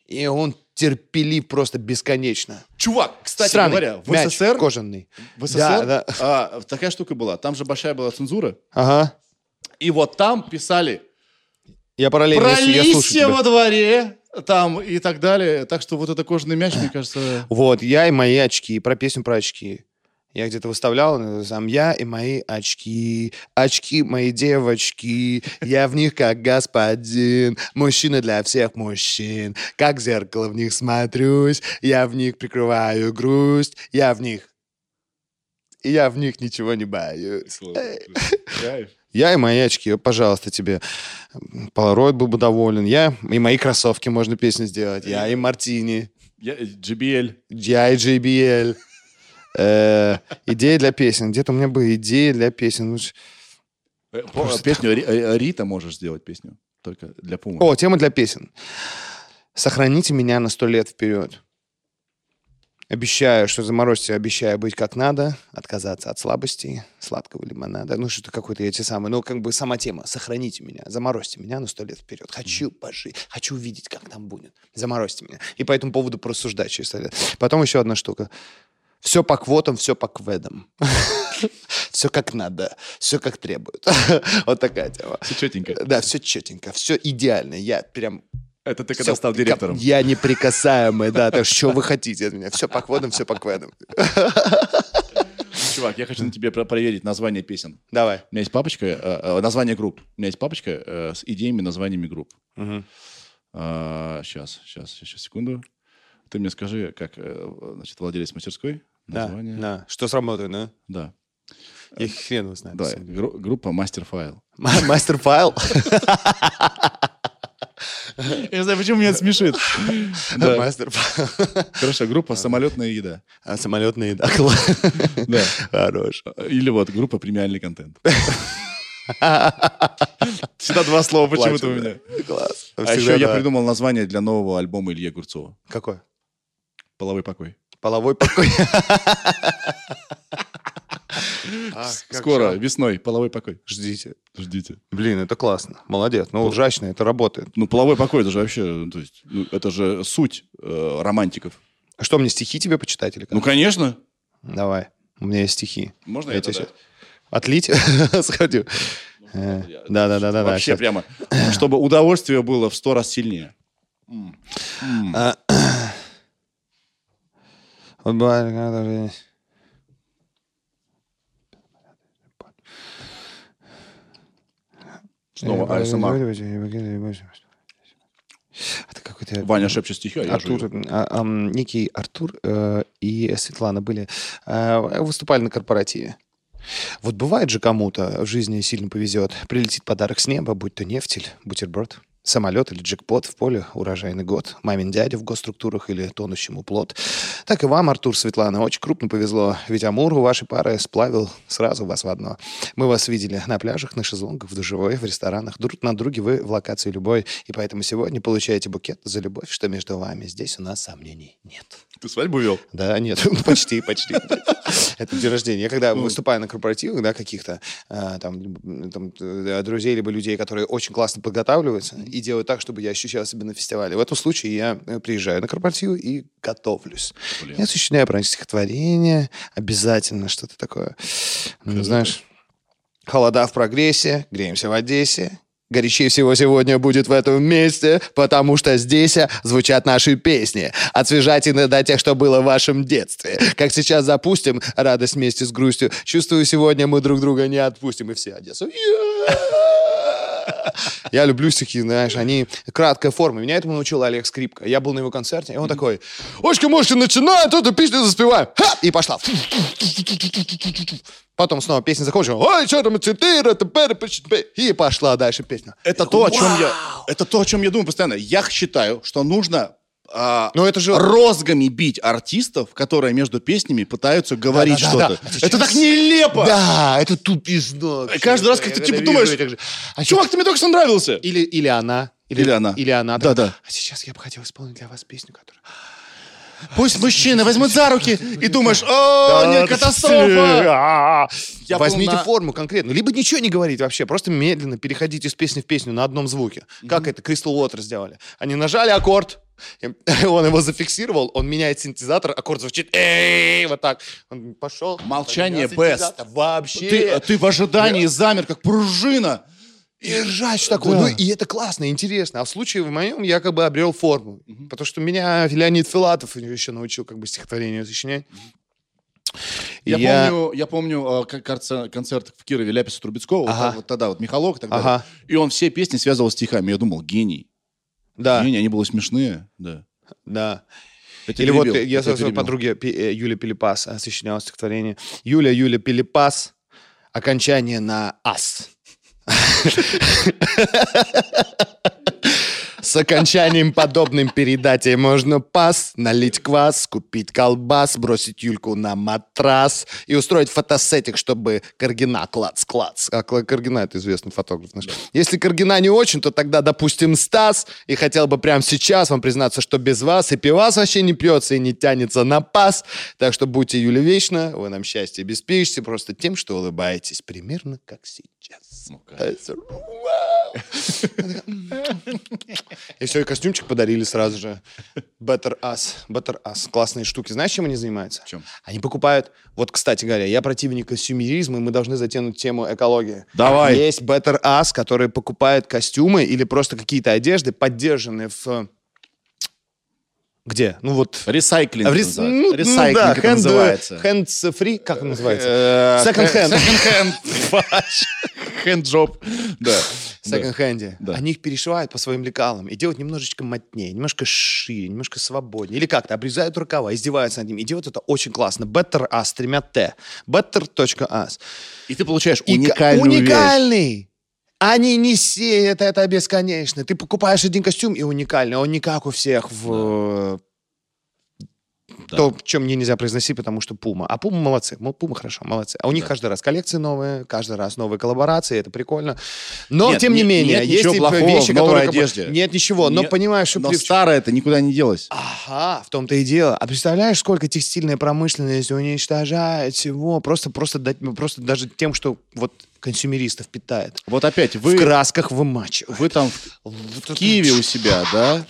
И он терпелив просто бесконечно. Чувак, кстати Странный говоря, в мяч СССР... кожаный. В СССР Да. такая штука была. Там же большая была цензура. Ага. И вот там писали Я параллельно, про я слушаю листья тебя. во дворе там и так далее. Так что вот это кожаный мяч, мне кажется... Вот, я и мои очки, про песню про очки. Я где-то выставлял, сам я и мои очки, очки мои девочки, я в них как господин, мужчина для всех мужчин, как в зеркало в них смотрюсь, я в них прикрываю грусть, я в них ничего не боюсь. Я и мои очки, пожалуйста, тебе. Полароид был бы доволен. Я и мои кроссовки, можно песню сделать. Я и Мартини. Я JBL. Я и JBL. Идеи для песен. Где-то у меня были идеи для песен. Песню Рита можешь сделать песню. Только для Пумы. О, тема для песен. Сохраните меня на 100 лет вперед. Обещаю, что заморозьте, обещаю быть как надо, отказаться от слабости, сладкого лимонада. Ну, что-то какое-то эти самые. Ну, как бы сама тема. Сохраните меня, заморозьте меня на 100 лет вперед. Хочу пожить, хочу увидеть, как там будет. Заморозьте меня. И по этому поводу порассуждать через 100 лет. Потом еще одна штука. Все по квотам, все по кведам. Все как надо, все как требуют. Вот такая тема. Все четенько. Да, все четенько, все идеально. Я прям... Это ты когда стал директором. Я неприкасаемый, да. Так что вы хотите от меня? Все по квотам, все по кведам. Чувак, я хочу на тебе проверить название песен. Давай. У меня есть папочка, название групп. У меня есть папочка с идеями, названиями групп. Сейчас, секунду. Ты мне скажи, как, значит, владелец мастерской, название. Да. Что сработает, да? Да. Я хрен его знаю. Да, группа Мастерфайл. Мастерфайл? Я не знаю, почему меня это смешит. Мастерфайл. Хорошо, группа «Самолетная еда». Самолетная еда. Да. Хорош. Или вот группа «Премиальный контент». Всегда два слова почему-то у меня. Класс. А еще я придумал название для нового альбома Ильи Огурцова. Какое? «Половой покой». Половой покой. Скоро, весной, половой покой. Ждите. Блин, это классно. Молодец. Ну, лжачно, это работает. Ну, половой покой, это же вообще, то есть, это же суть романтиков. А что, мне стихи тебе почитать или как? Ну, конечно. Давай. У меня есть стихи. Можно я тогда? Отлить? Сходю. Да. Вообще прямо, чтобы удовольствие было в 100 раз сильнее. Вот бывает, Снова АСМР. Это какой-то... Ваня шепчет стихи, а я Артур, некий Артур и Светлана выступали на корпоративе. Вот бывает же кому-то в жизни сильно повезет. Прилетит подарок с неба, будь то нефть или бутерброд, самолет или джекпот в поле, урожайный год, мамин дядя в госструктурах или тонущему плод. Так и вам, Артур, Светлана, очень крупно повезло, ведь Амур у вашей пары сплавил сразу вас в одно. Мы вас видели на пляжах, на шезлонгах, в душевой, в ресторанах, друг на друге вы в локации любой, и поэтому сегодня получаете букет за любовь, что между вами. Здесь у нас сомнений нет. Ты свадьбу вел? Да, нет, почти. Это день рождения. Я когда выступаю на корпоративах, да, каких-то там друзей либо людей, которые очень классно подготавливаются и делают так, чтобы я ощущал себя на фестивале. В этом случае я приезжаю на корпоратив и готовлюсь. Я сочиняю про стихотворение, обязательно что-то такое. Ну, знаешь, холода в прогрессе, греемся в Одессе. Горячее всего сегодня будет в этом месте, потому что здесь звучат наши песни. Отсвежайте до тех, что было в вашем детстве. Как сейчас запустим радость вместе с грустью. Чувствую, сегодня мы друг друга не отпустим. И все Одессу. Я люблю стихи, знаешь, они краткая форма. Меня этому научил Олег Скрипка. Я был на его концерте, и он такой: «Очки-мошки начинают, эту песню заспеваем». Ха! И пошла. Потом снова песня закончилась. Ой, что там, и пошла дальше песня. Это то, о чем я думаю постоянно. Я считаю, что нужно это же розгами бить артистов, которые между песнями пытаются говорить что-то. Да. Это так нелепо! Да, это тупизно. Каждый раз, как ты типа думаешь, чувак, ты мне только что нравился. Или она. Или она. Да. А сейчас я бы хотел исполнить для вас песню, которая... Пусть мужчины возьмут за руки, и думаешь: о, нет, катастрофа! Возьмите форму конкретно. Либо ничего не говорить вообще, просто медленно переходите из песни в песню на одном звуке. Как это Crystal Water сделали. Они нажали аккорд, он его зафиксировал, он меняет синтезатор, аккорд звучит вот так. Он пошел. Молчание best. Вообще. Ты в ожидании замер, как пружина. И ржач такой. Да. Ну, и это классно, интересно. А в случае в моем я как бы обрел форму. Потому что меня Леонид Филатов еще научил как бы стихотворение сочинять. Я помню концерт в Кирове Ляписа Трубецкого, вот тогда вот Михалок и так далее. И он все песни связывал стихами. Я думал, гений. Да. Гений, они были смешные. Да. Да. Или вот я со своей подруге Юля Пилипас сочинял стихотворение. Юля Пилипас. Окончание на ас. С окончанием подобным передать ей можно пас, налить квас, купить колбас, бросить Юльку на матрас и устроить фотосетик, чтобы Каргина клац-клац. А Каргина — это известный фотограф наш. Если Каргина не очень, то тогда, допустим, Стас. И хотел бы прямо сейчас вам признаться, что без вас и пивас вообще не пьется и не тянется на пас. Так что будьте, Юля, вечно, вы нам счастье обеспечите просто тем, что улыбаетесь, примерно как сейчас. И все, и костюмчик подарили сразу же. Better Us. Классные штуки. Знаешь, чем они занимаются? Чем? Они покупают... Вот, кстати говоря, я противник консюмеризма, и мы должны затянуть тему экологии. Давай. Есть Better Us, которые покупают костюмы или просто какие-то одежды, поддержанные в... Где? Ну вот... Ресайклинг. Ресайклинг да, это называется. Hands-free, как это называется? Second-hand. Hand-job. Да. Секонд-хенде. Да. Они их перешивают по своим лекалам и делают немножечко моднее, немножко шире, немножко свободнее. Или как-то обрезают рукава, издеваются над ними. И делают это очень классно. Better Us, 3 Т. Better.us. И ты получаешь уникальную вещь. Они не сеют это бесконечно. Ты покупаешь один костюм и уникальный. Он не как у всех в... То, чем мне нельзя произносить, потому что Пума. А Пума молодцы. Пума хорошо, молодцы. А у них каждый раз коллекции новые, каждый раз новые коллаборации, это прикольно. Но, тем не менее, нет есть ничего вещи, в новой которые... одежде. Нет ничего, но понимаешь, что... Но старое-то никуда не делось. Ага, в том-то и дело. А представляешь, сколько текстильная промышленность уничтожает всего? Просто даже тем, что вот консюмеристов питает. Вот опять вы... В красках вымачивают. Вы там в Киеве у себя,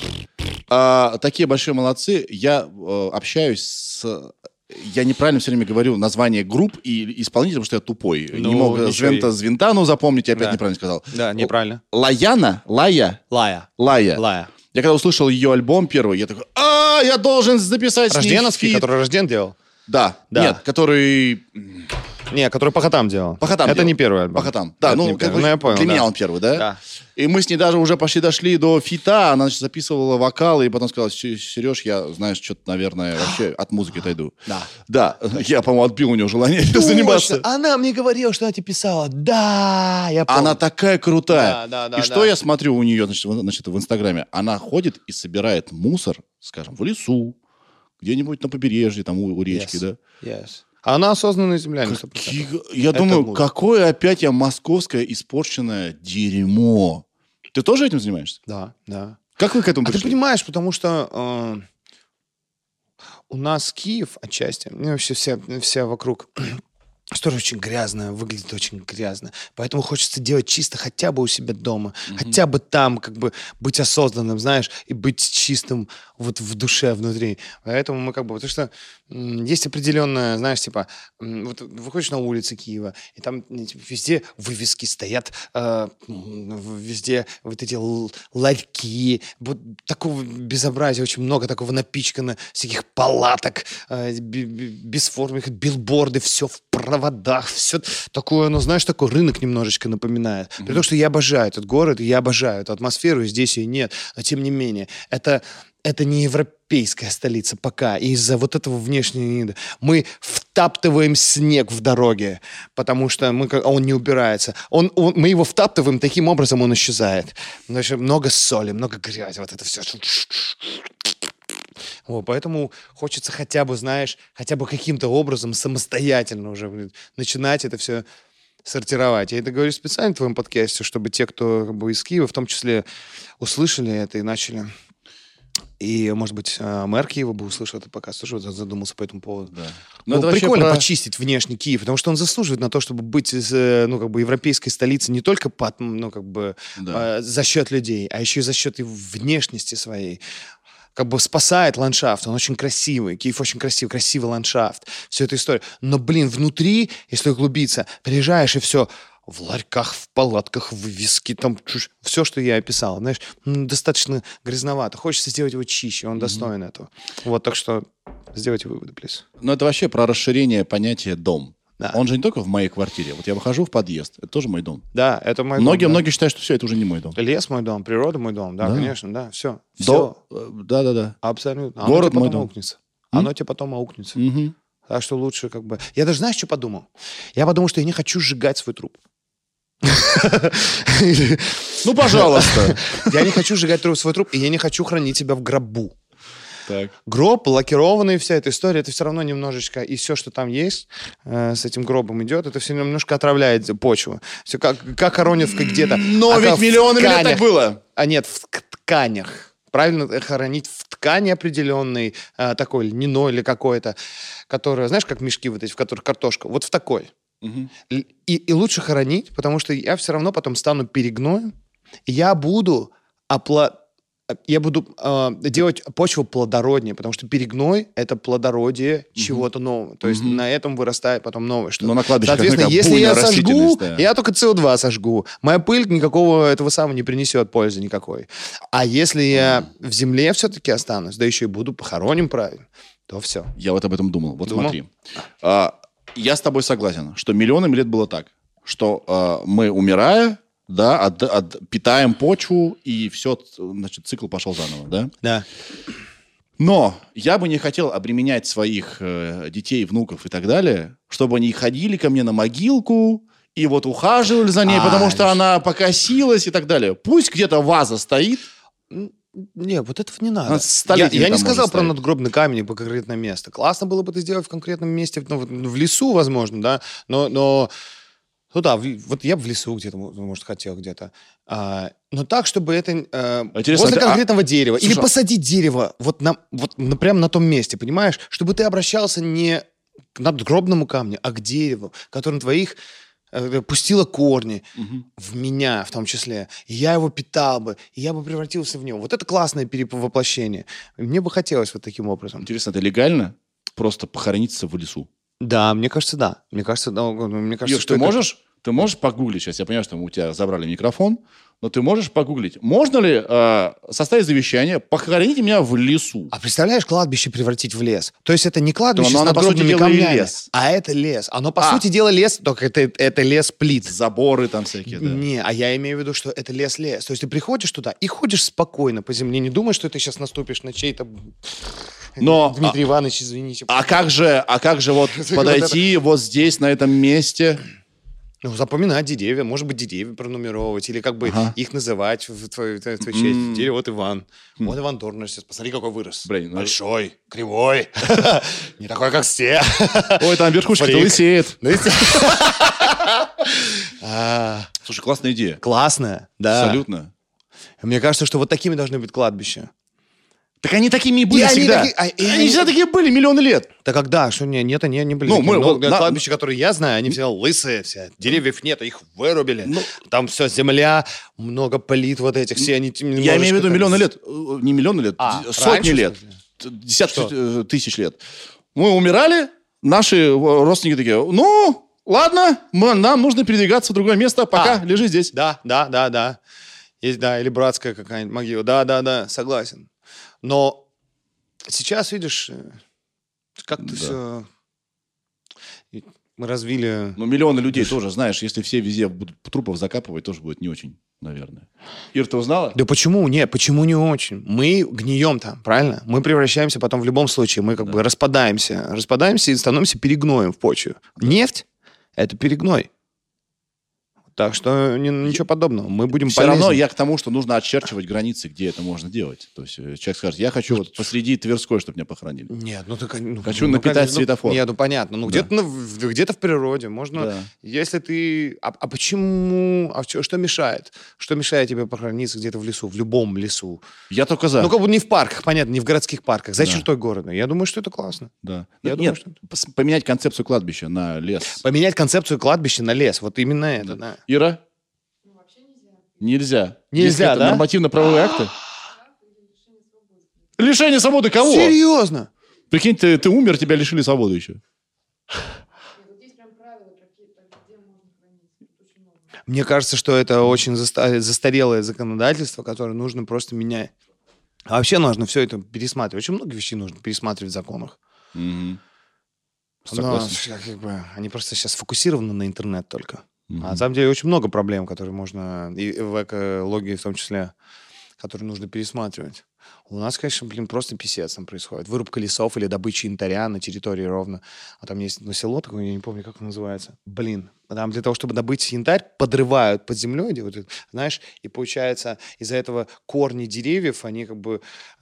да? Такие большие молодцы. Я общаюсь с... Я неправильно все время говорю название групп и исполнителей, потому что я тупой. Не мог Звентану запомнить, я опять неправильно сказал. Да, неправильно. Лаяна? Лая. Я когда услышал ее альбом первый, я такой, я должен записать Рожденовский, который Рожден делал? Да. Нет, который... Не, который Пахатам делал. Пахатам это делал. Не первый альбом. Пахатам. Да, это я понял, для меня он первый, да? Да. И мы с ней даже уже почти дошли до фита, она, значит, записывала вокалы, и потом сказала, Сереж, я, знаешь, что-то, наверное, вообще от музыки отойду. Да. Я, по-моему, отбил у нее желание заниматься. Она мне говорила, что она тебе писала. Да, я помню. Она такая крутая. Да. И что я смотрю у нее, значит, в Инстаграме? Она ходит и собирает мусор, скажем, в лесу, где-нибудь на побережье, там у речки, да? А она осознанная землянин. Я думаю, какое опять я московское испорченное дерьмо. Ты тоже этим занимаешься? Да. Как вы к этому пришли? Ты понимаешь, потому что у нас Киев отчасти, вообще вся вокруг... История очень грязная, выглядит очень грязно. Поэтому хочется делать чисто хотя бы у себя дома. Хотя бы там как бы быть осознанным, знаешь, и быть чистым вот в душе, внутри. Поэтому мы как бы... Потому что есть определенная, знаешь, типа... Вот выходишь на улицы Киева, и там везде вывески стоят, везде вот эти ларьки. Вот такого безобразия очень много, такого напичкано, всяких палаток, бесформенных, билборды, все в проводах, все такое, ну, знаешь, такой рынок немножечко напоминает. При том, что я обожаю этот город, я обожаю эту атмосферу, и здесь ее нет. Но, тем не менее, это не европейская столица пока. И из-за вот этого внешнего вида мы втаптываем снег в дороге, потому что он не убирается. Мы его втаптываем, таким образом он исчезает. Значит, много соли, много грязи, вот это все. Поэтому хочется хотя бы, знаешь, хотя бы каким-то образом самостоятельно уже начинать это все сортировать. Я это говорю специально в твоем подкасте, чтобы те, кто как бы из Киева, в том числе, услышали это и начали И, может быть, мэр Киева бы услышал этот показ, тоже задумался по этому поводу. Да. Ну, прикольно почистить внешний Киев, потому что он заслуживает на то, чтобы быть европейской столицей не только за счет людей, а еще и за счет и внешности своей. Спасает ландшафт, он очень красивый, Киев очень красивый ландшафт, все эта история. Но, внутри, если углубиться, приезжаешь и все... В ларьках, в палатках, в виски, там все, что я описал, знаешь, достаточно грязновато. Хочется сделать его чище, он достоин этого. Вот, так что сделайте выводы, плиз. Ну, это вообще про расширение понятия «дом». Да. Он же не только в моей квартире. Вот я выхожу в подъезд, это тоже мой дом. Да, это мой дом. Многие считают, что все, это уже не мой дом. Лес мой дом, природа мой дом, да. Конечно, да, все. Да. Абсолютно. Город мой дом. Оно тебе потом аукнется. Так что лучше Я даже, знаешь, что подумал? Я подумал, что я не хочу сжигать свой труп. Ну, пожалуйста. Я не хочу сжигать свой труп, и я не хочу хранить себя в гробу. Так. Гроб, лакированный, вся эта история, это все равно немножечко, и все, что там есть, с этим гробом идет, это все немножко отравляет почву. Все как хоронят где-то. Но ведь миллионами лет так было. А нет, в тканях. Правильно хоронить в ткани определенной, такой льняной или какой-то, которая, знаешь, как мешки вот эти, в которых картошка, вот в такой. И лучше хоронить, потому что я все равно потом стану перегноем, и я буду делать почву плодороднее, потому что перегной — это плодородие чего-то нового. То есть на этом вырастает потом новое что-то. Но на кладбище, соответственно, если я сожгу, я только СО2 сожгу. Моя пыль никакого этого самого не принесет пользы никакой. А если я в земле все-таки останусь, да еще и буду похоронен правильно, то все. Я вот об этом думал. Вот смотри. Я с тобой согласен, что миллионами лет было так, что мы, умирая, да, питаем почву, и все, значит, цикл пошел заново, да? Да. Но я бы не хотел обременять своих детей, внуков и так далее, чтобы они ходили ко мне на могилку и вот ухаживали за ней, потому что она покосилась и так далее. Пусть где-то ваза стоит. Не, вот этого не надо. Я не сказал про надгробный камень и по конкретное место. Классно было бы это сделать в конкретном месте, в лесу, возможно, да, но ну да, вот я бы в лесу где-то, может, хотел где-то. Но так, чтобы это возле конкретного дерева. Слушай, или посадить дерево прямо на том месте, понимаешь? Чтобы ты обращался не к надгробному камню, а к дереву, которое на твоих пустила корни в меня, в том числе. И я его питал бы, и я бы превратился в него. Вот это классное перевоплощение. Мне бы хотелось вот таким образом. Интересно, это легально? Просто похорониться в лесу? Да, мне кажется, да. Мне кажется, Ир, что ты можешь погуглить сейчас? Я понимаю, что у тебя забрали микрофон, но ты можешь погуглить. Можно ли составить завещание, похороните меня в лесу? А представляешь, кладбище превратить в лес? То есть это не кладбище с надгробными камнями, а это лес. Оно, по сути дела, лес, только это лес плит. Заборы там всякие, да? Не, а я имею в виду, что это лес-лес. То есть ты приходишь туда и ходишь спокойно по земле, не думаешь, что ты сейчас наступишь на чей-то... Но, Дмитрий Иванович, извините. А как же вот подойти вот здесь, на этом месте? Ну, запоминать деревья, может быть, деревья пронумеровать, или как бы их называть в твою честь. Дерево, вот Иван. Вот Иван Дорнер сейчас, посмотри, какой вырос. Большой, кривой, не такой, как все. Ой, там верхушка-то лысеет. Слушай, классная идея. Классная, да. Абсолютно. Мне кажется, что вот такими должны быть кладбища. Так они такими и были всегда. Они всегда такие были миллионы лет. Да когда? Что нет, они не были. Кладбища, которые я знаю, они все лысые, все. Деревьев нет, их вырубили. Там все земля, много плит вот этих, все они... Я имею в виду миллионы лет. Не миллионы лет, сотни лет. Десятки тысяч лет. Мы умирали, наши родственники такие, ну, ладно, нам нужно передвигаться в другое место, пока лежи здесь. Да. Есть, да, или братская какая-нибудь могила. Да, согласен. Но сейчас, видишь, как-то все... Мы развили... Но миллионы людей тоже, знаешь, если все везде будут трупов закапывать, тоже будет не очень, наверное. Ир, ты узнала? Да почему? Нет, почему не очень? Мы гнием там, правильно? Мы превращаемся потом в любом случае, мы как бы распадаемся и становимся перегноем в почве. Нефть — это перегной. Так что ничего подобного. Мы будем Все полезны. равно я к тому, что нужно очерчивать границы, где это можно делать. То есть человек скажет, я хочу вот посреди Тверской, чтобы меня похоронили. Нет, хочу напитать светофор. Нет, понятно. Да. Где-то в природе можно... Да. Если ты... А почему... Что мешает? Что мешает тебе похорониться где-то в лесу? В любом лесу? Я только за. Как бы не в парках, понятно, не в городских парках. За Да. чертой города. Я думаю, что это классно. Да. Я Нет, думаю, поменять концепцию кладбища на лес. Поменять концепцию кладбища на лес. Вот именно это, да. Ира? Нельзя. Нельзя, Есть какие-то да? нормативно-правовые акты? Лишение свободы кого? Серьезно? Прикинь, ты умер, тебя лишили свободы еще. Мне кажется, что это очень застарелое законодательство, которое нужно просто менять. А вообще нужно все это пересматривать. Очень много вещей нужно пересматривать в законах. Мгм. Но Согласен. они просто сейчас сфокусированы на интернет только. А на самом деле очень много проблем, которые можно, и в экологии в том числе, которые нужно пересматривать. У нас, конечно, просто писец там происходит. Вырубка лесов или добыча янтаря на территории ровно. А там есть село такое, я не помню, как оно называется. Там для того, чтобы добыть янтарь, подрывают под землей, вот, знаешь, и получается из-за этого корни деревьев, они как бы...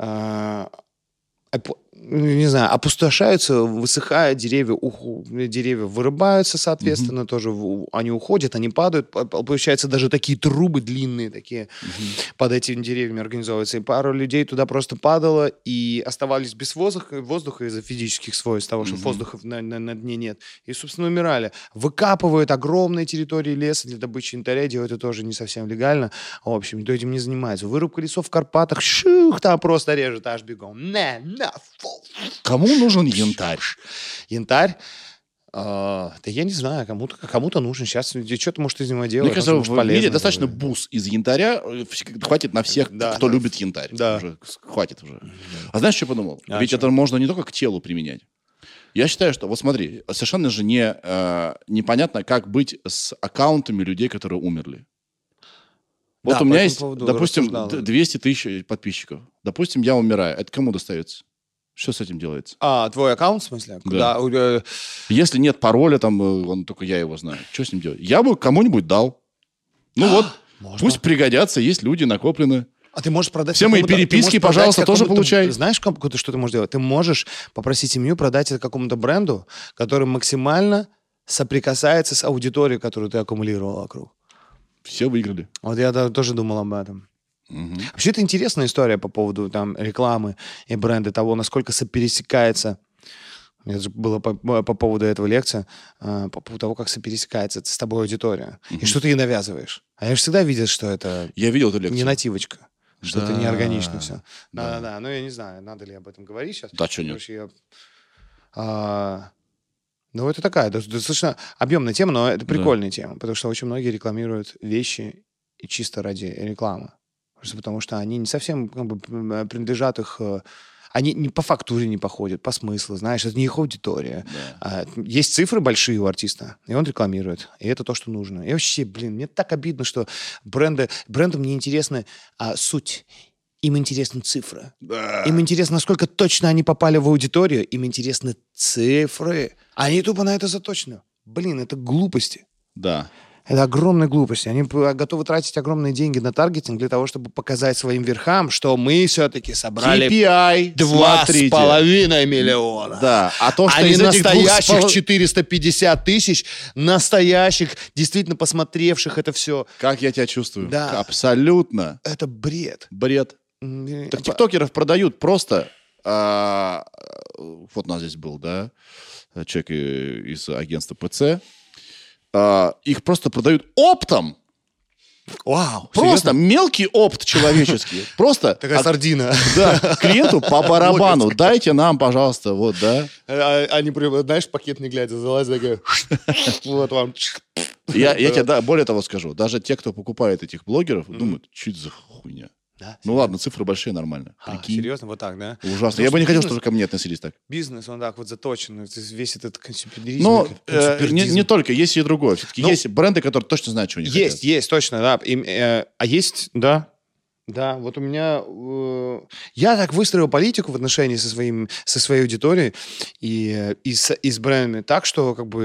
не знаю, опустошаются, высыхают, деревья вырубаются, соответственно, тоже они уходят, они падают. Получается, даже такие трубы длинные такие под этими деревьями организовываются. И пару людей туда просто падало и оставались без воздуха из-за физических свойств того, что воздуха на дне нет. И, собственно, умирали. Выкапывают огромные территории леса для добычи янтаря, делают это тоже не совсем легально. В общем, никто этим не занимается. Вырубка лесов в Карпатах, там просто режет аж бегом. Кому нужен янтарь? Янтарь? Да я не знаю, кому-то нужен. Сейчас что-то может из него делать. Мне кажется, в мире достаточно бус из янтаря. Хватит на всех, кто любит янтарь. Да. Уже, хватит уже. А знаешь, что я подумал? Ведь это можно не только к телу применять. Я считаю, что, вот смотри, совершенно же непонятно, как быть с аккаунтами людей, которые умерли. Вот у меня есть, допустим, 200 тысяч подписчиков. Допустим, я умираю. Это кому достается? Что с этим делается? Твой аккаунт, в смысле? Да. Если нет пароля, там, только я его знаю. Что с ним делать? Я бы кому-нибудь дал. Пусть пригодятся, есть люди накоплены. А ты можешь продать... Все мои переписки, пожалуйста, тоже получай. Знаешь, что ты можешь делать? Ты можешь попросить семью продать это какому-то бренду, который максимально соприкасается с аудиторией, которую ты аккумулировал вокруг. Все выиграли. Вот я тоже думал об этом. Вообще, это интересная история по поводу там рекламы и бренда, того, насколько сопересекается. Это же было по поводу этого лекция, по поводу того, как сопересекается с тобой аудитория. И что ты ей навязываешь. А я же всегда видел, что это... Я видел эту лекцию. Не нативочка. Что это неорганично все. Да. Да. Ну, я не знаю, надо ли об этом говорить сейчас. Да, что нет. Ну, это такая достаточно объемная тема, но это прикольная тема, потому что очень многие рекламируют вещи и чисто ради рекламы. Просто потому что они не совсем принадлежат их... Они не по фактуре не походят, по смыслу, знаешь, это не их аудитория. Да. Есть цифры большие у артиста, и он рекламирует. И это то, что нужно. И вообще, мне так обидно, что брендам не интересна суть. Им интересны цифры. Да. Им интересно, насколько точно они попали в аудиторию. Им интересны цифры. Они тупо на это заточены. Это глупости. Да. Это огромные глупости. Они готовы тратить огромные деньги на таргетинг для того, чтобы показать своим верхам, что мы все-таки собрали KPI, 2,5 миллиона. Да. А то, что из этих настоящих 450 тысяч, настоящих, действительно посмотревших это все. Как я тебя чувствую? Да. Абсолютно. Это бред. Бред. Так тиктокеров продают просто... Вот у нас здесь был, да, человек из агентства ПЦ. Их просто продают оптом. Вау! Просто мелкий опт человеческий. Просто... Такая сардина. Да, клиенту по барабану. Дайте нам, пожалуйста, вот, да. Они, знаешь, пакет не глядя, залазят, такая... Вот вам... Я тебе более того скажу. Даже те, кто покупает этих блогеров, думают, что это за хуйня. Да? Ну ладно, цифры большие, нормально. Прикинь. Серьезно? Вот так, да? Ужасно. Я бы не хотел, чтобы ко мне относились так. Бизнес, он так вот заточен. Весь этот консюмеризм. Но не только, есть и другое. Все-таки есть бренды, которые точно знают, что они хотят. Есть, точно, да. А есть, да. Да, вот у меня... Я так выстроил политику в отношении со своей аудиторией и с брендами так, что как бы...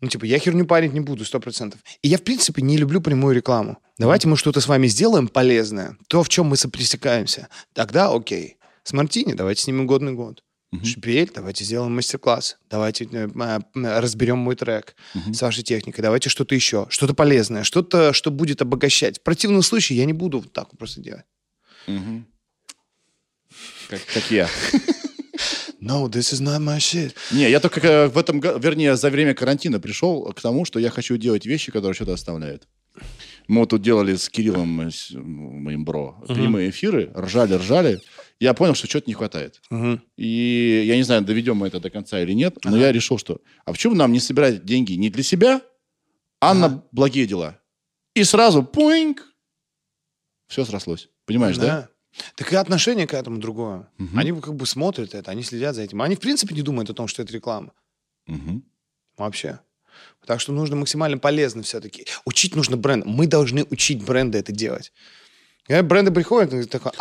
Ну, типа, я херню парить не буду, 100%. И я, в принципе, не люблю прямую рекламу. Давайте мы что-то с вами сделаем полезное, то, в чем мы сопресекаемся. Тогда окей. С Мартини давайте снимем годный год. Шпиль, давайте сделаем мастер-класс. Давайте разберем мой трек с вашей техникой. Давайте что-то еще. Что-то полезное. Что-то, что будет обогащать. В противном случае я не буду вот так просто делать. Как я. No, this is not my shit. Не, я только в этом, вернее, за время карантина пришел к тому, что я хочу делать вещи, которые что-то оставляют. Мы вот тут делали с Кириллом, с моим бро, прямые эфиры, ржали. Я понял, что что-то не хватает. И я не знаю, доведем мы это до конца или нет, но я решил, что... А почему нам не собирать деньги не для себя, а на благие дела? И сразу, пуинг, все срослось. Понимаешь, да? Так и отношение к этому другое. Они как бы смотрят это, они следят за этим. Они, в принципе, не думают о том, что это реклама. Вообще. Так что нужно максимально полезно все-таки. Учить нужно бренд. Мы должны учить бренды это делать. Когда бренды приходят, ты такой,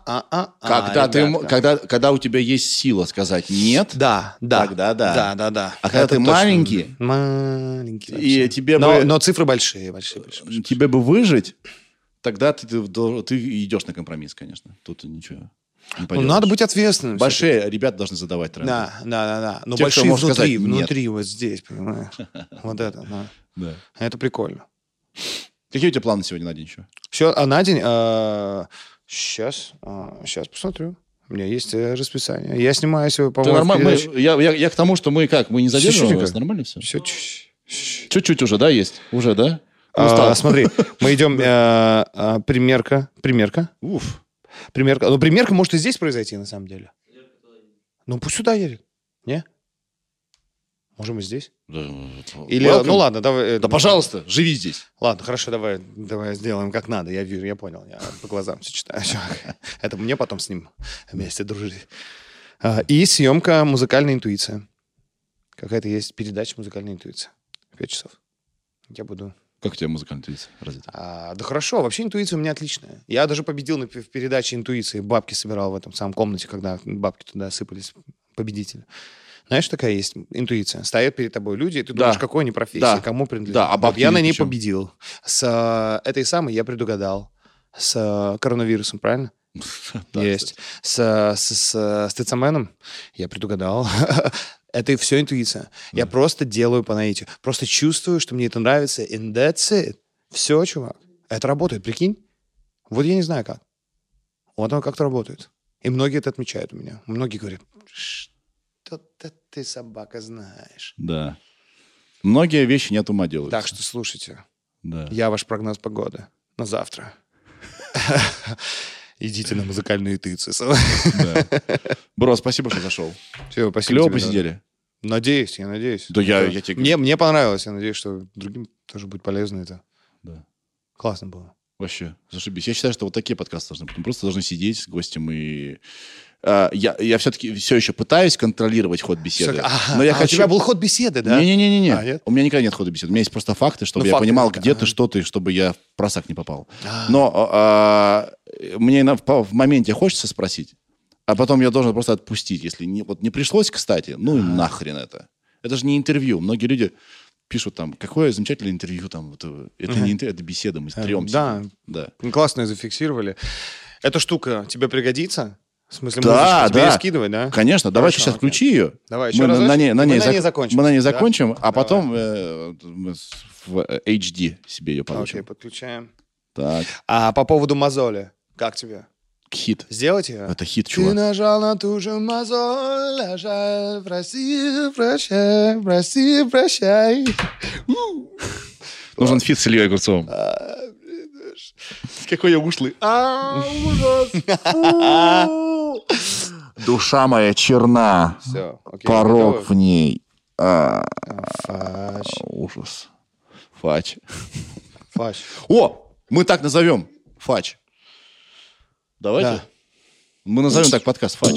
Когда у тебя есть сила сказать нет, тогда да. А когда ты маленький, и тебе но цифры большие. Тебе бы выжить, тогда ты идешь на компромисс, конечно. Тут ничего не поделаешь. Надо быть ответственным. Большие ребята должны задавать тренды. Да. Но Те, большие сказать, внутри вот здесь, понимаешь? Вот это, да. Это прикольно. Какие у тебя планы сегодня на день еще? Все, на день? Сейчас посмотрю. У меня есть расписание. Я снимаюсь, по-моему, я к тому, что мы не задерживаем вас, нормально все? Чуть-чуть уже, да, есть? Уже, да? Смотри, мы идем примерка. Уф. Примерка. Но примерка может и здесь произойти, на самом деле. Ну, пусть сюда едет. Не? Можем и здесь. Или, ну ладно, давай. Да, пожалуйста, живи здесь. Ладно, хорошо, давай сделаем как надо. Я вижу, я понял. Я по глазам все читаю. Это мне потом с ним вместе дружить. И съемка «Музыкальная интуиция». Какая-то есть передача «Музыкальная интуиция». 5 часов. Я буду... Как у тебя музыкальная интуиция развита? Да хорошо, вообще интуиция у меня отличная. Я даже победил в передаче «Интуиции». Бабки собирал в этом самом комнате, когда бабки туда сыпались. Победитель. Знаешь, такая есть интуиция. Стоят перед тобой люди, и ты думаешь, какой они профессии, кому принадлежит. Да, вот я на ней победил. С этой самой я предугадал. С коронавирусом, правильно? Есть. С Стецаменом я предугадал. Это все интуиция. Я просто делаю по наитию. Просто чувствую, что мне это нравится. And that's it. Все, чувак. Это работает, прикинь? Вот я не знаю как. Вот оно как-то работает. И многие это отмечают у меня. Многие говорят, что-то ты, собака, знаешь. Да. Многие вещи не от ума делаются. Так что слушайте. Да. Я ваш прогноз погоды на завтра. Идите на музыкальную интуицию. Бро, спасибо, что зашел. Все, спасибо. Клево посидели. Надеюсь, я надеюсь. Да я тебе говорю. Мне понравилось, я надеюсь, что другим тоже будет полезно это. Да. Классно было. Вообще, зашибись. Я считаю, что вот такие подкасты должны быть. Мы просто должны сидеть с гостем и... Я все-таки все еще пытаюсь контролировать ход беседы. Но я хочу... У тебя был ход беседы, да? Не-не-не. У меня никогда нет хода беседы. У меня есть просто факты, чтобы я понимал, где ты, что ты, чтобы я в просак не попал. Но мне в моменте хочется спросить, а потом я должен просто отпустить. Если не пришлось, кстати, ну и нахрен это. Это же не интервью. Многие люди пишут там, какое замечательное интервью. Там, это не интервью, это беседа, мы трёмся. Да. Классно зафиксировали. Эта штука тебе пригодится? В смысле, да, тебе скидывать, да? Конечно, давай сейчас включи ее. Давай, мы на ней закончим. Мы на ней закончим, а давай. Потом в HD себе ее получим. Окей, подключаем. Так. А по поводу мозоли, как тебе? Хит. Сделать ее? Это хит, чувак. Ты нажал на ту же мозоль, нажал, прости, прощай. Нужен фит с Ильей Огурцовым. Какой я ушлый. Ужас. Душа моя черна. Все, окей, порог готовы? в ней. Фач. Ужас. Фач. Фач. О, мы так назовем. Фач. Давайте. Да. Мы назовем так подкаст Фач.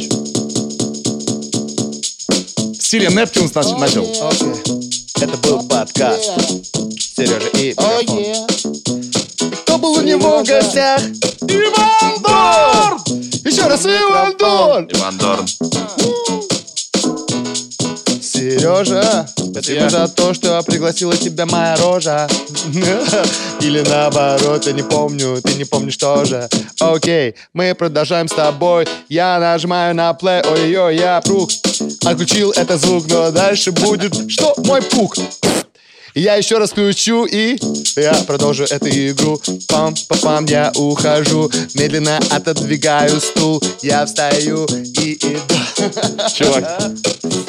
Сирия Нептунс начал. Это был подкаст Сережа и Мегафон. Кто был у него в гостях? Иван Дорн! Еще раз Иван Дорн! Иван Дорн. Сережа, спасибо за то, что пригласила тебя моя рожа. Или наоборот, я не помню, ты не помнишь тоже. Окей, мы продолжаем с тобой. Я нажимаю на плей, ой-ой, я прух. Отключил этот звук, но дальше будет что? Мой пух. Я еще раз включу и я продолжу эту игру. Пам-пам-пам, я ухожу. Медленно отодвигаю стул. Я встаю и иду. Чувак,